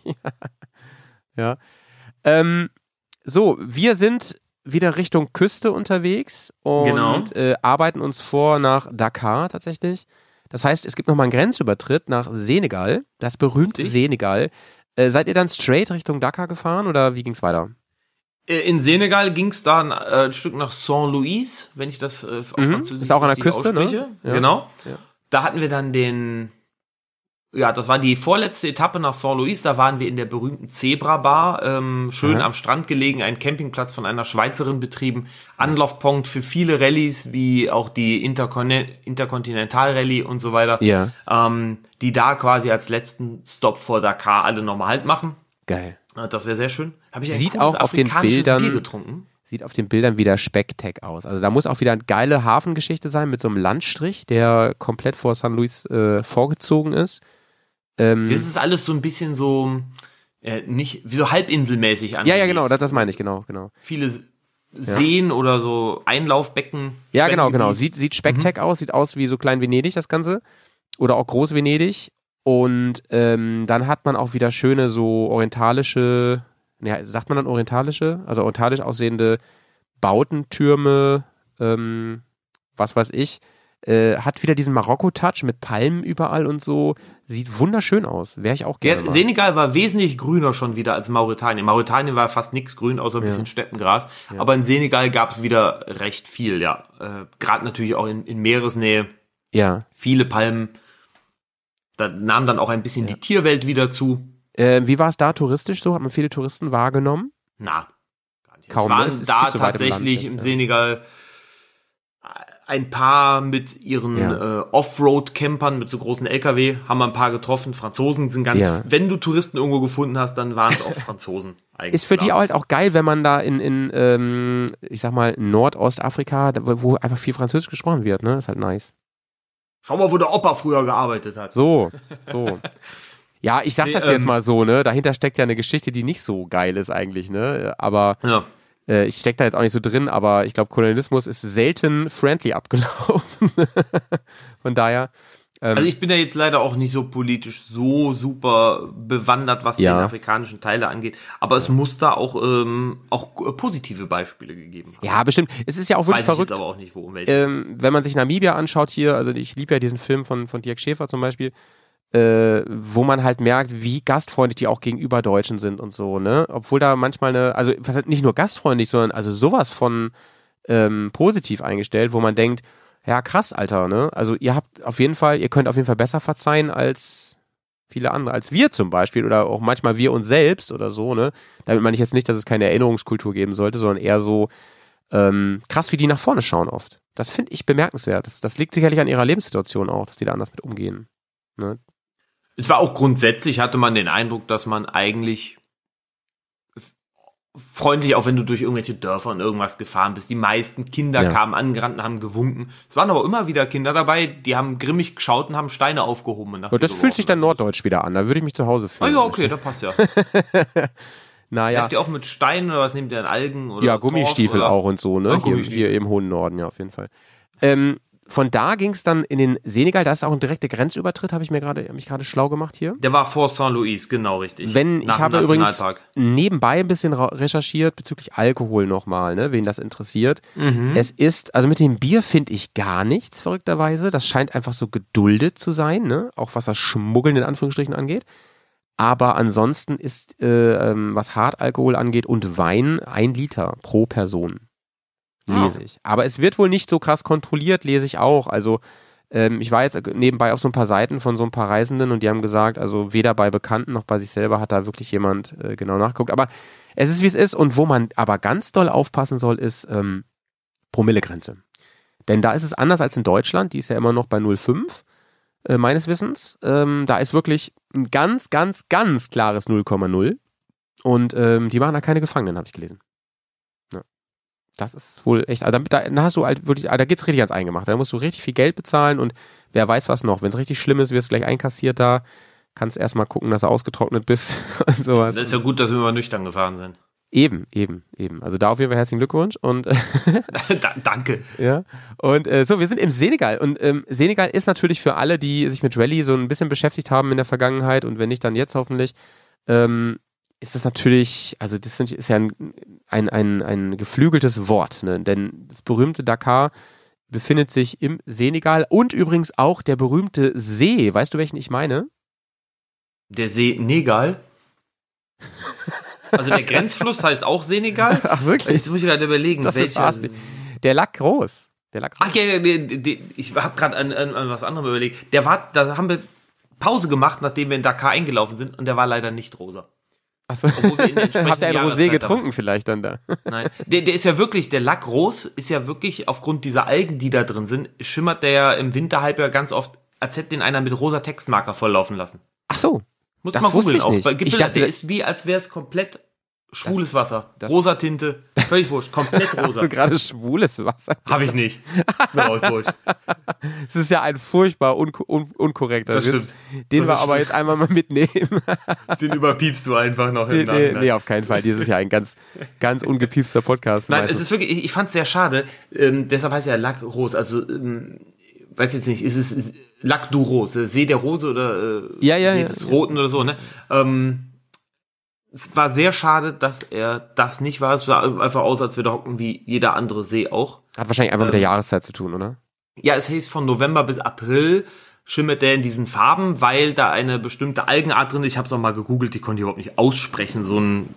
Ja. Ähm, so, wir sind wieder Richtung Küste unterwegs und Genau. äh, arbeiten uns vor nach Dakar tatsächlich. Das heißt, es gibt nochmal einen Grenzübertritt nach Senegal, das berühmte Richtig. Senegal. Äh, seid ihr dann straight Richtung Dakar gefahren oder wie ging's weiter? Äh, In Senegal ging es dann äh, ein Stück nach Saint-Louis, wenn ich das äh, auf Mhm. Französisch Ist auch an der richtig Küste, ne? ausspreche. Ja. Genau. Ja. Da hatten wir dann den, ja, das war die vorletzte Etappe nach Saint-Louis. Da waren wir in der berühmten Zebra-Bar, ähm, schön Aha. am Strand gelegen, ein Campingplatz von einer Schweizerin betrieben. Anlaufpunkt für viele Rallyes, wie auch die Interkon- Interkontinental-Rallye und so weiter. Ja. Ähm, die da quasi als letzten Stop vor Dakar alle nochmal Halt machen. Geil. Äh, Das wäre sehr schön. Habe ich ein Sieht cooles auch auf den afrikanisches Bildern- Bier getrunken. Sieht auf den Bildern wieder Specktech aus. Also da muss auch wieder eine geile Hafengeschichte sein mit so einem Landstrich, der komplett vor San Luis äh, vorgezogen ist. Ähm, Das ist alles so ein bisschen so, äh, nicht, wie so halbinselmäßig ja, angelegt. ja, genau, das, das meine ich, genau, genau. Viele S- Seen oder so Einlaufbecken. Ja, genau, genau. Schwemmgebiet. Sieht, sieht Specktech aus, sieht aus wie so klein Venedig, das Ganze. Oder auch groß Venedig. Und ähm, dann hat man auch wieder schöne so orientalische, ja, sagt man dann orientalische? Also orientalisch aussehende Bauten, Türme, ähm, was weiß ich. Äh, hat wieder diesen Marokko-Touch mit Palmen überall und so. Sieht wunderschön aus. Wäre ich auch gerne Ja, mal. Senegal war wesentlich grüner schon wieder als Mauretanien. Mauretanien war fast nichts grün, außer ein Ja. bisschen Steppengras. Aber in Senegal gab es wieder recht viel, ja. Äh, Gerade natürlich auch in, in Meeresnähe. Ja. Viele Palmen. Da nahm dann auch ein bisschen die Tierwelt wieder zu. Äh, wie war es da touristisch so? Hat man viele Touristen wahrgenommen? Na, gar nicht. Kaum, es ne? waren Es ist da viel zu weit im Land tatsächlich jetzt, im ja. Senegal ein paar mit ihren Ja. äh, Offroad-Campern, mit so großen L K W, haben wir ein paar getroffen. Franzosen sind ganz, Ja. wenn du Touristen irgendwo gefunden hast, dann waren es auch Franzosen. Eigentlich, Ist für die klar. halt auch geil, wenn man da in, in ähm, ich sag mal, Nordostafrika, da- wo einfach viel Französisch gesprochen wird, ne? Ist halt nice. Schau mal, wo der Opa früher gearbeitet hat. So, so. Ja, ich sag Nee, das jetzt ähm, mal so, ne? Dahinter steckt ja eine Geschichte, die nicht so geil ist eigentlich, ne? Aber Ja. äh, ich steck da jetzt auch nicht so drin, aber ich glaube, Kolonialismus ist selten friendly abgelaufen. Von daher, Ähm, Also ich bin ja jetzt leider auch nicht so politisch so super bewandert, was Ja. den afrikanischen Teile angeht. Aber es muss da auch, ähm, auch äh, positive Beispiele gegeben haben. ja, bestimmt. Es ist ja auch wirklich Weiß ich verrückt. jetzt aber auch nicht, wo um welche. Ähm, wenn man sich Namibia anschaut hier, also ich liebe ja diesen Film von, von Dirk Schäfer zum Beispiel, äh, wo man halt merkt, wie gastfreundlich die auch gegenüber Deutschen sind und so, ne? Obwohl da manchmal eine, also was heißt nicht nur gastfreundlich, sondern also sowas von ähm, positiv eingestellt, wo man denkt, ja krass, Alter, ne? Also ihr habt auf jeden Fall, ihr könnt auf jeden Fall besser verzeihen als viele andere, als wir zum Beispiel oder auch manchmal wir uns selbst oder so, ne? Damit meine ich jetzt nicht, dass es keine Erinnerungskultur geben sollte, sondern eher so ähm, krass, wie die nach vorne schauen oft. Das finde ich bemerkenswert. Das, das liegt sicherlich an ihrer Lebenssituation auch, dass die da anders mit umgehen. Ne? Es war auch grundsätzlich, hatte man den Eindruck, dass man eigentlich f- freundlich, auch wenn du durch irgendwelche Dörfer und irgendwas gefahren bist. Die meisten Kinder Ja. kamen angerannt und haben gewunken. Es waren aber immer wieder Kinder dabei, die haben grimmig geschaut und haben Steine aufgehoben. Und nach Und das dir fühlt sich dann geworfen. norddeutsch wieder an. Da würde ich mich zu Hause Ah fühlen. ja, okay, da passt ja. Naja, Werft ihr auch mit Steinen oder was nehmt ihr an Algen? Oder ja, Torf Gummistiefel oder? auch und so, ne? Ah, Hier, Gummistiefel. hier im hohen Norden, ja, auf jeden Fall. Ähm, von da ging es dann in den Senegal, da ist auch ein direkter Grenzübertritt, habe ich mir gerade mich gerade schlau gemacht hier. Der war vor Saint Louis, genau richtig. Wenn, ich Nach dem habe übrigens Nationalpark. nebenbei ein bisschen ra- recherchiert bezüglich Alkohol nochmal, ne, wen das interessiert. Mhm. Es ist, also mit dem Bier finde ich gar nichts, verrückterweise. Das scheint einfach so geduldet zu sein, ne, auch was das Schmuggeln in Anführungsstrichen angeht. Aber ansonsten ist, äh, ähm, was Hartalkohol angeht und Wein, ein Liter pro Person. Lese Ah. ich. Aber es wird wohl nicht so krass kontrolliert, lese ich auch. Also ähm, ich war jetzt nebenbei auf so ein paar Seiten von so ein paar Reisenden und die haben gesagt, also weder bei Bekannten noch bei sich selber hat da wirklich jemand äh, genau nachgeguckt. Aber es ist, wie es ist. Und wo man aber ganz doll aufpassen soll, ist ähm, Promillegrenze. Denn da ist es anders als in Deutschland. Die ist ja immer noch bei null Komma fünf. Äh, meines Wissens. Ähm, da ist wirklich ein ganz, ganz, ganz klares null Komma null. Und ähm, die machen da keine Gefangenen, habe ich gelesen. Ja. Das ist wohl echt, also da, da hast du halt wirklich, da geht's richtig ans Eingemachte. Da musst du richtig viel Geld bezahlen und wer weiß was noch. Wenn es richtig schlimm ist, wirst du gleich einkassiert da. Kannst erstmal gucken, dass du ausgetrocknet bist und sowas. Das ist ja gut, dass wir mal nüchtern gefahren sind. Eben, eben, eben. Also da auf jeden Fall herzlichen Glückwunsch und da, danke. ja. Und äh, so, wir sind im Senegal und ähm, Senegal ist natürlich für alle, die sich mit Rallye so ein bisschen beschäftigt haben in der Vergangenheit und wenn nicht, dann jetzt hoffentlich, ähm, ist das natürlich, also das sind, ist ja ein, ein, ein, ein geflügeltes Wort, ne? Denn das berühmte Dakar befindet sich im Senegal und übrigens auch der berühmte See. Weißt du, welchen ich meine? Der See Negal. Also der Grenzfluss heißt auch Senegal. Ach wirklich? Jetzt muss ich gerade überlegen, Das ist welcher. verarscht. Der lag groß. Der lag groß. Ach ja, ja, der, der, ich habe gerade an, an, an was anderem überlegt. Der war, da haben wir Pause gemacht, nachdem wir in Dakar eingelaufen sind und der war leider nicht rosa. Achso. Obwohl wir in der entsprechenden Habt ihr einen Rosé Jahreszeit getrunken vielleicht dann da? Nein, der, der ist ja wirklich, der Lackros ist ja wirklich, aufgrund dieser Algen, die da drin sind, schimmert der ja im Winterhalbjahr ganz oft, als hätte den einer mit rosa Textmarker volllaufen lassen. Ach so. Muss Das mal wusste googeln ich auch. nicht. Weil gibt Ich Bilder, dachte, der das- ist wie, als wäre es komplett schwules Wasser. das- rosa Tinte, völlig wurscht, komplett Hast rosa. du gerade schwules Wasser? Hab ich nicht. Ist mir raus, wurscht. Das ist ja ein furchtbar un un unkorrekter Das Witz, stimmt. den Das wir ist aber schlimm. jetzt einmal mal mitnehmen. Den überpiepst du einfach noch nee, im nee, Nachhinein. nee, auf keinen Fall. Dieses ist ja ein ganz, ganz ungepiepster Podcast. Nein, meistens. es ist wirklich, ich, ich fand es sehr schade. Ähm, deshalb heißt er Lac Rose. Also, ähm, weiß jetzt nicht, ist es ist Lac du Rose, See der Rose oder äh, Ja, ja, See ja, des ja. Roten oder so, ne? Ähm, es war sehr schade, dass er das nicht war. Es sah einfach aus, als wir da hocken wie jeder andere See auch. Hat wahrscheinlich einfach mit der ähm, Jahreszeit zu tun, oder? Ja, es hieß von November bis April schimmert der in diesen Farben, weil da eine bestimmte Algenart drin ist. Ich habe es auch mal gegoogelt, die konnte ich überhaupt nicht aussprechen. So ein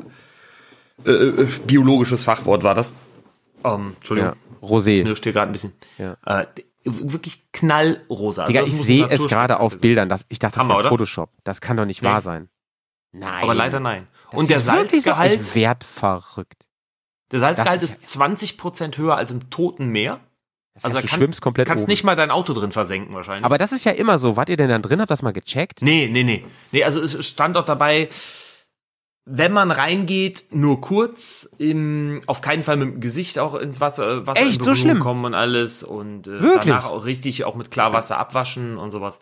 äh, äh, biologisches Fachwort war das. Ähm, Entschuldigung. Ja. Rosé. Mir steht gerade ein bisschen. Ja. Äh, wirklich knallrosa. Digga, Also das ich muss sehe ein es gerade Naturspektakel auf sein. Bildern. Das, ich dachte, das Hammer, wäre oder? Photoshop. Das kann doch nicht Nee. wahr sein. Nein. Aber leider nein. Das Und der sieht wirklich so- Salzgehalt, Ich werd verrückt. der Salzgehalt das ist, ist zwanzig Prozent höher als im Toten Meer. Das Also heißt, da du schwimmst komplett kannst oben. nicht mal dein Auto drin versenken wahrscheinlich. Aber das ist ja immer so. Wart ihr denn dann drin? Habt das mal gecheckt? Nee, nee, nee. Nee, also es stand auch dabei, wenn man reingeht, nur kurz, im, auf keinen Fall mit dem Gesicht auch ins Wasser, Wasser Echt? in So Berührung schlimm? kommen und alles und äh, Wirklich? danach auch richtig auch mit Klarwasser abwaschen und sowas.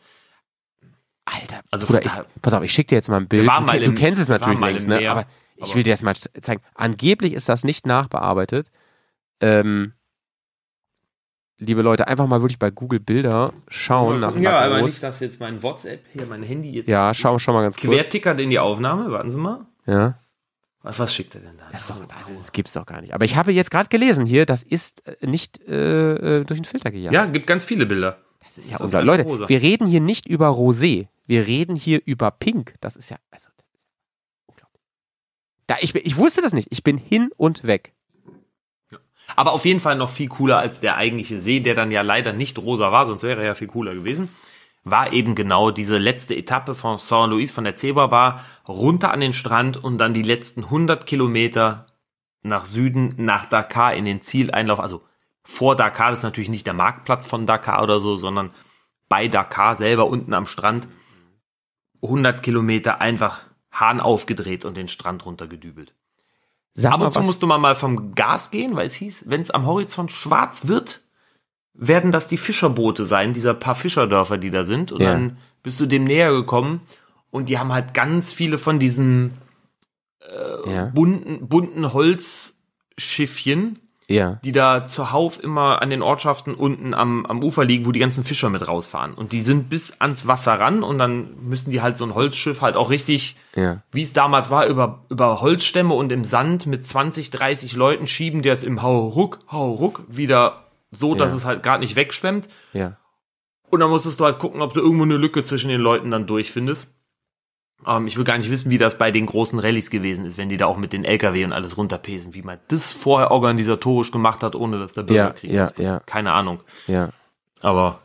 Alter, Also Bruder, von ich, daher- pass auf, ich schicke dir jetzt mal ein Bild. Wir waren Du, mal du im- kennst es wir waren natürlich mal längst, im ne? Meer, Aber ich aber- will dir das mal zeigen. Angeblich ist das nicht nachbearbeitet. Ähm, liebe Leute, einfach mal wirklich bei Google Bilder schauen nach Ja, aber Lacros. nicht, dass jetzt mein WhatsApp, hier mein Handy jetzt Ja, schau, schau mal ganz kurz. quertickert in die Aufnahme. Warten Sie mal. Ja. Was, was schickt er denn da? Das, ist doch, das, das gibt's doch gar nicht. Aber ich habe jetzt gerade gelesen hier, das ist äh, nicht äh, äh, durch den Filter gejagt. Ja, gibt ganz viele Bilder. das ist ja das unter. einfach Leute, rosa? wir reden hier nicht über Rosé. Wir reden hier über Pink. Das ist ja, also, unglaublich. Da, ich, bin- ich wusste das nicht. Ich bin hin und weg. Aber auf jeden Fall noch viel cooler als der eigentliche See, der dann ja leider nicht rosa war, sonst wäre er ja viel cooler gewesen, war eben genau diese letzte Etappe von Saint-Louis, von der Zebra-Bar, runter an den Strand und dann die letzten hundert Kilometer nach Süden, nach Dakar in den Zieleinlauf, also vor Dakar, das ist natürlich nicht der Marktplatz von Dakar oder so, sondern bei Dakar selber unten am Strand, hundert Kilometer einfach Hahn aufgedreht und den Strand runtergedübelt. Sag Ab mal, und zu was, musste man mal vom Gas gehen, weil es hieß, wenn es am Horizont schwarz wird, werden das die Fischerboote sein, dieser paar Fischerdörfer, die da sind. Und Ja. dann bist du dem näher gekommen und die haben halt ganz viele von diesen ja, bunten, bunten Holzschiffchen, ja. die da zuhauf immer an den Ortschaften unten am, am Ufer liegen, wo die ganzen Fischer mit rausfahren. Und die sind bis ans Wasser ran und dann müssen die halt so ein Holzschiff halt auch richtig, Ja. wie es damals war, über, über Holzstämme und im Sand mit zwanzig, dreißig Leuten schieben, der es im Hauruck, Hauruck wieder so, dass Ja. es halt gerade nicht wegschwemmt. Ja. Und dann musstest du halt gucken, ob du irgendwo eine Lücke zwischen den Leuten dann durchfindest. Ähm, ich will gar nicht wissen, wie das bei den großen Rallyes gewesen ist, wenn die da auch mit den L K W und alles runterpesen, wie man das vorher organisatorisch gemacht hat, ohne dass der Ja, Bürgerkrieg ja, losgeht. ja. Keine Ahnung. Ja. Aber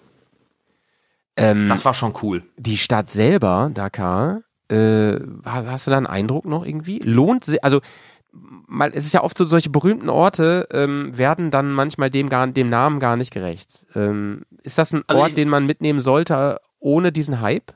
Ähm, das war schon cool. die Stadt selber, Dakar, äh, hast du da einen Eindruck noch irgendwie? Lohnt sich, also mal, es ist ja oft so, solche berühmten Orte ähm, werden dann manchmal dem, gar, dem Namen gar nicht gerecht. Ähm, ist das ein Also Ort, ich- den man mitnehmen sollte, ohne diesen Hype?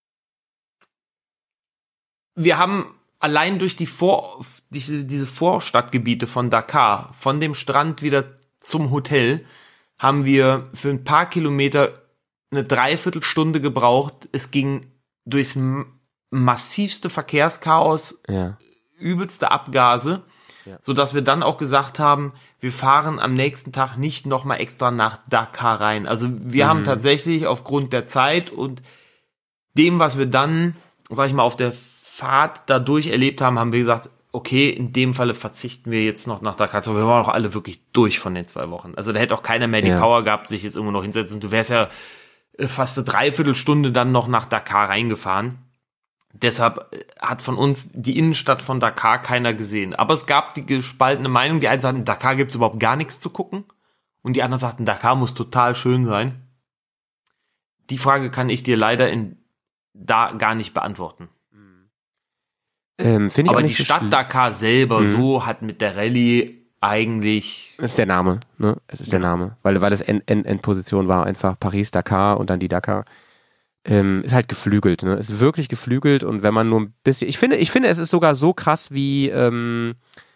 Wir haben allein durch die Vor diese, diese Vorstadtgebiete von Dakar, von dem Strand wieder zum Hotel, haben wir für ein paar Kilometer eine Dreiviertelstunde gebraucht. Es ging durchs m- massivste Verkehrschaos, Ja. übelste Abgase, Ja. sodass wir dann auch gesagt haben, wir fahren am nächsten Tag nicht nochmal extra nach Dakar rein. Also wir Mhm. haben tatsächlich aufgrund der Zeit und dem, was wir dann, sag ich mal, auf der Fahrt dadurch erlebt haben, haben wir gesagt, okay, in dem Falle verzichten wir jetzt noch nach Dakar. Also wir waren auch alle wirklich durch von den zwei Wochen. Also da hätte auch keiner mehr die Ja. Power gehabt, sich jetzt irgendwo noch hinsetzen. Du wärst ja äh, fast eine Dreiviertelstunde dann noch nach Dakar reingefahren. Deshalb äh, hat von uns die Innenstadt von Dakar keiner gesehen. Aber es gab die gespaltene Meinung. Die einen sagten, in Dakar gibt's überhaupt gar nichts zu gucken. Und die anderen sagten, Dakar muss total schön sein. Die Frage kann ich dir leider in da gar nicht beantworten. Ähm, Finde ich Aber auch die nicht so Stadt schlimm. Dakar selber Mhm. so hat mit der Rallye eigentlich, Das ist der Name, ne? Es ist der Name. Weil, weil das End, End, Endposition war einfach Paris, Dakar und dann die Dakar. Ähm, ist halt geflügelt, ne? Ist wirklich geflügelt und wenn man nur ein bisschen. Ich finde, ich finde, es ist sogar so krass wie, ähm,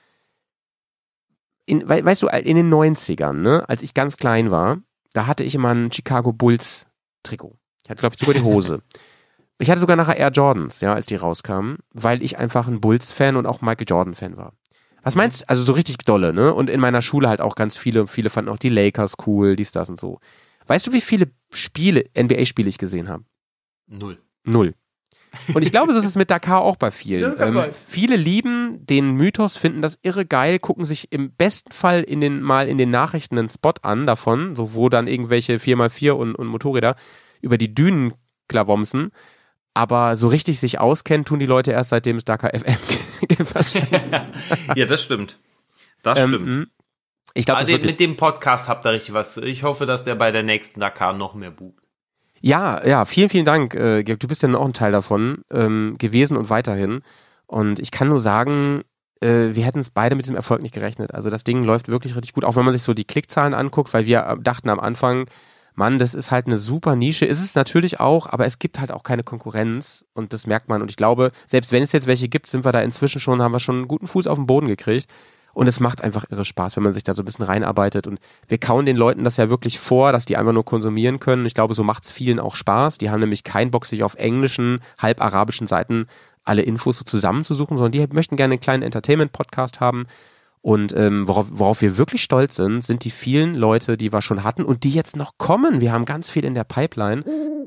in, we, weißt du, in den neunzigern, ne? Als ich ganz klein war, da hatte ich immer ein Chicago Bulls Trikot. Ich hatte, glaube ich, sogar die Hose. Ich hatte sogar nachher Air Jordans, ja, als die rauskamen, weil ich einfach ein Bulls-Fan und auch Michael Jordan-Fan war. Was meinst du? Also so richtig dolle, ne? Und in meiner Schule halt auch ganz viele, viele fanden auch die Lakers cool, dies, das und so. Weißt du, wie viele Spiele, N B A-Spiele ich gesehen habe? null. Null. Und ich glaube, so ist es mit Dakar auch bei vielen. Das kann Ähm, sein. viele lieben den Mythos, finden das irre geil, gucken sich im besten Fall in den, mal in den Nachrichten einen Spot an davon, so wo dann irgendwelche vier mal vier und, und Motorräder über die Dünen klavomsen. Aber so richtig sich auskennen, tun die Leute erst seitdem es Dakar F M gibt. wahrscheinlich. Ja, das stimmt. Das Ähm, stimmt. mh. Ich glaube, Also mit dem Podcast habt ihr richtig was. Ich hoffe, dass der bei der nächsten Dakar noch mehr bucht. Ja, ja, vielen, vielen Dank, äh, Georg. Du bist ja auch ein Teil davon ähm, gewesen und weiterhin. Und ich kann nur sagen, äh, wir hätten es beide mit diesem Erfolg nicht gerechnet. Also das Ding läuft wirklich richtig gut, auch wenn man sich so die Klickzahlen anguckt, weil wir dachten am Anfang, Mann, das ist halt eine super Nische. Ist es natürlich auch, aber es gibt halt auch keine Konkurrenz und das merkt man. Und ich glaube, selbst wenn es jetzt welche gibt, sind wir da inzwischen schon, haben wir schon einen guten Fuß auf den Boden gekriegt. Und es macht einfach irre Spaß, wenn man sich da so ein bisschen reinarbeitet. Und wir kauen den Leuten das ja wirklich vor, dass die einfach nur konsumieren können. Ich glaube, so macht es vielen auch Spaß. Die haben nämlich keinen Bock, sich auf englischen, halb arabischen Seiten alle Infos so zusammenzusuchen, sondern die möchten gerne einen kleinen Entertainment-Podcast haben. Und ähm, worauf, worauf wir wirklich stolz sind, sind die vielen Leute, die wir schon hatten und die jetzt noch kommen. Wir haben ganz viel in der Pipeline.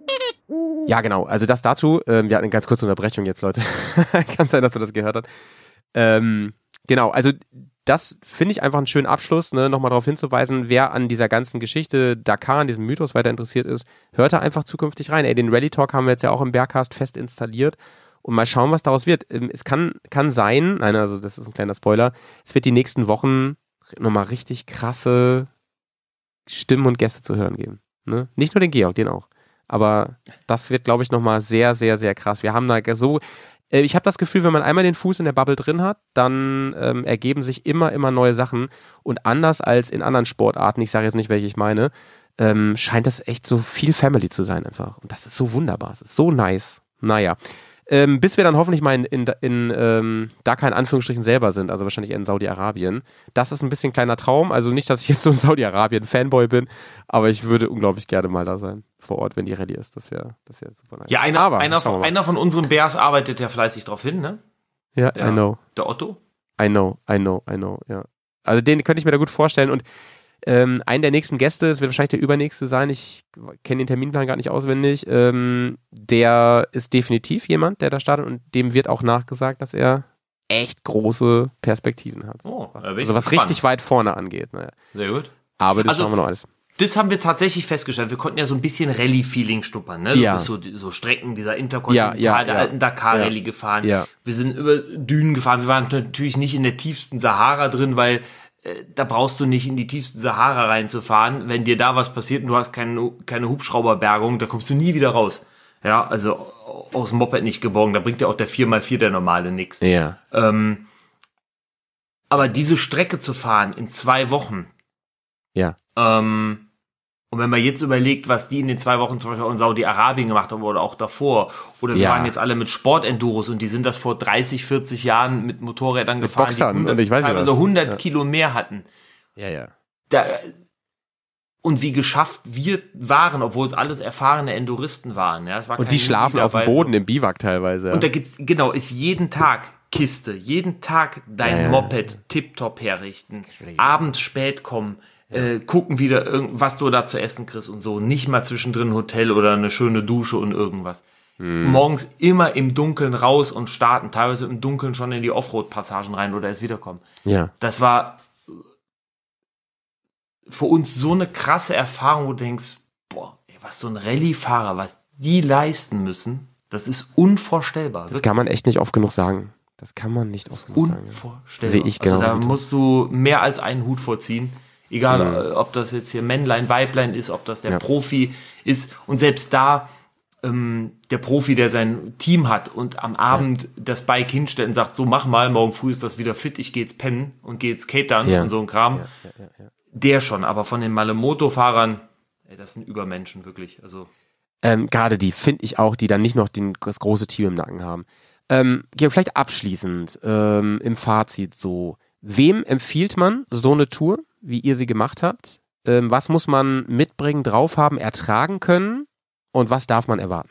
Ja, genau. Also das dazu. Ähm, wir hatten eine ganz kurze Unterbrechung jetzt, Leute. Kann sein, dass du das gehört hast. Ähm, genau, also das finde ich einfach einen schönen Abschluss, ne? Nochmal darauf hinzuweisen, wer an dieser ganzen Geschichte Dakar, an diesem Mythos weiter interessiert ist, hört da einfach zukünftig rein. Ey, den Rally Talk haben wir jetzt ja auch im Bergcast fest installiert und mal schauen, was daraus wird. Es kann, kann sein, nein, also das ist ein kleiner Spoiler, es wird die nächsten Wochen nochmal richtig krasse Stimmen und Gäste zu hören geben. Ne? Nicht nur den Georg, den auch. Aber das wird, glaube ich, nochmal sehr, sehr, sehr krass. Wir haben da so... Ich habe das Gefühl, wenn man einmal den Fuß in der Bubble drin hat, dann ähm, ergeben sich immer, immer neue Sachen. Und anders als in anderen Sportarten, ich sage jetzt nicht, welche ich meine, ähm, scheint das echt so viel Family zu sein einfach. Und das ist so wunderbar, es ist so nice. Naja, ähm, bis wir dann hoffentlich mal in, in, in ähm, Dakar in Anführungsstrichen selber sind, also wahrscheinlich eher in Saudi-Arabien. Das ist ein bisschen ein kleiner Traum, also nicht, dass ich jetzt so ein Saudi-Arabien-Fanboy bin, aber ich würde unglaublich gerne mal da sein. Vor Ort, wenn die Rallye ist. Das wäre das wär super nice. Ja, einer, Aber, einer, von, einer von unseren Bears arbeitet ja fleißig drauf hin, ne? Ja, Der, I know. Der Otto? I know, I know, I know, ja. Also den könnte ich mir da gut vorstellen und ähm, einen der nächsten Gäste, es wird wahrscheinlich der übernächste sein, ich kenne den Terminplan gar nicht auswendig, ähm, der ist definitiv jemand, der da startet und dem wird auch nachgesagt, dass er echt große Perspektiven hat. Oh, was, da bin ich also was gespannt. richtig weit vorne angeht. Naja. Sehr gut. Aber das Also, schauen wir noch alles. Das haben wir tatsächlich festgestellt. Wir konnten ja so ein bisschen Rallye-Feeling schnuppern, ne? Ja. Du bist so, so Strecken dieser Interkontinental, Ja, ja, der ja. alten Dakar-Rallye Ja. gefahren. Ja. Wir sind über Dünen gefahren. Wir waren natürlich nicht in der tiefsten Sahara drin, weil äh, da brauchst du nicht in die tiefste Sahara reinzufahren. Wenn dir da was passiert und du hast keine, keine Hubschrauberbergung, da kommst du nie wieder raus. Ja, also aus dem Moped nicht geborgen. Da bringt ja auch der vier mal vier der normale nix. Ja. Ähm, aber diese Strecke zu fahren in zwei Wochen, Ja. ähm, und wenn man jetzt überlegt, was die in den zwei Wochen zum Beispiel in Saudi-Arabien gemacht haben oder auch davor, oder wir Ja. waren jetzt alle mit Sportenduros und die sind das vor dreißig, vierzig Jahren mit Motorrädern gefahren, Boxern die hundert, und ich weiß nicht teilweise was. hundert Ja. Kilo mehr hatten. Ja, ja. Da, und wie geschafft wir waren, obwohl es alles erfahrene Enduristen waren. Ja, es war Und kein die schlafen Newbie auf dem dabei, Boden so. im Biwak teilweise. Ja. Und da gibt's, genau, ist jeden Tag Kiste, jeden Tag dein Ja, ja. Moped tipptopp herrichten, crazy. abends spät kommen, äh, gucken wieder, irgend- was du da zu essen kriegst und so. Nicht mal zwischendrin ein Hotel oder eine schöne Dusche und irgendwas. Hm. Morgens immer im Dunkeln raus und starten, teilweise im Dunkeln schon in die Offroad-Passagen rein oder erst wiederkommen. ja. Das war für uns so eine krasse Erfahrung, wo du denkst, boah, ey, was so ein Rallye-Fahrer, was die leisten müssen, das ist unvorstellbar. Das kann man echt nicht oft genug sagen. Das kann man nicht oft genug sagen. ja. Unvorstellbar. Sehe ich genau Also da wie du. musst du mehr als einen Hut vorziehen. Egal, Mhm. äh, ob das jetzt hier Männlein, Weiblein ist, ob das der Ja. Profi ist. Und selbst da, ähm, der Profi, der sein Team hat und am Abend das Bike hinstellt und sagt, so mach mal, morgen früh ist das wieder fit, ich gehe jetzt pennen und gehe jetzt catern Ja. und so ein Kram. Ja, ja, ja, ja. Der schon, aber von den Malemoto-Fahrern, ey, das sind Übermenschen, wirklich. Also Ähm, Gerade die, finde ich auch, die dann nicht noch den, das große Team im Nacken haben. Ähm, Georg, vielleicht abschließend ähm, im Fazit so. Wem empfiehlt man so eine Tour, wie ihr sie gemacht habt? Ähm, was muss man mitbringen, drauf haben, ertragen können? Und was darf man erwarten?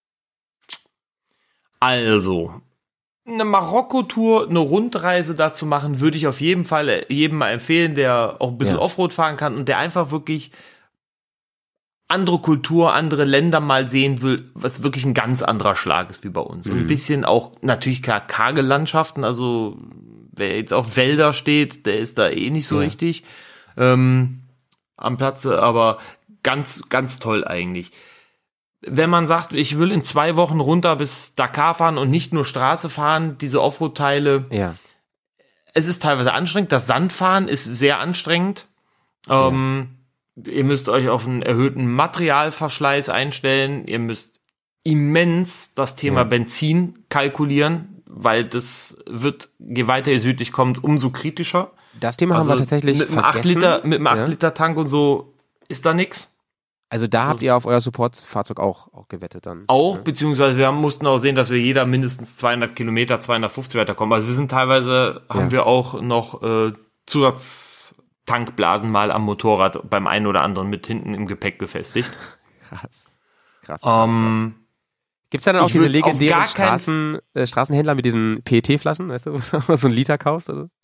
Also, eine Marokko-Tour, eine Rundreise dazu machen, würde ich auf jeden Fall jedem mal empfehlen, der auch ein bisschen Ja. Offroad fahren kann und der einfach wirklich andere Kultur, andere Länder mal sehen will, was wirklich ein ganz anderer Schlag ist wie bei uns. Und ein bisschen auch, natürlich klar, karge Landschaften, also wer jetzt auf Wälder steht, der ist da eh nicht so Ja. richtig ähm, am Platze, aber ganz, ganz toll eigentlich. Wenn man sagt, ich will in zwei Wochen runter bis Dakar fahren und nicht nur Straße fahren, diese Offroad-Teile, Ja. es ist teilweise anstrengend. Das Sandfahren ist sehr anstrengend. Ähm, ihr müsst euch auf einen erhöhten Materialverschleiß einstellen. Ihr müsst immens das Thema Ja. Benzin kalkulieren, weil das wird, je weiter ihr südlich kommt, umso kritischer. Das Thema haben wir tatsächlich mit einem vergessen. acht Liter, mit einem Ja. acht Liter Tank und so ist da nix. Also da habt ihr auf euer Supportfahrzeug auch, auch gewettet dann. Auch, Ja. beziehungsweise wir haben- mussten auch sehen, dass wir jeder mindestens zweihundert Kilometer, zweihundertfünfzig weiterkommen. Also wir sind teilweise, haben Ja. wir auch noch äh, Zusatztankblasen mal am Motorrad beim einen oder anderen mit hinten im Gepäck befestigt. Krass. Krass. Ähm, Gibt es da dann auch ich diese würd's auf legendären gar keinen- Straßen, äh, Straßenhändler mit diesen P E T-Flaschen, weißt du, wo du so einen Liter kaufst? Oder?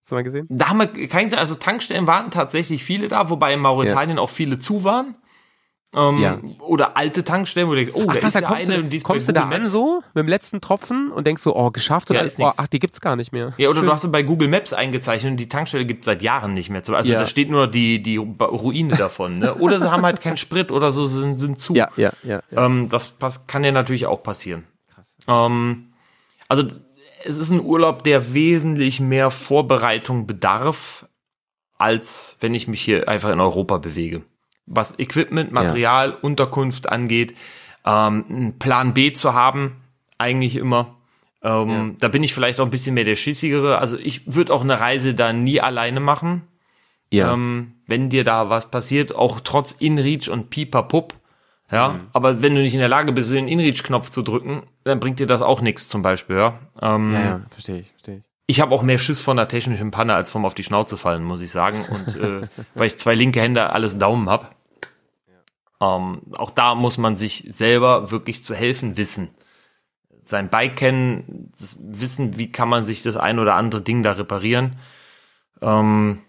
Hast du mal gesehen? Da haben wir keinen, also Tankstellen waren tatsächlich viele da, wobei in Mauretanien auch viele zu waren. Ähm, Ja. Oder alte Tankstellen, wo du denkst, oh, Ach da krass, ist da ja kommst, eine, du, die ist kommst bei du da Google an Maps. so mit dem letzten Tropfen und denkst so, oh, geschafft oder Ja, ist oh, nix. ach, die gibt's gar nicht mehr. Ja, oder Schön. du hast sie bei Google Maps eingezeichnet und die Tankstelle gibt es seit Jahren nicht mehr. Also Ja. da steht nur die, die Ruine davon. Ne? Oder sie haben halt keinen Sprit oder so, sind, sind zu. Ja, ja, ja. ja. Ähm, das pass- kann ja natürlich auch passieren. Ähm, also es ist ein Urlaub, der wesentlich mehr Vorbereitung bedarf, als wenn ich mich hier einfach in Europa bewege. Was Equipment, Material, Unterkunft angeht, ähm, einen Plan B zu haben, eigentlich immer. Ähm, Ja. Da bin ich vielleicht auch ein bisschen mehr der Schissigere. Also ich würde auch eine Reise da nie alleine machen. ja. Ähm, wenn dir da was passiert, auch trotz InReach und Pipapup. Ja, aber wenn du nicht in der Lage bist, den InReach-Knopf zu drücken, dann bringt dir das auch nichts zum Beispiel. Ja, ähm, ja, ja, verstehe ich, verstehe ich. ich habe auch mehr Schiss vor einer technischen Panne, als vom auf die Schnauze fallen, muss ich sagen. Und äh, weil ich zwei linke Hände, alles Daumen hab. Ähm, auch da muss man sich selber wirklich zu helfen wissen. Sein Bike kennen, das wissen, wie kann man sich das ein oder andere Ding da reparieren. Ähm,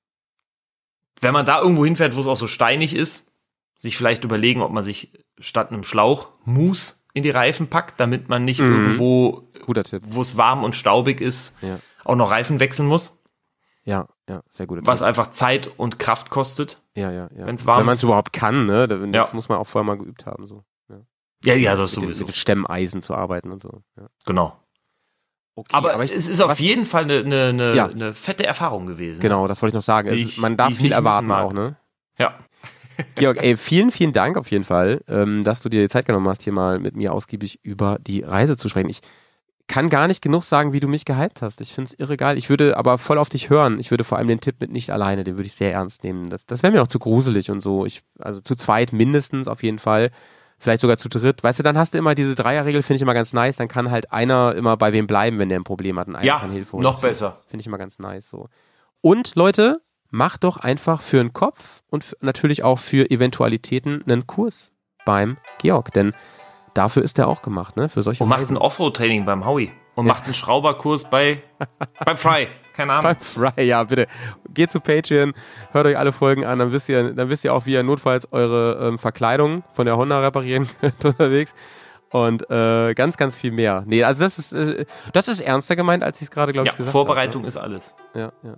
wenn man da irgendwo hinfährt, wo es auch so steinig ist, sich vielleicht überlegen, ob man sich statt einem Schlauch Mousse in die Reifen packt, damit man nicht Mhm. irgendwo, Guter Tipp. wo es warm und staubig ist, Ja. auch noch Reifen wechseln muss, Ja, ja, sehr guter was Tipp. einfach Zeit und Kraft kostet. Ja, ja, ja. wenn's warm Wenn man ist. es überhaupt kann, ne? Das Ja. muss man auch vorher mal geübt haben, so. Ja, ja, das Mit, den- sowieso. mit den Stemmeisen zu arbeiten und so. Ja. Genau. Okay, Aber, ich- es ist auf was- jeden Fall eine, eine, eine, Ja. eine fette Erfahrung gewesen. Genau, das wollte ich noch sagen. Die Es ich- ist, man die darf ich viel nicht missen erwarten mag. auch, ne? Ja. Georg, ey, vielen, vielen Dank auf jeden Fall, ähm, dass du dir die Zeit genommen hast, hier mal mit mir ausgiebig über die Reise zu sprechen. Ich kann gar nicht genug sagen, wie du mich gehypt hast. Ich finde es irre geil. Ich würde aber voll auf dich hören. Ich würde vor allem den Tipp mit nicht alleine, den würde ich sehr ernst nehmen. Das, das wäre mir auch zu gruselig und so. Ich, also zu zweit mindestens auf jeden Fall. Vielleicht sogar zu dritt. Weißt du, dann hast du immer diese Dreierregel, finde ich immer ganz nice. Dann kann halt einer immer bei wem bleiben, wenn der ein Problem hat und einer Ja, kann Hilfe holen. noch Das besser. Finde ich immer ganz nice so. Und Leute, macht doch einfach für den Kopf und f- natürlich auch für Eventualitäten einen Kurs beim Georg, denn dafür ist er auch gemacht, ne? Für solche Und macht Reisen. ein Offroad-Training beim Howie. Und macht einen Schrauberkurs bei, beim Fry. Keine Ahnung. Beim Fry, ja, bitte. Geht zu Patreon, hört euch alle Folgen an, dann wisst ihr, dann wisst ihr auch, wie ihr notfalls eure ähm, Verkleidung von der Honda reparieren könnt unterwegs. Und äh, ganz, ganz viel mehr. Nee, also das ist, äh, das ist ernster gemeint, als ich es gerade, glaube ich, Ja, gesagt Vorbereitung ist alles. habe. Ja, ja.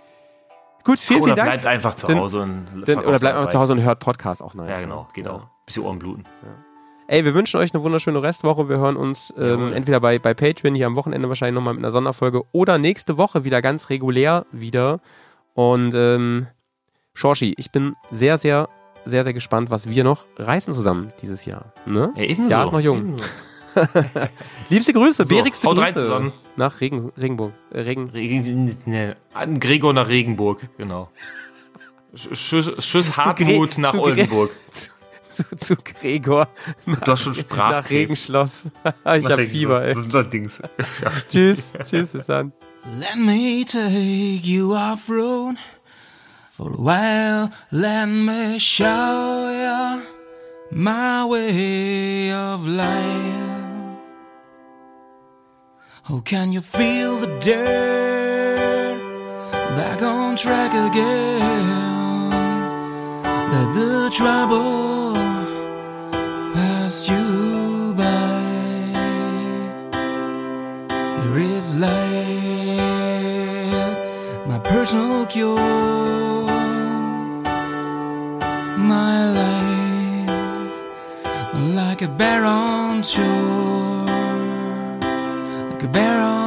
Gut, vielen, Oder vielen Dank. bleibt einfach zu Denn- Hause und Denn, verkauft oder bleibt dabei. einfach zu Hause und hört Podcast auch nice. Ja, genau, geht Ja. auch. Bisschen Ohrenbluten. Ey, wir wünschen euch eine wunderschöne Restwoche. Wir hören uns ähm, Jawohl. entweder bei, bei Patreon hier am Wochenende wahrscheinlich nochmal mit einer Sonderfolge oder nächste Woche wieder ganz regulär wieder. Und ähm, Schorschi, ich bin sehr, sehr, sehr, sehr gespannt, was wir noch reißen zusammen dieses Jahr. Ne? Ja, ebenso. Das Jahr ist noch jung. Ebenso. Liebste Grüße, So, bärigste haut rein Grüße zusammen. nach Regen, Regenburg. Äh, Regen. Regen, ne, an Gregor nach Regenburg, genau. Sch- Schuss, Schuss Hartmut Gre- nach zu Gre- Oldenburg. Zu, zu Gregor Du hast schon nach Sprachkrebs. Regenschloss. ich hab Fieber, ey. So ein Dings. Tschüss, tschüss, bis dann. Let me take you off-road for a while. Let me show you my way of life. Oh, can you feel the dirt back on track again? Let the trouble pass you by. Here is life, my personal cure, my life, like a bear on shore, like a bear on